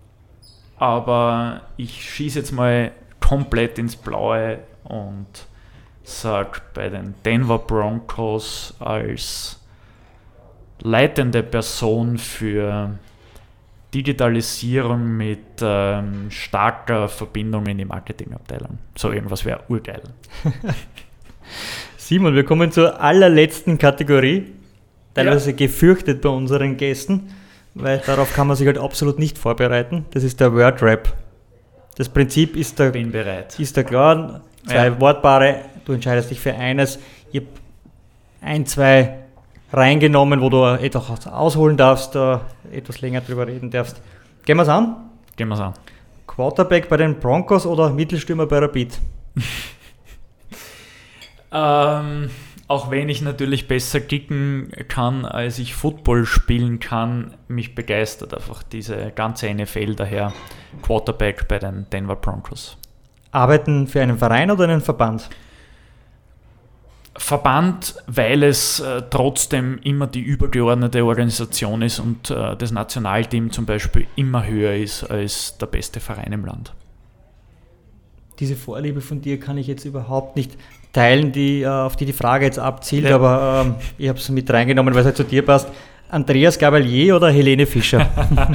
aber ich schieße jetzt mal komplett ins Blaue und sage bei den Denver Broncos als leitende Person für Digitalisierung mit starker Verbindung in die Marketingabteilung. So irgendwas wäre urgeil. Simon, wir kommen zur allerletzten Kategorie, teilweise gefürchtet bei unseren Gästen, weil darauf kann man sich halt absolut nicht vorbereiten. Das ist der Word-Rap. Das Prinzip ist da, bin bereit. Ist da klar, 2 Wortpaare, du entscheidest dich für eines. Ich habe 1, 2 reingenommen, wo du etwas ausholen darfst, etwas länger drüber reden darfst. Gehen wir es an? Gehen wir es an. Quarterback bei den Broncos oder Mittelstürmer bei Rapid? Auch wenn ich natürlich besser kicken kann, als ich Football spielen kann, mich begeistert einfach diese ganze NFL, daher Quarterback bei den Denver Broncos. Arbeiten für einen Verein oder einen Verband? Verband, weil es trotzdem immer die übergeordnete Organisation ist und das Nationalteam zum Beispiel immer höher ist als der beste Verein im Land. Diese Vorliebe von dir kann ich jetzt überhaupt nicht teilen, auf die Frage jetzt abzielt, aber ich habe es mit reingenommen, weil es halt zu dir passt. Andreas Gabalier oder Helene Fischer?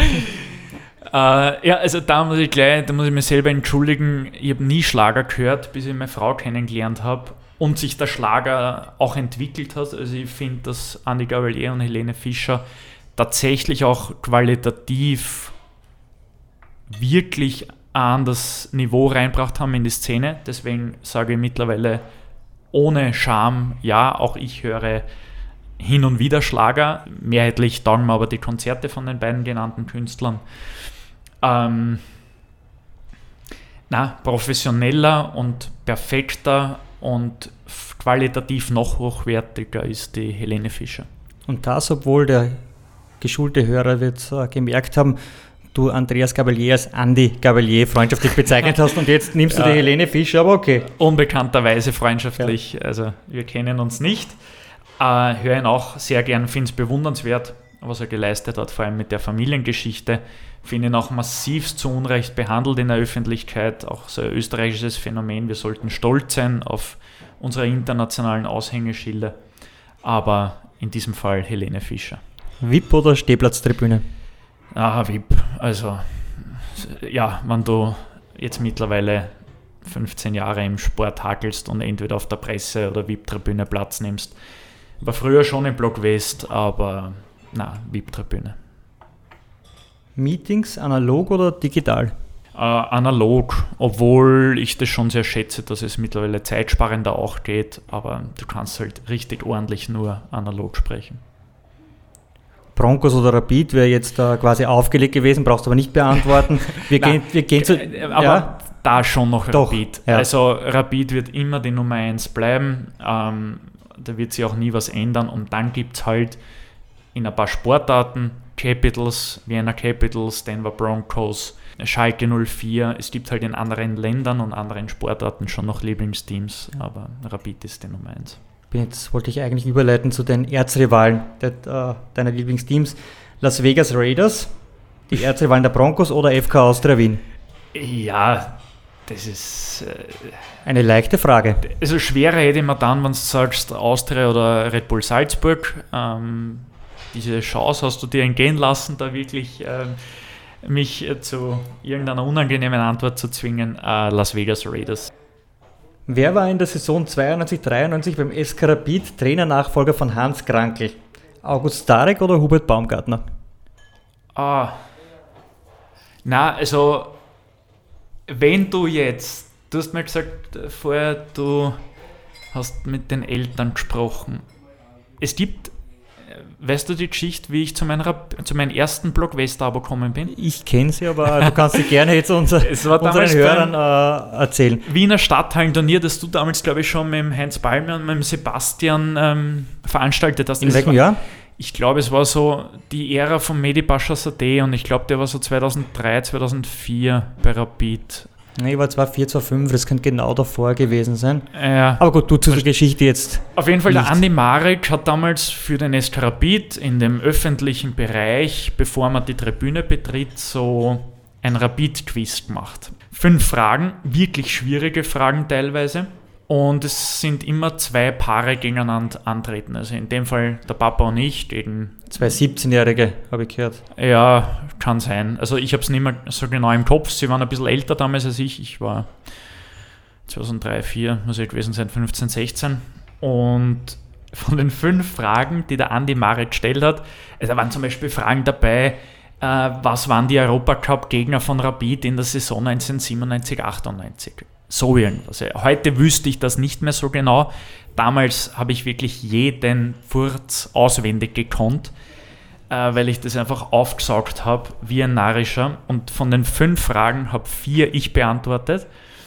Also da muss ich mich selber entschuldigen. Ich habe nie Schlager gehört, bis ich meine Frau kennengelernt habe und sich der Schlager auch entwickelt hat. Also ich finde, dass Andi Gabalier und Helene Fischer tatsächlich auch qualitativ wirklich an das Niveau reingebracht haben in die Szene. Deswegen sage ich mittlerweile ohne Scham, ja, auch ich höre hin und wieder Schlager. Mehrheitlich taugen mir aber die Konzerte von den beiden genannten Künstlern. Professioneller und perfekter und qualitativ noch hochwertiger ist die Helene Fischer. Und das, obwohl der geschulte Hörer wird gemerkt haben, du Andreas Gabalier als Andi Gabalier freundschaftlich bezeichnet hast und jetzt nimmst du die Helene Fischer, aber okay. Unbekannterweise freundschaftlich, also wir kennen uns nicht. Höre ihn auch sehr gern, finde es bewundernswert, was er geleistet hat, vor allem mit der Familiengeschichte. Finde ihn auch massiv zu Unrecht behandelt in der Öffentlichkeit, auch so ein österreichisches Phänomen. Wir sollten stolz sein auf unsere internationalen Aushängeschilder, aber in diesem Fall Helene Fischer. VIP oder Stehplatztribüne? VIP. Also, ja, wenn du jetzt mittlerweile 15 Jahre im Sport hakelst und entweder auf der Presse- oder VIP-Tribüne Platz nimmst. War früher schon im Block West, aber VIP-Tribüne. Meetings analog oder digital? Analog, obwohl ich das schon sehr schätze, dass es mittlerweile zeitsparender auch geht, aber du kannst halt richtig ordentlich nur analog sprechen. Broncos oder Rapid wäre jetzt quasi aufgelegt gewesen, brauchst du aber nicht beantworten. Wir gehen zu... Aber da schon noch Rapid. Ja. Also Rapid wird immer die Nummer 1 bleiben, da wird sich auch nie was ändern und dann gibt es halt in ein paar Sportarten Capitals, Vienna Capitals, Denver Broncos, Schalke 04. Es gibt halt in anderen Ländern und anderen Sportarten schon noch Lieblingsteams, aber Rapid ist die Nummer 1. Jetzt wollte ich eigentlich überleiten zu den Erzrivalen deiner Lieblingsteams. Las Vegas Raiders, die Erzrivalen der Broncos oder FK Austria Wien? Ja, das ist eine leichte Frage. Also schwerer hätte ich mir dann, wenn du sagst Austria oder Red Bull Salzburg. Diese Chance hast du dir entgehen lassen, da wirklich mich zu irgendeiner unangenehmen Antwort zu zwingen. Las Vegas Raiders. Wer war in der Saison 92-93 beim SK Rapid Trainernachfolger von Hans Krankl? August Starek oder Hubert Baumgartner? Also wenn du hast mir gesagt vorher, du hast mit den Eltern gesprochen. Es gibt, weißt du die Geschichte, wie ich zu meinem ersten Block West-Abo gekommen bin? Ich kenne sie, aber du kannst sie gerne jetzt unseren Hörern erzählen. Wiener Stadthallenturnier, das du damals, glaube ich, schon mit dem Heinz Balmer und mit dem Sebastian veranstaltet hast. In welchem Jahr? Ich glaube, es war so die Ära von Mehdi Pascha Sadeh und ich glaube, der war so 2003, 2004 bei Rapid. Nee, war 2004, 2005, das könnte genau davor gewesen sein. Ja. Aber gut, du zu der Geschichte jetzt. Auf jeden Fall, der Andi Marek hat damals für den SK Rapid in dem öffentlichen Bereich, bevor man die Tribüne betritt, so ein Rapid-Quiz gemacht. 5 Fragen, wirklich schwierige Fragen teilweise. Und es sind immer 2 Paare gegeneinander antreten. Also in dem Fall der Papa und ich gegen 2 17-Jährige, habe ich gehört. Ja, kann sein. Also ich habe es nicht mehr so genau im Kopf. Sie waren ein bisschen älter damals als ich. Ich war 2003, 2004, muss ich gewesen sein, 15, 16. Und von den 5 Fragen, die der Andi Marek gestellt hat, also da waren zum Beispiel Fragen dabei, was waren die Europacup-Gegner von Rapid in der Saison 1997, 98? So irgendwas. Heute wüsste ich das nicht mehr so genau. Damals habe ich wirklich jeden Furz auswendig gekonnt, weil ich das einfach aufgesaugt habe wie ein Narrischer. Und von den 5 Fragen habe 4 ich beantwortet.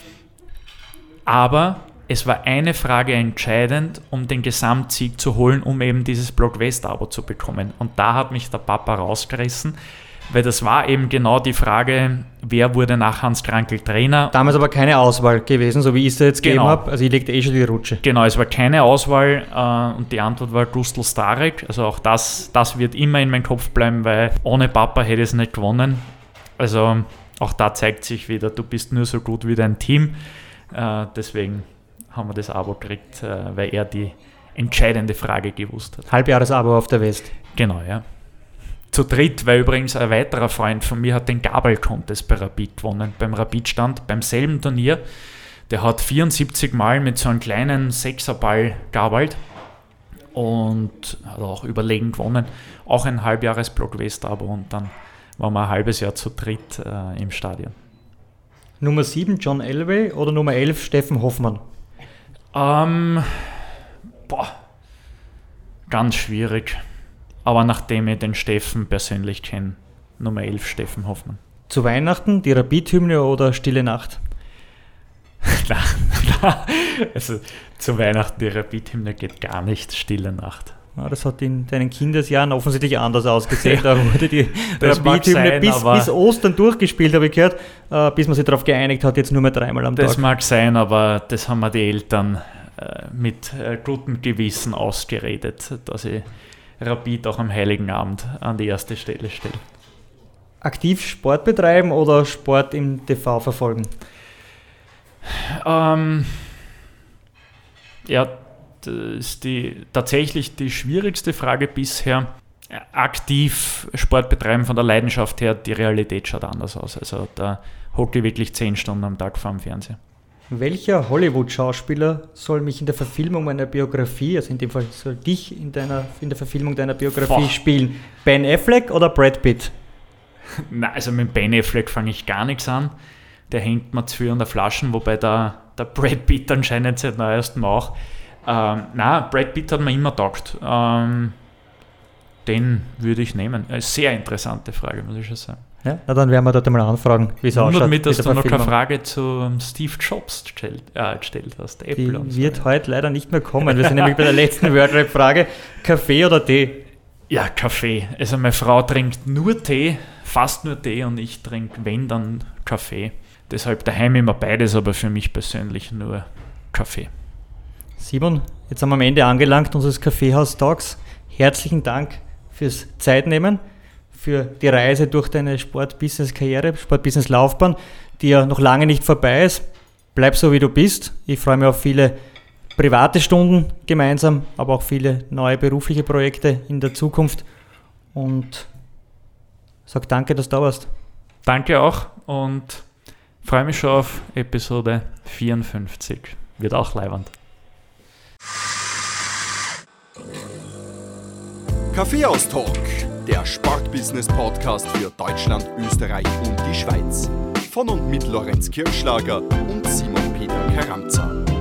Aber es war eine Frage entscheidend, um den Gesamtsieg zu holen, um eben dieses Block West-Abo zu bekommen. Und da hat mich der Papa rausgerissen, weil das war eben genau die Frage, wer wurde nach Hans Krankl Trainer. Damals aber keine Auswahl gewesen, so wie ich es jetzt gegeben habe. Also ich legte schon die Rutsche. Genau, es war keine Auswahl und die Antwort war Gustl Starek. Also auch das wird immer in meinem Kopf bleiben, weil ohne Papa hätte ich es nicht gewonnen. Also auch da zeigt sich wieder, du bist nur so gut wie dein Team. Deswegen haben wir das Abo gekriegt, weil er die entscheidende Frage gewusst hat. Halbjahresabo auf der West. Genau, ja. Zu dritt, weil übrigens ein weiterer Freund von mir hat den Gabel-Contest bei Rapid gewonnen, beim Rapid-Stand, beim selben Turnier. Der hat 74 Mal mit so einem kleinen 6er-Ball gabelt und hat auch überlegen gewonnen. Auch ein Halbjahres-Block West-Abo und dann waren wir ein halbes Jahr zu dritt im Stadion. Nummer 7 John Elway oder Nummer 11 Steffen Hoffmann? Ganz schwierig. Aber nachdem ich den Steffen persönlich kenne, Nummer 11 Steffen Hoffmann. Zu Weihnachten die Rapid-Hymne oder Stille Nacht? Also zu Weihnachten die Rapid-Hymne geht gar nicht, Stille Nacht. Ja, das hat in deinen Kindesjahren offensichtlich anders ausgesehen. Da wurde die Rapid-Hymne bis Ostern durchgespielt, habe ich gehört, bis man sich darauf geeinigt hat, jetzt nur mehr 3-mal am Tag. Das mag sein, aber das haben mir die Eltern mit gutem Gewissen ausgeredet, dass ich Rapid auch am Heiligen Abend an die erste Stelle stelle. Aktiv Sport betreiben oder Sport im TV verfolgen? Ja, das ist tatsächlich die schwierigste Frage bisher. Aktiv Sport betreiben von der Leidenschaft her, die Realität schaut anders aus. Also da hocke ich wirklich 10 Stunden am Tag vor dem Fernseher. Welcher Hollywood-Schauspieler soll mich in der Verfilmung meiner Biografie, also in dem Fall soll dich in der Verfilmung deiner Biografie spielen? Ben Affleck oder Brad Pitt? Nein, also mit Ben Affleck fange ich gar nichts an. Der hängt mir zu viel an der Flaschen, wobei der Brad Pitt anscheinend seit neuestem auch. Brad Pitt hat mir immer taugt. Den würde ich nehmen. Eine sehr interessante Frage, muss ich schon sagen. Ja, na dann werden wir dort einmal anfragen, wie es ausschaut. Damit, dass du noch keine Frage zu Steve Jobs gestellt hast. Apple die und so. Wird heute leider nicht mehr kommen. Wir sind nämlich bei der letzten Wordrap-Frage. Kaffee oder Tee? Ja, Kaffee. Also meine Frau trinkt nur Tee, fast nur Tee, und ich trinke, wenn, dann Kaffee. Deshalb daheim immer beides, aber für mich persönlich nur Kaffee. Simon, jetzt sind wir am Ende angelangt unseres Kaffeehaus-Tags. Herzlichen Dank fürs Zeitnehmen, für die Reise durch deine Sport-Business-Karriere, Sport-Business-Laufbahn, die ja noch lange nicht vorbei ist. Bleib so, wie du bist. Ich freue mich auf viele private Stunden gemeinsam, aber auch viele neue berufliche Projekte in der Zukunft. Und sag danke, dass du da warst. Danke auch und freue mich schon auf Episode 54. Wird auch leiwand. Kaffeehaus-Talk, der Sportbusiness-Podcast für Deutschland, Österreich und die Schweiz. Von und mit Lorenz Kirschlager und Simon Peter Karamza.